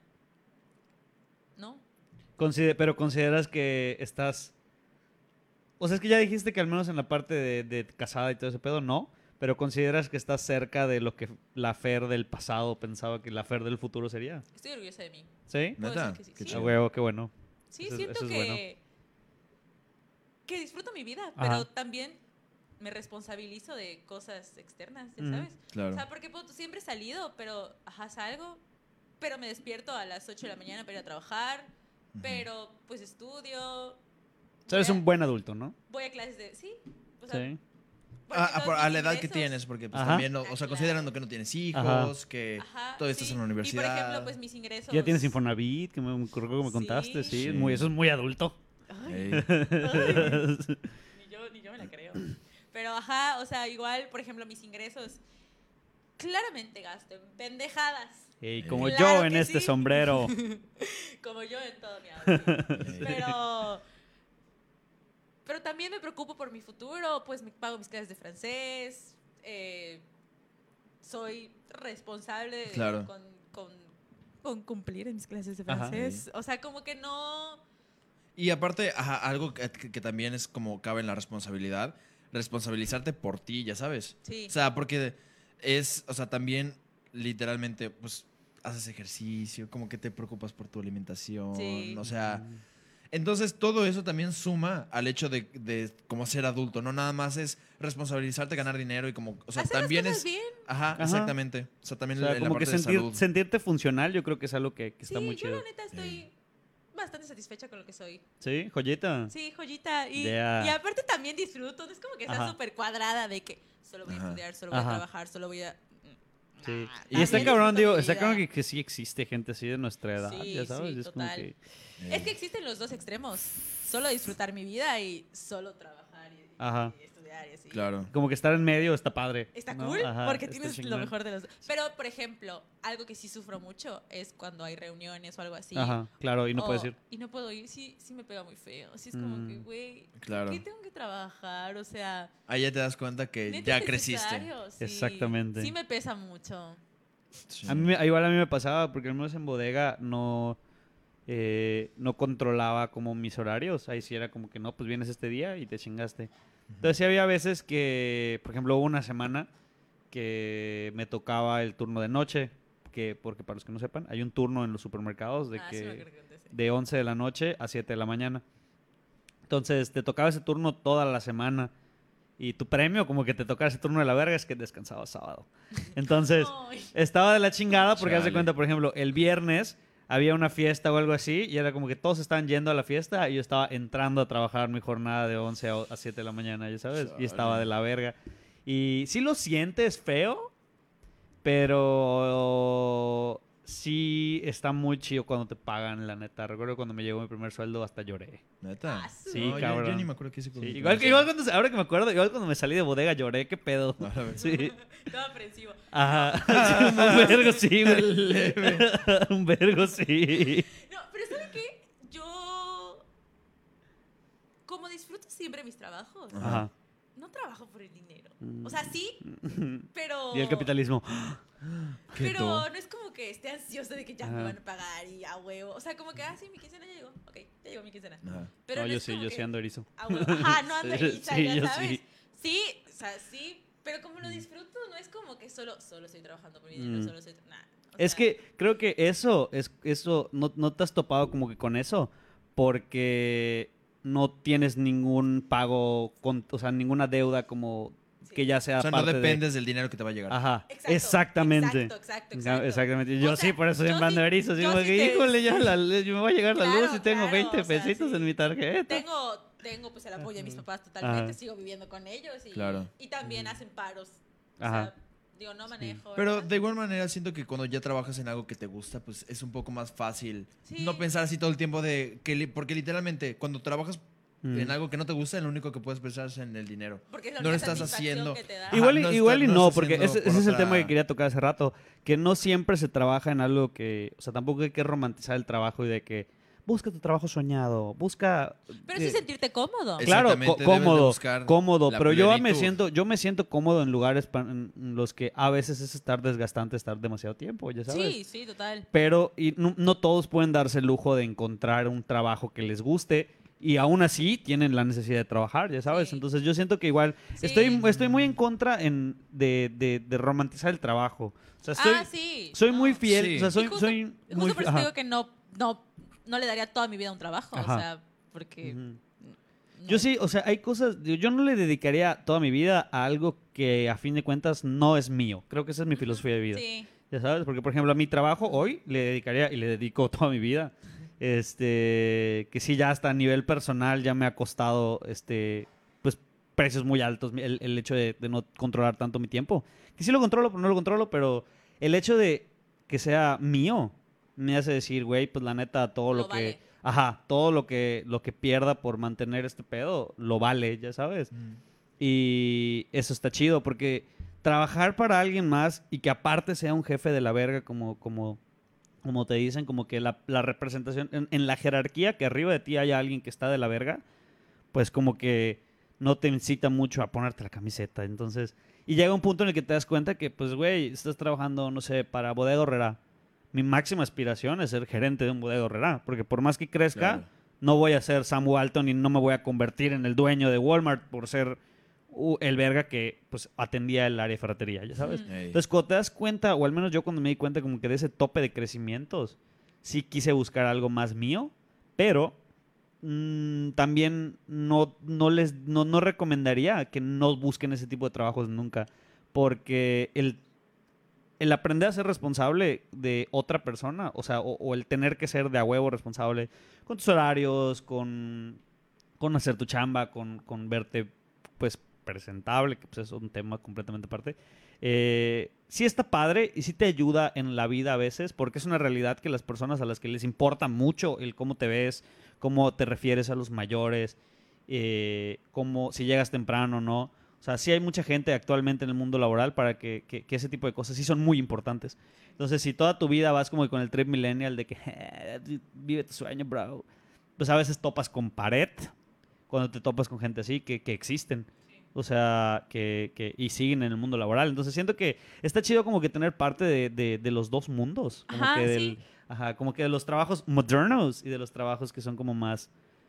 ¿no? Consider- pero consideras que estás... O sea, es que ya dijiste que al menos en la parte de, de casada y todo ese pedo, no. Pero consideras que estás cerca de lo que la Fer del pasado pensaba que la Fer del futuro sería. Estoy orgullosa de mí. ¿Sí? Puedo Neta. decir que sí. Qué Sí. A chido. huevo, qué bueno. Sí, Eso es- siento eso es que, bueno. que disfruto mi vida, Ajá. pero también me responsabilizo de cosas externas, ya Ujú. sabes. Claro. O sea, porque puedo- siempre he salido, pero ajá, salgo, pero me despierto a las ocho de la mañana para ir a trabajar, Ujú. pero pues estudio. O sea, eres voy a- un buen adulto, ¿no? Voy a clases de... Sí. O sea, Sí. porque Ah, ah, todos por- a mis la edad que ingresos- tienes, porque pues Ajá. también, no- o Ah, sea, claro. considerando que no tienes hijos, Ajá. que Ajá, todavía estás sí. en la universidad. Y por ejemplo, pues mis ingresos... Ya tienes Infonavit, que me me acuerdo que me Sí. contaste, sí. Sí. es muy, eso es muy adulto. Ay, Ey. ay. Ni yo, ni yo me la creo. Pero ajá, o sea, igual, por ejemplo, mis ingresos claramente gasto en pendejadas. Ey, como Claro yo en que este sí. sombrero. Como yo en todo mi outfit. Ey. Pero. Pero también me preocupo por mi futuro, pues me pago mis clases de francés. eh, soy responsable de- Claro. con, con, con cumplir en mis clases de Ajá. francés. O sea, como que no. Y aparte, ajá, algo que, que- que también es como cabe en la responsabilidad, responsabilizarte por ti, ya sabes. Sí. O sea, porque es, o sea, también literalmente, pues, haces ejercicio, como que te preocupas por tu alimentación, Sí. o sea, entonces todo eso también suma al hecho de, de como ser adulto, no nada más es responsabilizarte, ganar dinero y como, o sea, Hacer las también cosas es, bien. ajá, Ajá. exactamente, o sea, O también sea, en la como que parte de sentir- salud. sentirte funcional, yo creo que es algo que, que está Sí, muy yo chido. la neta estoy bastante satisfecha con lo que soy. ¿Sí? ¿Joyita? Sí, joyita. Y, Yeah. y aparte también disfruto. No es como que sea Ajá. súper cuadrada de que solo voy a Ajá. estudiar, solo voy Ajá. a trabajar, solo voy a... Sí. Nah, Y también está disfruto cabrón, mi digo, está vida. cabrón que, que sí existe gente así de nuestra edad, Sí, ya sabes. sí, es como total. que... Eh, Es que existen los dos extremos. Solo disfrutar mi vida y solo trabajar y, Ajá. y estudiar y así. Claro. Como que estar en medio está padre. Está ¿no? cool Ajá, porque está tienes lo chingón. mejor de los dos. Pero, por ejemplo, algo que sí sufro mucho es cuando hay reuniones o algo así. Ajá, claro, y no o- puedes ir. Y no puedo ir, sí, sí me pega muy feo. Así es como Mm. que, güey, Claro. ¿por qué tengo que trabajar? O sea, Ahí ya te das cuenta que neta ya es creciste. necesario, sí. Exactamente. Sí me pesa mucho. Sí. A mí, me- igual a mí me pasaba, porque al menos en bodega no, eh, no controlaba como mis horarios. Ahí sí era como que no, pues vienes este día y te chingaste. Entonces sí había veces que, por ejemplo, hubo una semana que me tocaba el turno de noche, que porque para los que no sepan, hay un turno en los supermercados de Ah, sí me que acuerdo que contaste. de once de la noche a siete de la mañana. Entonces te tocaba ese turno toda la semana. Y tu premio, como que te tocaba ese turno de la verga, es que descansabas sábado. Entonces, Ay. estaba de la chingada porque haz de Chale. cuenta, por ejemplo, el viernes había una fiesta o algo así y era como que todos estaban yendo a la fiesta y yo estaba entrando a trabajar mi jornada de once a a siete de la mañana, ya sabes, y estaba Chale. de la verga. Y sí lo sientes feo, pero sí está muy chido cuando te pagan, la neta. Recuerdo cuando me llegó mi primer sueldo hasta lloré. ¿Neta? Ah, su- Sí, No, yo- cabrón. Yo, ni me acuerdo qué hice con Sí, mi igual que primer igual cuando, ahora que me acuerdo, igual cuando me salí de bodega lloré, qué pedo. sueldo. A ver. Sí. Todo aprensivo. Ajá. Sí, un vergo sí, güey. Un vergo sí. No, pero ¿saben qué? Yo como disfruto siempre mis trabajos, Ajá. no trabajo por el dinero. O sea, sí, pero... Y el capitalismo. Pero todo. no es como que esté ansioso de que ya Ajá. me van a pagar y a huevo. O sea, como que, ah, sí, mi quincena ya llegó. Ok, ya llegó mi quincena. Ajá. Pero No, no yo es sí, como yo que sí ando erizo. a huevo. Ajá, no ando Sí, eriza, sí, ya yo sabes. sí. Sí, o sea, sí. Pero como lo disfruto, no es como que solo, solo estoy trabajando por mi dinero, Mm. solo estoy... Nah, o Es sea, que creo que eso, es, eso no, no te has topado como que con eso, porque no tienes ningún pago, con, o sea, ninguna deuda como sí. que ya sea O sea, no parte de... dependes del dinero que te va a llegar. Ajá, Exacto, exactamente. Exacto, exacto, exacto. Exactamente. Yo O sea, sí, por eso yo siempre ando sí- erizo. Así yo como sí que, te- híjole, ya sí. la, me va a llegar la Claro, luz y tengo claro, veinte o sea, pesitos sí. en mi tarjeta. Tengo, tengo pues el apoyo de mis papás totalmente, Ajá. sigo viviendo con ellos y, Claro. y también hacen paros. O Ajá. sea, digo, no manejo. Pero ¿verdad? de igual manera siento que cuando ya trabajas en algo que te gusta, pues es un poco más fácil Sí. no pensar así todo el tiempo de que li- porque literalmente cuando trabajas Mm. en algo que no te gusta, lo único que puedes pensar es en el dinero. Porque es la no lo única estás satisfacción haciendo. que te da. Ajá, Igual, y- no igual está- y no no, estás porque haciendo ese, por ese es el otra- tema que quería tocar hace rato, que no siempre se trabaja en algo que, o sea, tampoco hay que romantizar el trabajo y de que busca tu trabajo soñado, busca... Pero eh, sí sentirte cómodo. Es- Claro, Exactamente, có- debes de cómodo, buscar cómodo, la pero yo me plenitud. siento, yo me siento cómodo en lugares pa- en los que a veces es estar desgastante, estar demasiado tiempo, ya sabes. Sí, sí, total. Pero y no, no todos pueden darse el lujo de encontrar un trabajo que les guste y aún así tienen la necesidad de trabajar, ya sabes. Sí. Entonces yo siento que igual Sí. estoy, estoy muy en contra en, de, de- de romantizar el trabajo. O sea, estoy, ah, sí. soy no. muy fiel, Sí. o sea, soy, Y justo, soy justo muy por fi- eso ajá. digo que no, no, no le daría toda mi vida a un trabajo. Ajá. O sea, porque... Ujú. no. Yo sí, o sea, hay cosas, yo yo no le dedicaría toda mi vida a algo que a fin de cuentas no es mío. Creo que esa es mi filosofía de vida. Sí. Ya sabes, porque por ejemplo a mi trabajo hoy le dedicaría y le dedico toda mi vida. Este, que sí ya hasta a nivel personal ya me ha costado este pues precios muy altos el, el hecho de, de no controlar tanto mi tiempo. Que sí lo controlo, pero no lo controlo, pero el hecho de que sea mío me hace decir, güey, pues la neta todo lo, Lo que vale. ajá, todo lo que lo que pierda por mantener este pedo lo vale, ya sabes. Mm. Y eso está chido porque trabajar para alguien más y que aparte sea un jefe de la verga como, como, como te dicen, como que la, la representación en, en la jerarquía, que arriba de ti haya alguien que está de la verga, pues como que no te incita mucho a ponerte la camiseta. Entonces, y llega un punto en el que te das cuenta que, pues, güey, estás trabajando, no sé, para Bodega Horrera. Mi máxima aspiración es ser gerente de un Bodega Horrera, porque por más que crezca, Claro. no voy a ser Sam Walton y no me voy a convertir en el dueño de Walmart por ser uh, el verga que pues atendía el área de ferretería, ya sabes. Ujú. Ey. Entonces, cuando te das cuenta, o al menos yo cuando me di cuenta como que de ese tope de crecimientos, sí quise buscar algo más mío, pero mm, también no, no les no, no recomendaría que no busquen ese tipo de trabajos nunca, porque el el aprender a ser responsable de otra persona, o sea, o, o el tener que ser de a huevo responsable con tus horarios, con, con hacer tu chamba, con, con verte, pues, presentable, que pues es un tema completamente aparte, eh, sí está padre y sí te ayuda en la vida a veces, porque es una realidad que las personas a las que les importa mucho el cómo te ves, cómo te refieres a los mayores, eh, cómo, si llegas temprano o no. O sea, sí hay mucha gente actualmente en el mundo laboral para que, que, que ese tipo de cosas sí son muy importantes. Entonces, si toda tu vida vas como con el trip millennial de que "Eh, vive tu sueño, bro", pues a veces topas con pared cuando te topas con gente así que, que existen. O sea, que, que y siguen en el mundo laboral. Entonces, siento que está chido como que tener parte de, de, de los dos mundos. Como Ajá, que del, sí. ajá, como que de los trabajos modernos y de los trabajos que son como más...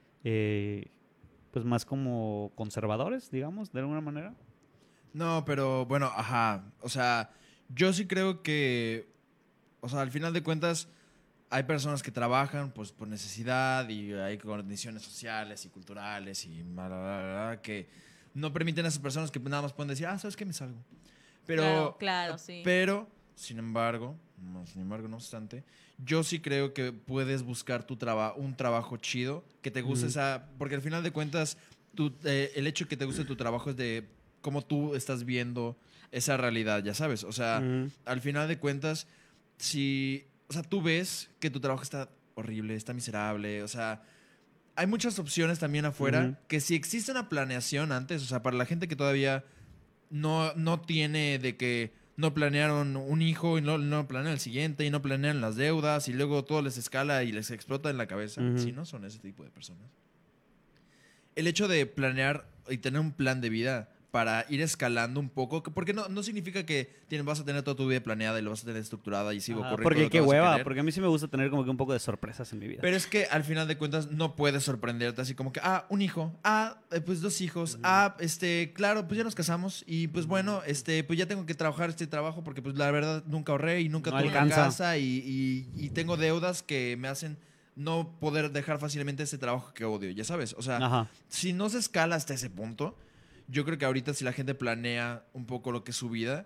Eh, pues más como conservadores, digamos, de alguna manera. No, pero bueno, ajá. O sea, yo sí creo que, o sea, al final de cuentas, hay personas que trabajan pues por necesidad y hay condiciones sociales y culturales y bla, bla, bla, bla, que no permiten a esas personas que nada más pueden decir, ah, ¿sabes qué? Me salgo. Pero, Claro, claro, sí. pero, sin embargo, no, sin embargo, no obstante, yo sí creo que puedes buscar tu traba un trabajo chido, que te guste Ujú. esa... Porque al final de cuentas, tu, eh, el hecho que te guste tu trabajo es de cómo tú estás viendo esa realidad, ya sabes. O sea, Ujú. al final de cuentas, si... O sea, tú ves que tu trabajo está horrible, está miserable, o sea... Hay muchas opciones también afuera Ujú. que si existe una planeación antes, o sea, para la gente que todavía no, no tiene de que no planearon un hijo y no, no planean el siguiente y no planean las deudas y luego todo les escala y les explota en la cabeza. Ujú. Si no son ese tipo de personas. el hecho de planear y tener un plan de vida para ir escalando un poco, porque no, no significa que tienes, vas a tener toda tu vida planeada y lo vas a tener estructurada y sigo Ajá, corriendo. porque qué hueva, porque a mí sí me gusta tener como que un poco de sorpresas en mi vida. Pero es que al final de cuentas no puedes sorprenderte así como que, ah, un hijo, ah, eh, pues dos hijos, uh-huh. ah, este, claro, pues ya nos casamos y pues bueno, este, pues ya tengo que trabajar este trabajo porque pues la verdad nunca ahorré y nunca no tuve alcanza. una casa y, y, y tengo deudas que me hacen no poder dejar fácilmente ese trabajo que odio, ya sabes. O sea, Ajá. si no se escala hasta ese punto, yo creo que ahorita si la gente planea un poco lo que es su vida,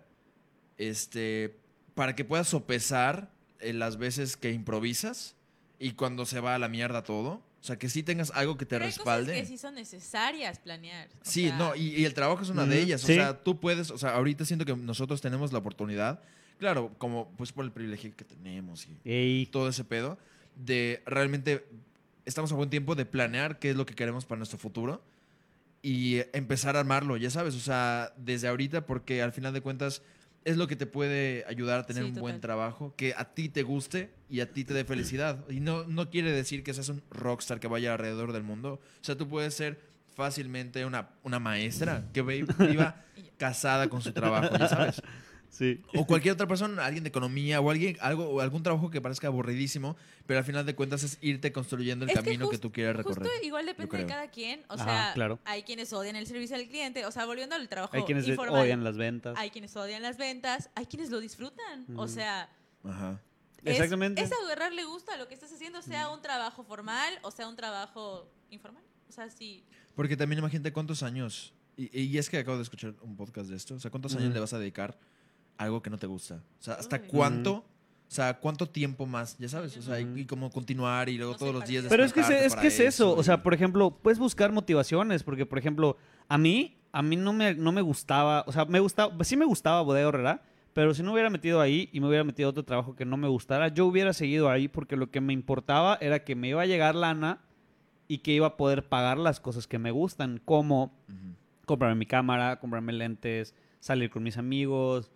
este, para que puedas sopesar eh, las veces que improvisas y cuando se va a la mierda todo, o sea, que sí tengas algo que te Pero hay respalde. cosas que sí son necesarias planear. O Sí, sea, no, y, y el trabajo es una mm, de ellas. sí. O sea, tú puedes, o sea, ahorita siento que nosotros tenemos la oportunidad, claro, como pues por el privilegio que tenemos y Ey. todo ese pedo, de realmente estamos a buen tiempo de planear qué es lo que queremos para nuestro futuro y empezar a armarlo, ya sabes, o sea, desde ahorita, porque al final de cuentas es lo que te puede ayudar a tener Sí, un total. buen trabajo, que a ti te guste y a ti te dé felicidad. Y no, no quiere decir que seas un rockstar que vaya alrededor del mundo. O sea, tú puedes ser fácilmente una, una maestra que ve- viva casada con su trabajo, ya sabes. Sí. O cualquier otra persona, alguien de economía o alguien, algo, o algún trabajo que parezca aburridísimo, pero al final de cuentas es irte construyendo el Es que camino que, just- tú quieras recorrer. Justo igual yo depende de creo. cada quien. O Ajá, sea, claro. hay quienes odian el servicio al cliente. O sea, volviendo al trabajo Hay quienes informal. odian las ventas. Hay quienes odian las ventas. Hay quienes lo disfrutan. O Ujú. sea, Ajá. es, Exactamente. es agarrarle gusto a lo que estás haciendo, sea un trabajo formal o sea un trabajo informal. O sea, sí. Porque también imagínate cuántos años, y, y es que acabo de escuchar un podcast de esto, o sea, cuántos años Ujú. le vas a dedicar a algo que no te gusta. O sea, ¿hasta Uy. cuánto? Ujú. O sea, ¿cuánto tiempo más? Ya sabes, o sea, y, Ujú. y cómo continuar y luego No todos sé, los días parece- Pero es que, es, despertarte es para que es eso, o sea, y- por ejemplo, puedes buscar motivaciones, porque, por ejemplo, a mí, a mí no me, no me gustaba, o sea, me gustaba, sí me gustaba Bodega Aurrerá, pero si no hubiera metido ahí y me hubiera metido a otro trabajo que no me gustara, yo hubiera seguido ahí porque lo que me importaba era que me iba a llegar lana y que iba a poder pagar las cosas que me gustan, como Ujú. comprarme mi cámara, comprarme lentes, salir con mis amigos,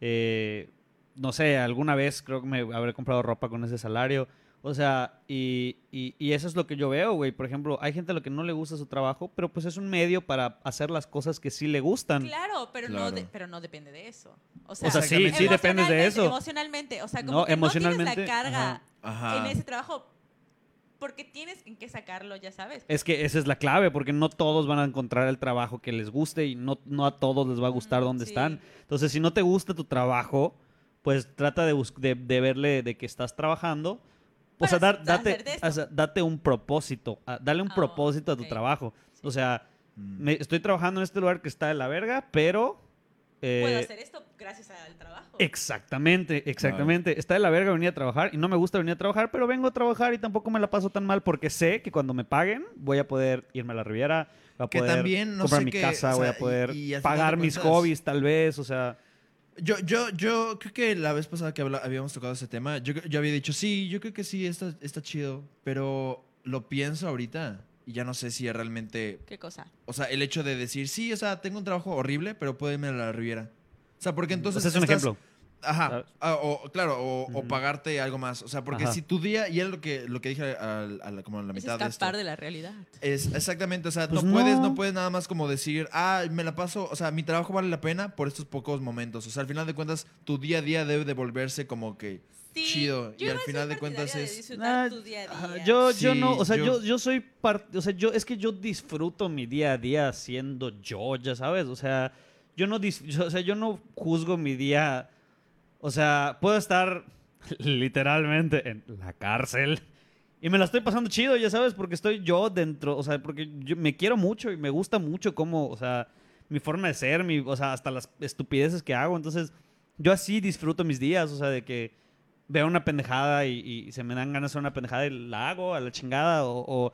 eh, no sé, alguna vez creo que me habré comprado ropa con ese salario. O sea, y, y, y eso es lo que yo veo, güey. Por ejemplo, hay gente a la que no le gusta su trabajo, pero pues es un medio para hacer las cosas que sí le gustan. Claro, pero, Claro. No de- pero no depende de eso. O sea, O sea, sí, sí dependes de eso. Emocionalmente, o sea, como No, que no tienes emocionalmente, la carga Ajá. en ese trabajo porque tienes en qué sacarlo, ya sabes. Es que esa es la clave, porque no todos van a encontrar el trabajo que les guste y no, no a todos les va a gustar Mm, donde sí. están. Entonces, si no te gusta tu trabajo, pues trata de, bus- de, de verle de que estás trabajando. O Para sea, dar- hacer date, de esto. o sea, date un propósito. ah, Dale un Ah, propósito a tu ok. trabajo. O sea, Mm. me- estoy trabajando en este lugar que está de la verga, pero... eh, Puedo hacer esto gracias al trabajo. Exactamente, exactamente. Está de la verga venir a trabajar y no me gusta venir a trabajar, pero vengo a trabajar y tampoco me la paso tan mal porque sé que cuando me paguen voy a poder irme a la Riviera, voy a Que poder también, no comprar sé mi qué, casa, o voy sea, a poder y- y al final pagar de mis cuentas- hobbies tal vez, o sea... Yo, yo, yo creo que la vez pasada que habla- habíamos tocado ese tema, yo, yo había dicho, sí, yo creo que sí, está, está chido, pero lo pienso ahorita y ya no sé si realmente, ¿Qué cosa? o sea, el hecho de decir, sí, o sea, tengo un trabajo horrible, pero puedo irme a la Riviera. O sea, porque entonces... o sea, es un estás- ejemplo. Ajá, ¿sabes? ah, o, claro, o, o Ujú. pagarte algo más. O sea, porque Ajá. si tu día, y es lo que, lo que dije a, a la- como a la Es mitad de esto. escapar de la realidad. Es exactamente, o sea, Pues no, puedes, no. no puedes nada más como decir, ah, me la paso, o sea, mi trabajo vale la pena por estos pocos momentos. O sea, al final de cuentas, tu día a día debe de volverse como que Sí, chido. yo Y al no soy final de cuentas partidaria de es... disfrutar Ah, tu día a ajá, día. yo, yo Sí, no, o sea, yo, yo- yo soy parte, o sea, yo, es que yo disfruto mi día a día siendo yo, ya sabes, o sea, yo no, dis- yo- o sea, yo no juzgo mi día, o sea, puedo estar literalmente en la cárcel y me la estoy pasando chido, ya sabes, porque estoy yo dentro, o sea, porque yo me quiero mucho y me gusta mucho cómo, o sea, mi forma de ser, mi, o sea, hasta las estupideces que hago, entonces yo así disfruto mis días, o sea, de que veo una pendejada y, y se me dan ganas de hacer una pendejada y la hago a la chingada o, o,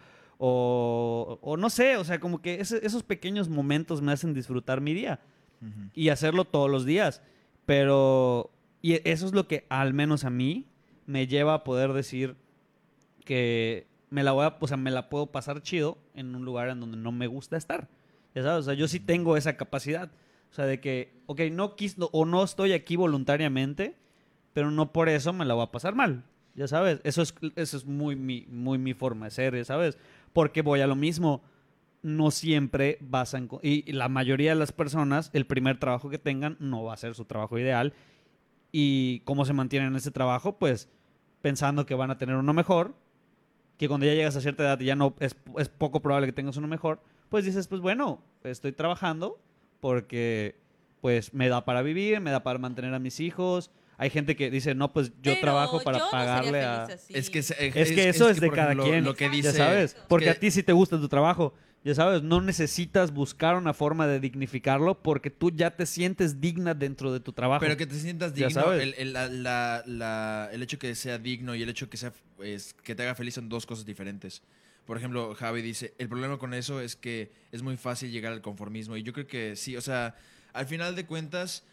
o- o no sé, o sea, como que ese- esos pequeños momentos me hacen disfrutar mi día Ujú. y hacerlo todos los días, pero y eso es lo que al menos a mí me lleva a poder decir que me la voy a, o sea, me la puedo pasar chido en un lugar en donde no me gusta estar. Ya sabes, o sea, yo sí tengo esa capacidad. O sea, de que, ok, no quis, o no estoy aquí voluntariamente, pero no por eso me la voy a pasar mal. Ya sabes, eso es, eso es muy, mi, muy mi forma de ser, ya sabes. Porque voy a lo mismo. no siempre vas a... enco- Y, y la mayoría de las personas, el primer trabajo que tengan no va a ser su trabajo ideal. Y cómo se mantienen en ese trabajo, pues pensando que van a tener uno mejor, que cuando ya llegas a cierta edad y ya no es, es poco probable que tengas uno mejor, pues dices, pues bueno, estoy trabajando porque pues me da para vivir, me da para mantener a mis hijos. Hay gente que dice, no, pues yo Pero trabajo para yo no sería pagarle feliz a... así. Es que, es, Es que eso es, de por cada ejemplo, quien, Lo que Exacto. dice, ya sabes, porque que- a ti sí te gusta tu trabajo, ya sabes, no necesitas buscar una forma de dignificarlo porque tú ya te sientes digna dentro de tu trabajo. Pero que te sientas Ya digno, sabes. el, el, la- la- la- el hecho que sea digno y el hecho que sea es, que te haga feliz son dos cosas diferentes. Por ejemplo, Javi dice, el problema con eso es que es muy fácil llegar al conformismo. Y yo creo que sí, o sea, al final de cuentas,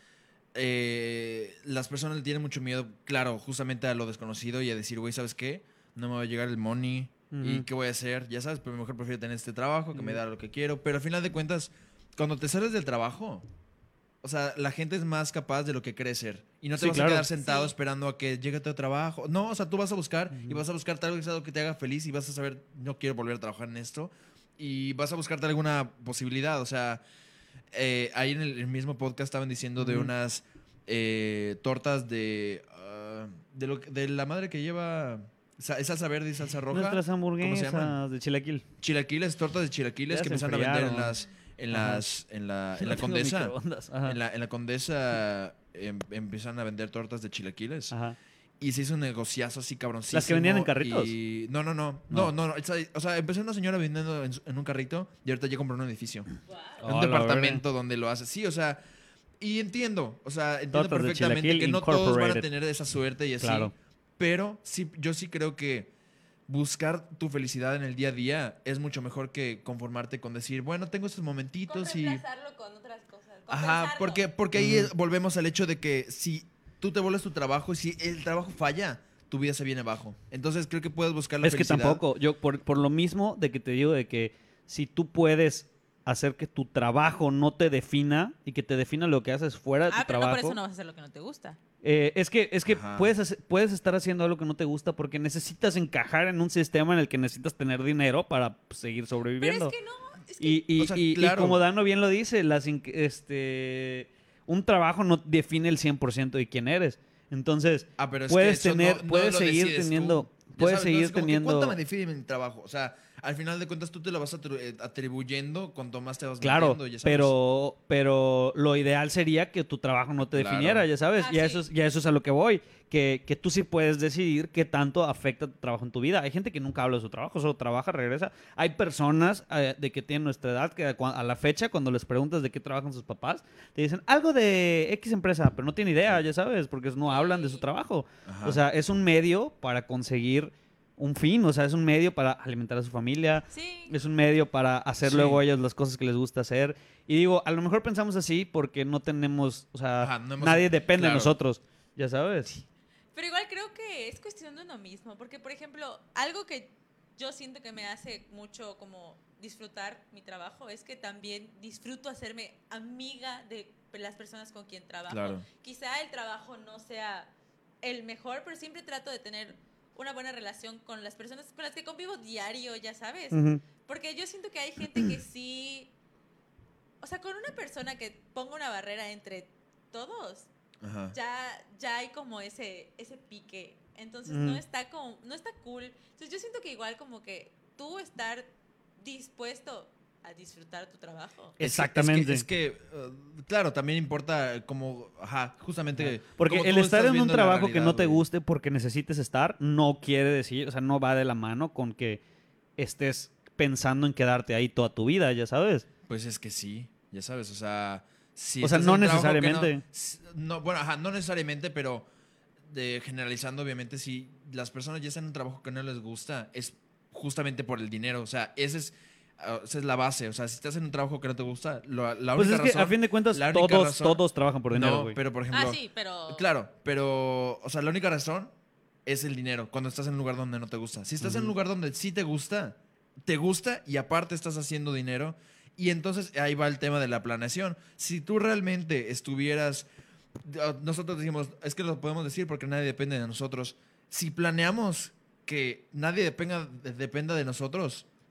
eh, las personas le tienen mucho miedo, claro, justamente a lo desconocido y a decir, güey, ¿sabes qué? No me va a llegar el money. ¿Y Ujú. qué voy a hacer? Ya sabes, pero mejor prefiero tener este trabajo que me Ujú. da lo que quiero. Pero al final de cuentas, cuando te sales del trabajo, o sea, la gente es más capaz de lo que cree ser. Y no te Sí, vas claro. a quedar sentado Sí. esperando a que llegue tu trabajo. No, o sea, tú vas a buscar y Ujú. vas a buscarte algo que sea algo que te haga feliz y vas a saber, no quiero volver a trabajar en esto. Y vas a buscarte alguna posibilidad. O sea, eh, ahí en el, el mismo podcast estaban diciendo de Ujú. unas eh, tortas de, ah, de, lo, que- de la madre que lleva sa- es salsa verde y salsa roja. Nuestras ¿Cómo se llaman? hamburguesas de chilaquil. Chilaquiles, tortas de Ya chilaquiles se que empezaron a vender en enfriaron. las en Ajá. las en la en No la tengo Condesa. microondas. Ajá. En la, en la Condesa em, empezaron a vender tortas de chilaquiles. Ajá. Y se hizo un negociazo así cabroncísimo. ¿Las que vendían en carritos? Y... No, no, no. No. No, no, no. Esa- O sea, empezó una señora vendiendo en, su- en un carrito y ahorita ya compró un edificio. Oh, un la departamento donde lo hace. Sí, o sea... Y entiendo. O sea, entiendo Tortas de perfectamente chilaquil que no todos van a Incorporated. tener esa suerte y así. Claro. Pero sí, yo sí creo que buscar tu felicidad en el día a día es mucho mejor que conformarte con decir, bueno, tengo estos Con momentitos y... reemplazarlo con otras cosas. Ajá, compensarlo. porque, porque ahí Ujú. es- volvemos al hecho de que si tú te vuelves tu trabajo y si el trabajo falla, tu vida se viene abajo. Entonces creo que puedes buscar la Es que felicidad. tampoco, yo por, por lo mismo de que te digo de que si tú puedes hacer que tu trabajo no te defina y que te defina lo que haces fuera de Ah, tu pero no trabajo. por eso no vas a hacer lo que no te gusta. Eh, es que, es que Ajá. puedes, hacer- puedes estar haciendo algo que no te gusta porque necesitas encajar en un sistema en el que necesitas tener dinero para pues, seguir Pero sobreviviendo. es que no. Es que Y, y- O sea, y- y claro. como Dano bien lo dice, las, in- este, un trabajo no define el cien por ciento de quién eres. Entonces, Ah, pero es puedes que eso tener, no- no puedes lo seguir decides teniendo, tú. Ya puedes sabes, seguir entonces, como que, teniendo... ¿cuánto me define mi trabajo? O sea, al final de cuentas tú te lo vas atru- eh, atribuyendo cuanto más te vas Claro, metiendo, ya sabes. pero, pero lo ideal sería que tu trabajo no te Claro. definiera, ya sabes. Ah, y, a sí. eso es, y a eso es a lo que voy. Que, que tú sí puedes decidir qué tanto afecta tu trabajo en tu vida. Hay gente que nunca habla de su trabajo, solo trabaja, regresa. Hay personas eh, de que tienen nuestra edad que a, cua- a la fecha, cuando les preguntas de qué trabajan sus papás, te dicen algo de X empresa, pero no tienen idea, ya sabes, porque no hablan de su trabajo. Ajá. O sea, es un medio para conseguir un fin, o sea, es un medio para alimentar a su familia, sí. es un medio para hacer Sí. luego ellos las cosas que les gusta hacer. Y digo, a lo mejor pensamos así porque no tenemos, o sea, Ajá, no hemos- nadie depende claro. de nosotros, ya sabes. Pero igual creo que es cuestión de uno mismo, porque por ejemplo, algo que yo siento que me hace mucho como disfrutar mi trabajo es que también disfruto hacerme amiga de las personas con quien trabajo. Claro. Quizá el trabajo no sea el mejor, pero siempre trato de tener una buena relación con las personas con las que convivo diario, ya sabes. Ujú. Porque yo siento que hay gente que sí, o sea, con una persona que ponga una barrera entre todos, Ajá. ya, ya hay como ese, ese pique. Entonces Mm. no está como, no está cool. Entonces yo siento que igual como que tú estar dispuesto a disfrutar tu trabajo. Es que- Exactamente. Es que, es que, uh, claro, también importa como, ajá, justamente... Porque como el tú estar estás en un viendo la trabajo que realidad, no te güey. guste porque necesites estar, no quiere decir, o sea, no va de la mano con que estés pensando en quedarte ahí toda tu vida, ya sabes. Pues es que sí, ya sabes, o sea... Si O sea, estás no en un trabajo que necesariamente. No, s- no, bueno, ajá, no necesariamente, pero de generalizando, obviamente, si las personas ya están en un trabajo que no les gusta, es justamente por el dinero. O sea, ese es, uh, esa es la base. O sea, si estás en un trabajo que no te gusta, lo- la Pues única es que razón... a fin de cuentas la única todos, razón- todos trabajan por dinero, no, güey. pero por ejemplo... Ah, sí, pero... Claro, pero, o sea, la única razón es el dinero cuando estás en un lugar donde no te gusta. Si estás en un Ujú. lugar donde sí te gusta, te gusta y aparte estás haciendo dinero, y entonces ahí va el tema de la planeación. Si tú realmente estuvieras, nosotros decimos, es que lo podemos decir porque nadie depende de nosotros. Si planeamos que nadie dependa, dependa de nosotros,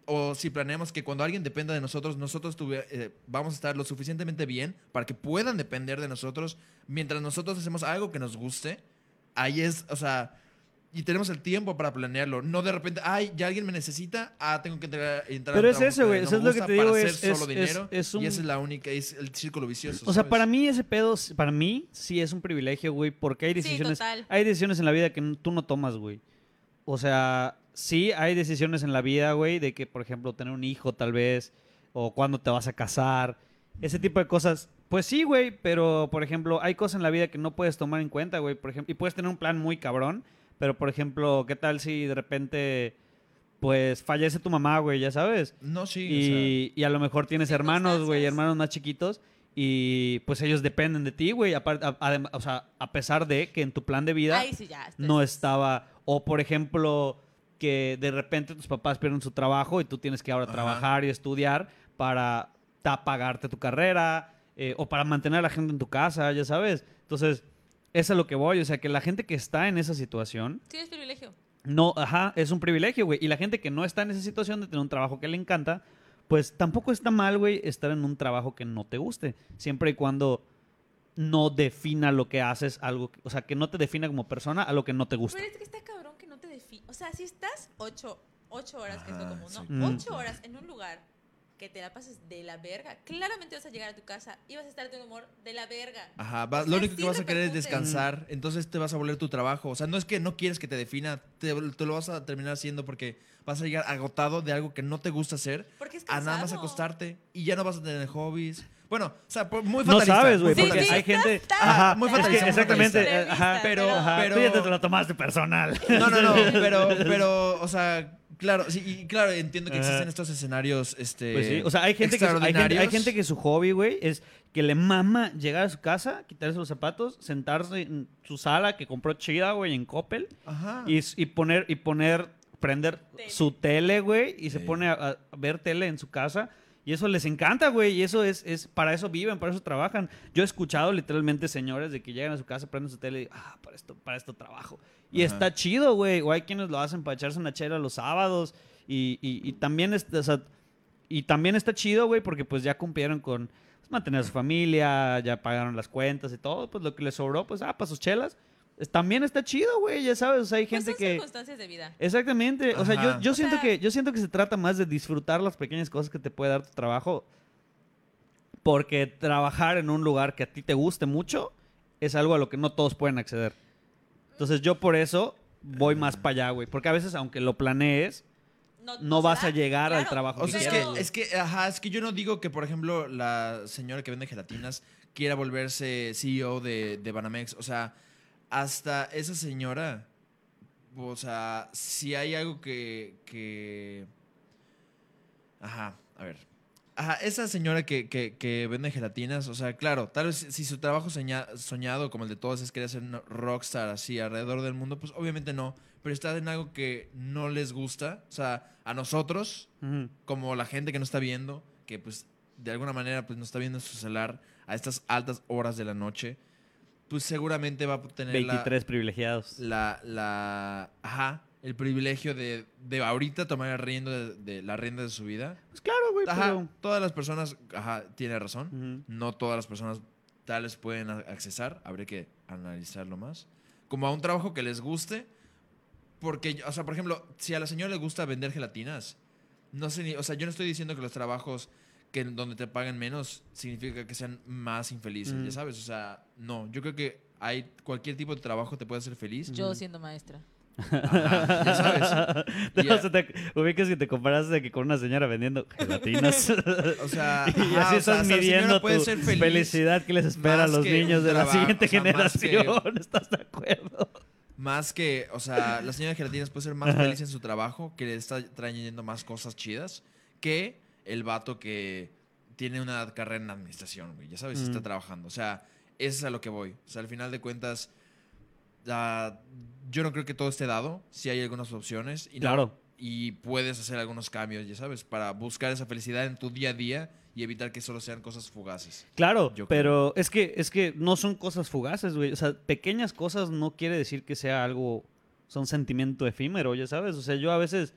o si planeamos que cuando alguien dependa de nosotros, nosotros tuve, eh, vamos a estar lo suficientemente bien para que puedan depender de nosotros mientras nosotros hacemos algo que nos guste. Ahí es, o sea, y tenemos el tiempo para planearlo. No de repente, ay, ya alguien me necesita, ah, tengo que entrar, entrar Pero a un es trabajo eso, que güey, no eso me es lo que gusta te digo, para es- hacer es- solo es- dinero. es un- Y esa es la única, es el círculo vicioso. O sea, ¿sabes? para mí ese pedo, para mí sí es un privilegio, güey, porque hay Sí, decisiones, total. hay decisiones en la vida que n- tú no tomas, güey. O sea, sí hay decisiones en la vida, güey, de que, por ejemplo, tener un hijo tal vez, o cuándo te vas a casar, ese tipo de cosas. Pues sí, güey, pero, por ejemplo, hay cosas en la vida que no puedes tomar en cuenta, güey, por ejemplo, y puedes tener un plan muy cabrón, pero, por ejemplo, ¿qué tal si de repente, pues, fallece tu mamá, güey, ya sabes? No, sí, Y, y a lo mejor tienes hermanos, güey, Circunstancias. hermanos más chiquitos. Y pues ellos dependen de ti, güey. apar- a- adem- O sea, a pesar de que en tu plan de vida Ahí sí ya. estás- no estaba. O por ejemplo, que de repente tus papás pierden su trabajo y tú tienes que ahora Ajá. trabajar y estudiar para ta- pagarte tu carrera eh, o para mantener a la gente en tu casa, ya sabes. Entonces, eso es a lo que voy. O sea, que la gente que está en esa situación. Sí, es privilegio. No, ajá, es un privilegio, güey. Y la gente que no está en esa situación de tener un trabajo que le encanta, pues tampoco está mal, güey, estar en un trabajo que no te guste. Siempre y cuando no defina lo que haces, algo, que- o sea, que no te defina como persona a lo que no te gusta. Pero es que está cabrón que no te define. O sea, si estás ocho, ocho horas, que es lo Ajá, común, ¿no? sí. Mm. Ocho horas en un lugar que te la pases de la verga, claramente vas a llegar a tu casa y vas a estar de un humor de la verga. Ajá, va- O sea, lo único sí que vas a querer es repercute. descansar, entonces te vas a volver tu trabajo. O sea, no es que no quieres que te defina, te, te lo vas a terminar haciendo porque vas a llegar agotado de algo que no te gusta hacer Porque es a nada más cansado. acostarte y ya no vas a tener hobbies. Bueno, o sea, por- muy No fatalista. sabes, güey, muy porque Sí, sí, hay fatalista. gente... está- Ajá, muy es que fatalista, muy exactamente, fatalista. eh, ajá, Pero- ajá, pero- tú ya te, te lo tomaste personal. No, no, no, pero, pero, o sea, claro, sí, y claro, entiendo que Ajá. existen estos escenarios, este, Pues sí, o sea, hay gente, que su, hay, gente, hay extraordinarios. gente que su hobby, güey, es que le mama llegar a su casa, quitarse los zapatos, sentarse en su sala que compró chida, güey, en Coppel, Ajá. y, y poner, y poner, prender Tele. su tele, güey, y se Sí. pone a, a ver tele en su casa. Y eso les encanta, güey, y eso es, es, para eso viven, para eso trabajan. Yo he escuchado literalmente señores de que llegan a su casa, prenden su tele y, ah, para esto, para esto trabajo. Y Ajá. está chido, güey, o hay quienes lo hacen para echarse una chela los sábados, y, y, y también, es, o sea, y también está chido, güey, porque pues ya cumplieron con pues, mantener a su familia, ya pagaron las cuentas y todo, pues lo que les sobró, pues, ah, para sus chelas. Es- También está chido, güey, ya sabes, o sea, hay Pues gente son que... circunstancias de vida. Exactamente, o sea, yo, Ajá. yo O siento sea- que yo siento que se trata más de disfrutar las pequeñas cosas que te puede dar tu trabajo, porque trabajar en un lugar que a ti te guste mucho es algo a lo que no todos pueden acceder. Entonces yo por eso voy más para allá, güey, porque a veces aunque lo planees, no se vas da, a llegar al claro, trabajo O sea, es pero- que, es que, ajá, es que yo no digo que, por ejemplo, la señora que vende gelatinas quiera volverse C E O de, de Banamex. O sea, hasta esa señora, o sea, si hay algo que, que... Ajá, a ver. Ajá, esa señora que, que, que vende gelatinas, o sea, claro, tal vez si su trabajo soña- soñado, como el de todos, es querer ser una rockstar así alrededor del mundo, pues obviamente no. Pero está en algo que no les gusta. O sea, a nosotros, ujú, como la gente que nos está viendo, que pues de alguna manera pues nos está viendo en su celular a estas altas horas de la noche, pues seguramente va a tener la- veintitrés privilegiados. la, la, ajá, el privilegio de, de ahorita tomar el riendo de, de la rienda de su vida. Pues claro, güey, Ajá, pero... todas las personas, ajá, tiene razón. ujú. No todas las personas tales pueden a- accesar, habría que analizarlo más. Como a un trabajo que les guste, porque, o sea, por ejemplo, si a la señora le gusta vender gelatinas, no sé ni, o sea, yo no estoy diciendo que los trabajos que donde te paguen menos significa que sean más infelices, Mm. ya sabes, o sea, no, yo creo que hay cualquier tipo de trabajo te puede hacer feliz. Yo siendo maestra. Ajá, ya sabes. No, Ya. o sea, te ubicas que te comparas de que con una señora vendiendo gelatinas. O sea, Y ajá, así o sea, estás hasta la midiendo señora puede tu ser feliz. felicidad que les espera a más los que niños un de la trabajo, siguiente o sea, más que- generación. ¿Estás de acuerdo? Más que, o sea, la señora Gelatinas puede ser más Ajá. feliz en su trabajo, que le está trayendo más cosas chidas, que el vato que tiene una carrera en administración, güey. Ya sabes, Mm. está trabajando. O sea, eso es a lo que voy. O sea, al final de cuentas, ah, yo no creo que todo esté dado. Sí hay algunas opciones. Y no- Claro. y puedes hacer algunos cambios, ya sabes, para buscar esa felicidad en tu día a día y evitar que solo sean cosas fugaces. Claro, Yo pero es que, es que no son cosas fugaces, güey. O sea, pequeñas cosas no quiere decir que sea algo, o sea, un sentimiento efímero, ya sabes. O sea, yo a veces,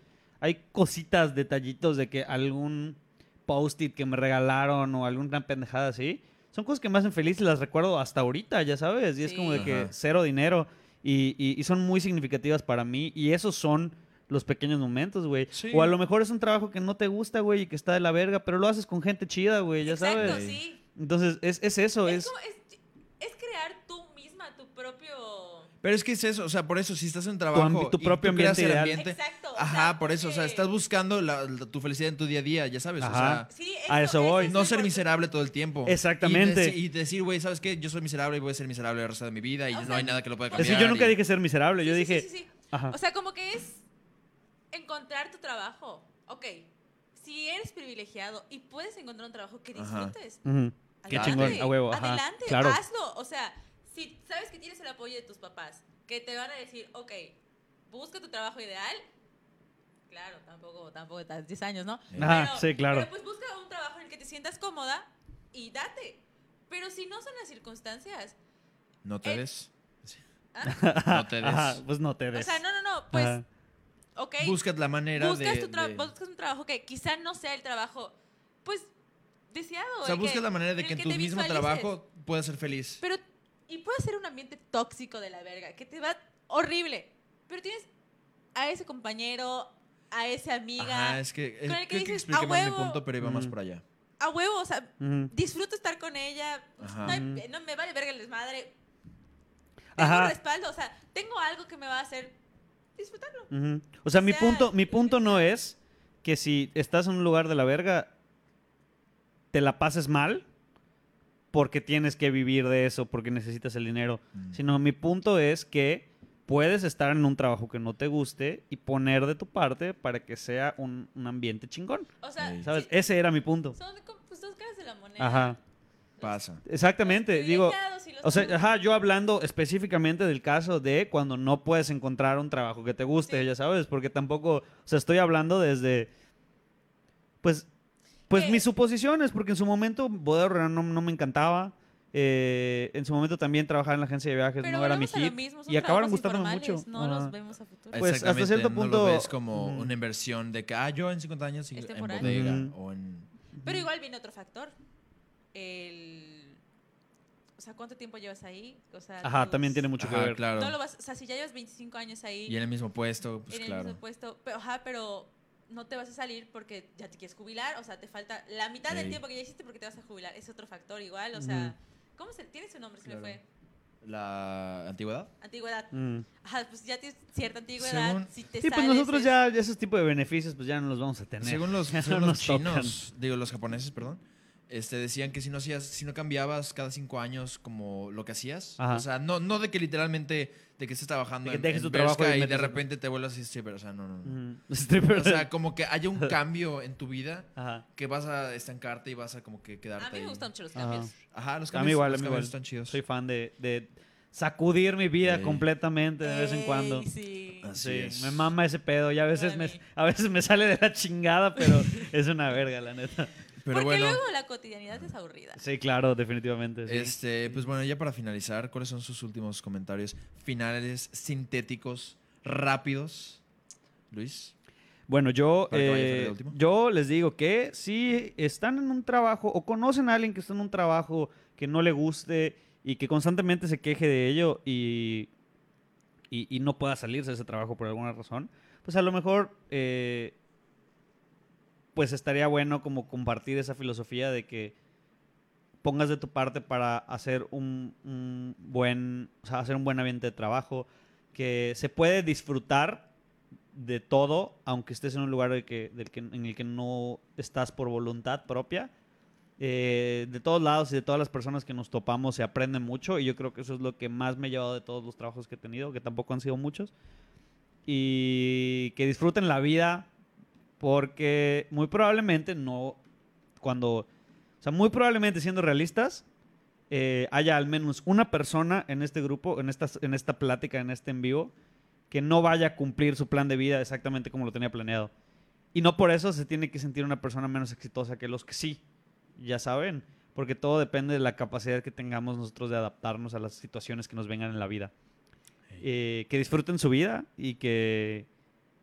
hay cositas, detallitos de que algún post-it que me regalaron o alguna pendejada así, son cosas que me hacen feliz y las recuerdo hasta ahorita, ya sabes. Y es Sí. como de que Ajá. cero dinero y, y, y son muy significativas para mí y esos son los pequeños momentos, güey. Sí. O a lo mejor es un trabajo que no te gusta, güey, y que está de la verga, pero lo haces con gente chida, güey, ya Exacto, sabes. sí. Entonces, es, es eso, Es, es... como- es, es crear tú misma tu propio... Pero es que es eso, o sea, por eso, si estás en trabajo ambi- tu y propio tú creas ambiente el ideal. ambiente, Exacto. o ajá, sea, por eso, o sea, porque- estás buscando la- la- tu felicidad en tu día a día, ya sabes, Ajá. o Sí, A eso voy. es sea, no lo ser importante. miserable todo el tiempo. Exactamente. Y, deci- y decir, güey, ¿sabes qué? Yo soy miserable y voy a ser miserable el resto de mi vida y O no sea, hay nada que lo pueda es Es cambiar. que yo nunca y- dije ser miserable, yo Sí, sí, dije... sí, sí, sí. Ajá. O sea, como que es encontrar tu trabajo. Ok, si eres privilegiado y puedes encontrar un trabajo que Ajá. disfrutes, Ujú. Qué adelante, chingón, a huevo, ajá. adelante, Claro. hazlo. O sea, si sabes que tienes el apoyo de tus papás, que te van a decir, ok, busca tu trabajo ideal. Claro, tampoco, tampoco estás diez años, ¿no? Ajá, sí, claro. Pero pues busca un trabajo en el que te sientas cómoda y date. Pero si no son las circunstancias, No te Eh, des. ¿ah? No te des. Ajá, pues no te o des. sea, no, no, no, pues, Ajá. ok. Buscas la manera buscas, de... tu tra- de- buscas un trabajo que quizá no sea el trabajo, pues, deseado. O sea, el buscas que- la manera de el que en que tu te mismo visualices. trabajo puedas ser feliz. Pero, y puede ser un ambiente tóxico de la verga, que te va horrible. Pero tienes a ese compañero, a esa amiga, Ajá, es que, es, con el que creo que dices, expliqué "A más mi huevo". punto, pero iba más Mm. por allá. a huevo, o sea, Ujú. disfruto estar con ella. Ajá. No, hay- Ujú. no me vale verga el desmadre. Tengo Ajá. un respaldo, o sea, tengo algo que me va a hacer disfrutarlo. Ujú. O sea, O mi sea, punto, mi lo punto que no sea. es que si estás en un lugar de la verga, te la pases mal porque tienes que vivir de eso, porque necesitas el dinero. Mm. Sino mi punto es que puedes estar en un trabajo que no te guste y poner de tu parte para que sea un, un ambiente chingón. O sea, Ey. ¿Sabes? sí, Ese era mi punto. son como, pues, dos caras de la moneda. Ajá. Pasa. Exactamente. Los Digo, privilegiados y los o sea, no. ajá, yo hablando específicamente del caso de cuando no puedes encontrar un trabajo que te guste, Sí. ya sabes, porque tampoco, o sea, estoy hablando desde, pues, pues ¿Qué? mis suposiciones, porque en su momento Boda Aurrerá no, no me encantaba, eh, en su momento también trabajar en la agencia de viajes Pero no era mi volvemos a lo hit, mismo, son y acabaron trabajos gustándome informales, mucho. No Ajá. los vemos a futuro. Pues, hasta Exactamente, cierto no punto- lo ves como Ujú. una inversión de que, ah, yo en cincuenta años sigo Es en temporal. bodega Ujú. o en... Pero igual viene otro factor. El... O sea, ¿cuánto tiempo llevas ahí? O sea, Ajá, tus- también tiene mucho que Ajá, ver. claro. No lo vas, o sea, si ya llevas veinticinco años ahí Y en el mismo puesto, pues en el claro. mismo puesto, pero, ajá, pero no te vas a salir porque ya te quieres jubilar, o sea, te falta la mitad del Ey. tiempo que ya hiciste porque te vas a jubilar. Es otro factor igual, o sea, ¿cómo se tiene su nombre? Se Claro. me fue. ¿La antigüedad? Antigüedad. Mm. Ajá, pues ya tienes cierta antigüedad. Según- Si te Sí, pues sales, nosotros es- ya ese tipo de beneficios pues ya no los vamos a tener. Según los, Ya no según los nos tocan. chinos, digo, los japoneses, perdón, este, decían que si no hacías, si no cambiabas cada cinco años como lo que hacías, Ajá. o sea, no, no de que literalmente de que estés trabajando De que en, dejes en tu trabajo Bershka y y de metes- repente te vuelvas así stripper, o sea, no, no, no. Ujú. Stripper. O sea, como que haya un cambio en tu vida Ajá. que vas a estancarte y vas a como que quedarte A mí me ahí. gustan mucho los Ajá. cambios. Ajá, los A cambios, mí igual, a los mí cambios igual. están chidos. Soy fan de, de sacudir mi vida Ey. completamente de vez en Ey, cuando. Sí. Así Sí, es. me mama ese pedo y a veces a me, mí. a veces me sale de la chingada, pero es una verga, la neta. Pero Porque bueno, luego la cotidianidad es aburrida. Sí, claro, definitivamente. Sí. este, pues bueno, ya para finalizar, ¿cuáles son sus últimos comentarios finales, sintéticos, rápidos? Luis. Bueno, yo, Para que vaya Fer de eh, último. yo les digo que si están en un trabajo o conocen a alguien que está en un trabajo que no le guste y que constantemente se queje de ello y, y, y no pueda salirse de ese trabajo por alguna razón, pues a lo mejor eh, pues estaría bueno como compartir esa filosofía de que pongas de tu parte para hacer un, un buen, o sea, hacer un buen ambiente de trabajo, que se puede disfrutar de todo, aunque estés en un lugar del que, del que, en el que no estás por voluntad propia. Eh, de todos lados y de todas las personas que nos topamos se aprende mucho y yo creo que eso es lo que más me ha llevado de todos los trabajos que he tenido, que tampoco han sido muchos. Y que disfruten la vida porque muy probablemente no, cuando, o sea, muy probablemente siendo realistas, eh, haya al menos una persona en este grupo, en esta, en esta plática, en este en vivo, que no vaya a cumplir su plan de vida exactamente como lo tenía planeado. Y no por eso se tiene que sentir una persona menos exitosa que los que sí, ya saben, porque todo depende de la capacidad que tengamos nosotros de adaptarnos a las situaciones que nos vengan en la vida. Eh, que disfruten su vida y que,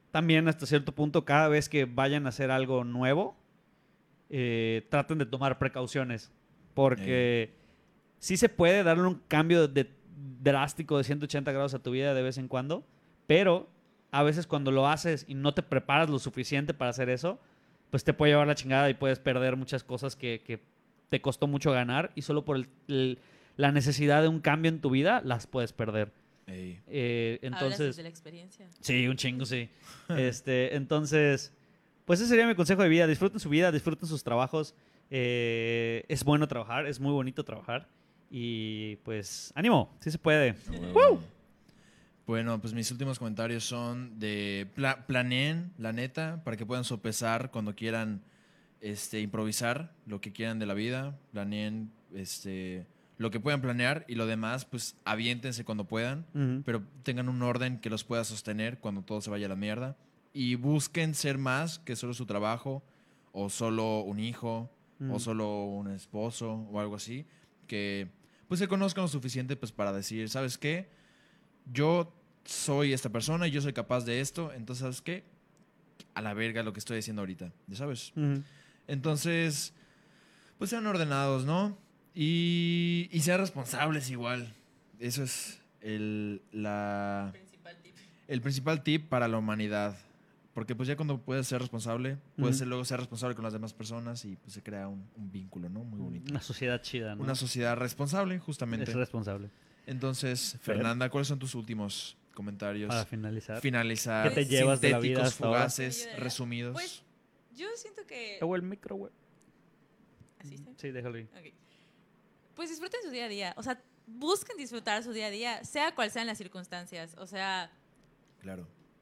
también hasta cierto punto, cada vez que vayan a hacer algo nuevo, eh, traten de tomar precauciones. Porque sí se puede darle un cambio de, drástico de ciento ochenta grados a tu vida de vez en cuando, pero a veces cuando lo haces y no te preparas lo suficiente para hacer eso, pues te puede llevar la chingada y puedes perder muchas cosas que, que te costó mucho ganar y solo por el, el, la necesidad de un cambio en tu vida las puedes perder. Ey. Eh, entonces, Hablas desde la experiencia. sí, un chingo, sí. este, entonces, pues ese sería mi consejo de vida. Disfruten su vida, disfruten sus trabajos. Eh, es bueno trabajar, es muy bonito trabajar. Y pues, ánimo, sí se puede. Bueno, bueno, pues mis últimos comentarios son de pla- planeen, la neta, para que puedan sopesar cuando quieran este, improvisar lo que quieran de la vida. Planeen este, lo que puedan planear y lo demás, pues aviéntense cuando puedan, Uh-huh. pero tengan un orden que los pueda sostener cuando todo se vaya a la mierda. Y busquen ser más que solo su trabajo, o solo un hijo, Uh-huh. o solo un esposo, o algo así. Que pues se conozcan lo suficiente pues para decir, ¿sabes qué? Yo soy esta persona y yo soy capaz de esto, entonces, ¿sabes qué? A la verga lo que estoy haciendo ahorita, ¿ya sabes? Uh-huh. Entonces, pues sean ordenados, ¿no? Y, y sean responsables igual. Eso es el, la, Principal tip. el principal tip para la humanidad. Porque pues ya cuando puedes ser responsable, puedes Ujú. ser, luego ser responsable con las demás personas y pues se crea un, un vínculo, ¿no? Muy bonito. Una sociedad chida, ¿no? Una sociedad responsable, justamente. Es responsable. Entonces, Fer. Fernanda, ¿cuáles son tus últimos comentarios? Para finalizar. Finalizar. ¿Qué te llevas de la vida sintéticos, hasta ahora? fugaces, ¿Qué te resumidos. Pues, yo siento que... O el micro, güey. ¿Así está? Sí, déjalo ahí. Ok. Pues disfruten su día a día. O sea, busquen disfrutar su día a día, sea cual sean las circunstancias. O sea, Claro.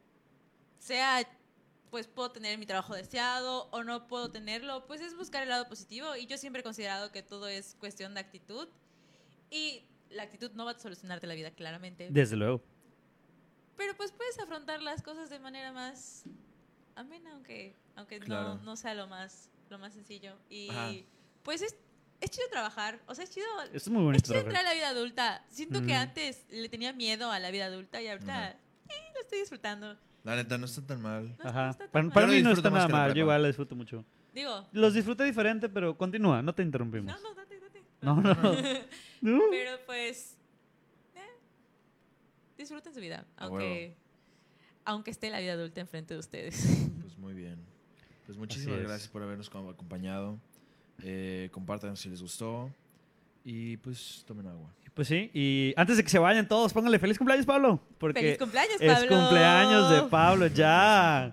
sea, pues puedo tener mi trabajo deseado o no puedo tenerlo, pues es buscar el lado positivo. Y yo siempre he considerado que todo es cuestión de actitud. Y la actitud no va a solucionarte la vida, claramente. Desde luego. Pero pues puedes afrontar las cosas de manera más amena, aunque, aunque Claro. no, no sea lo más, lo más sencillo. Y Ajá. pues es, es chido trabajar. O sea, es chido, Es muy es bonito. chido entrar trabajar. a la vida adulta. Siento que Ujú. antes le tenía miedo a la vida adulta y ahorita Ajá. eh, lo estoy disfrutando. La neta, no está tan mal. No, no Ajá. está tan Para, mal. para Yo lo mí no disfruto está más nada que la mal. Yo prepa. igual lo disfruto mucho. Digo, Los disfruté diferente, pero continúa. No te interrumpimos. no, no, date, date. No, no, no. No. Pero pues, eh, disfruten su vida, A aunque, aunque esté la vida adulta enfrente de ustedes. Pues muy bien. Pues muchísimas es. gracias por habernos co- acompañado. Eh, compartan si les gustó. Y pues tomen agua. Pues sí. Y antes de que se vayan todos, pónganle feliz cumpleaños, Pablo. Porque ¡Feliz cumpleaños, es Pablo! cumpleaños de Pablo ya.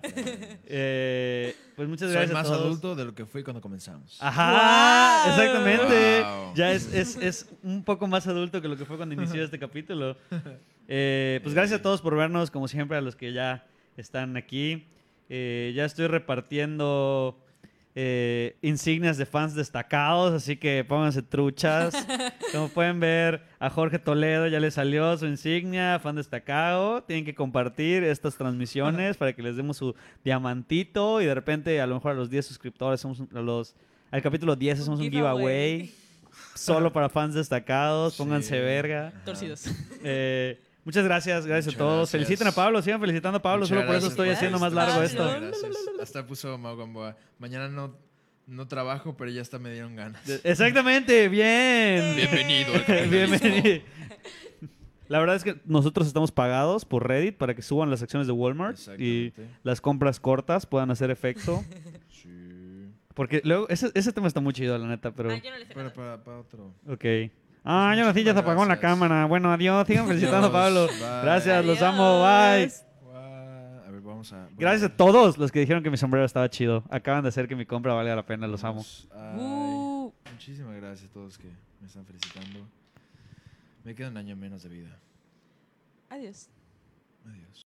Eh, pues muchas Soy gracias más a todos. adulto de lo que fui cuando comenzamos. Ajá, Wow. exactamente. Wow. Ya es, es, es un poco más adulto que lo que fue cuando inició este capítulo. Eh, pues gracias a todos por vernos, como siempre, a los que ya están aquí. Eh, ya estoy repartiendo eh, insignias de fans destacados, así que pónganse truchas. Como pueden ver, a Jorge Toledo ya le salió su insignia, fan destacado. Tienen que compartir estas transmisiones para que les demos su diamantito y de repente a lo mejor a los diez suscriptores, hacemos un- a los, al capítulo diez hacemos un giveaway solo para fans destacados. Pónganse Sí. verga. Ajá. Torcidos. Eh, muchas gracias, gracias Muchas a todos. gracias. Feliciten a Pablo, sigan felicitando a Pablo, Muchas solo por eso gracias estoy por haciendo más esto. largo Pablo. esto. Gracias. Hasta puso Mau Gamboa. Mañana no, no trabajo, pero ya hasta me dieron ganas. Exactamente, bien. Bienvenido al capitalismo. Bienvenido. La verdad es que nosotros estamos pagados por Reddit para que suban las acciones de Walmart y Exactamente. las compras cortas puedan hacer efecto. Sí. Porque luego, ese, ese tema está muy chido, la neta, pero... Ah, yo no le sé Para, nada. para, para otro. Ok. Ah, yo nací, ya se Muchísimas apagó en la gracias. cámara. Bueno, adiós. Sigan felicitando a Pablo. Adiós, bye. Gracias, los amo. Bye. Adiós. Guau. A ver, vamos a. Gracias a todos los que dijeron que mi sombrero estaba chido. Acaban de hacer que mi compra valga la pena. Los amo. Vamos. Ay, Uh. Muchísimas gracias a todos que me están felicitando. Me queda un año menos de vida. Adiós. Adiós.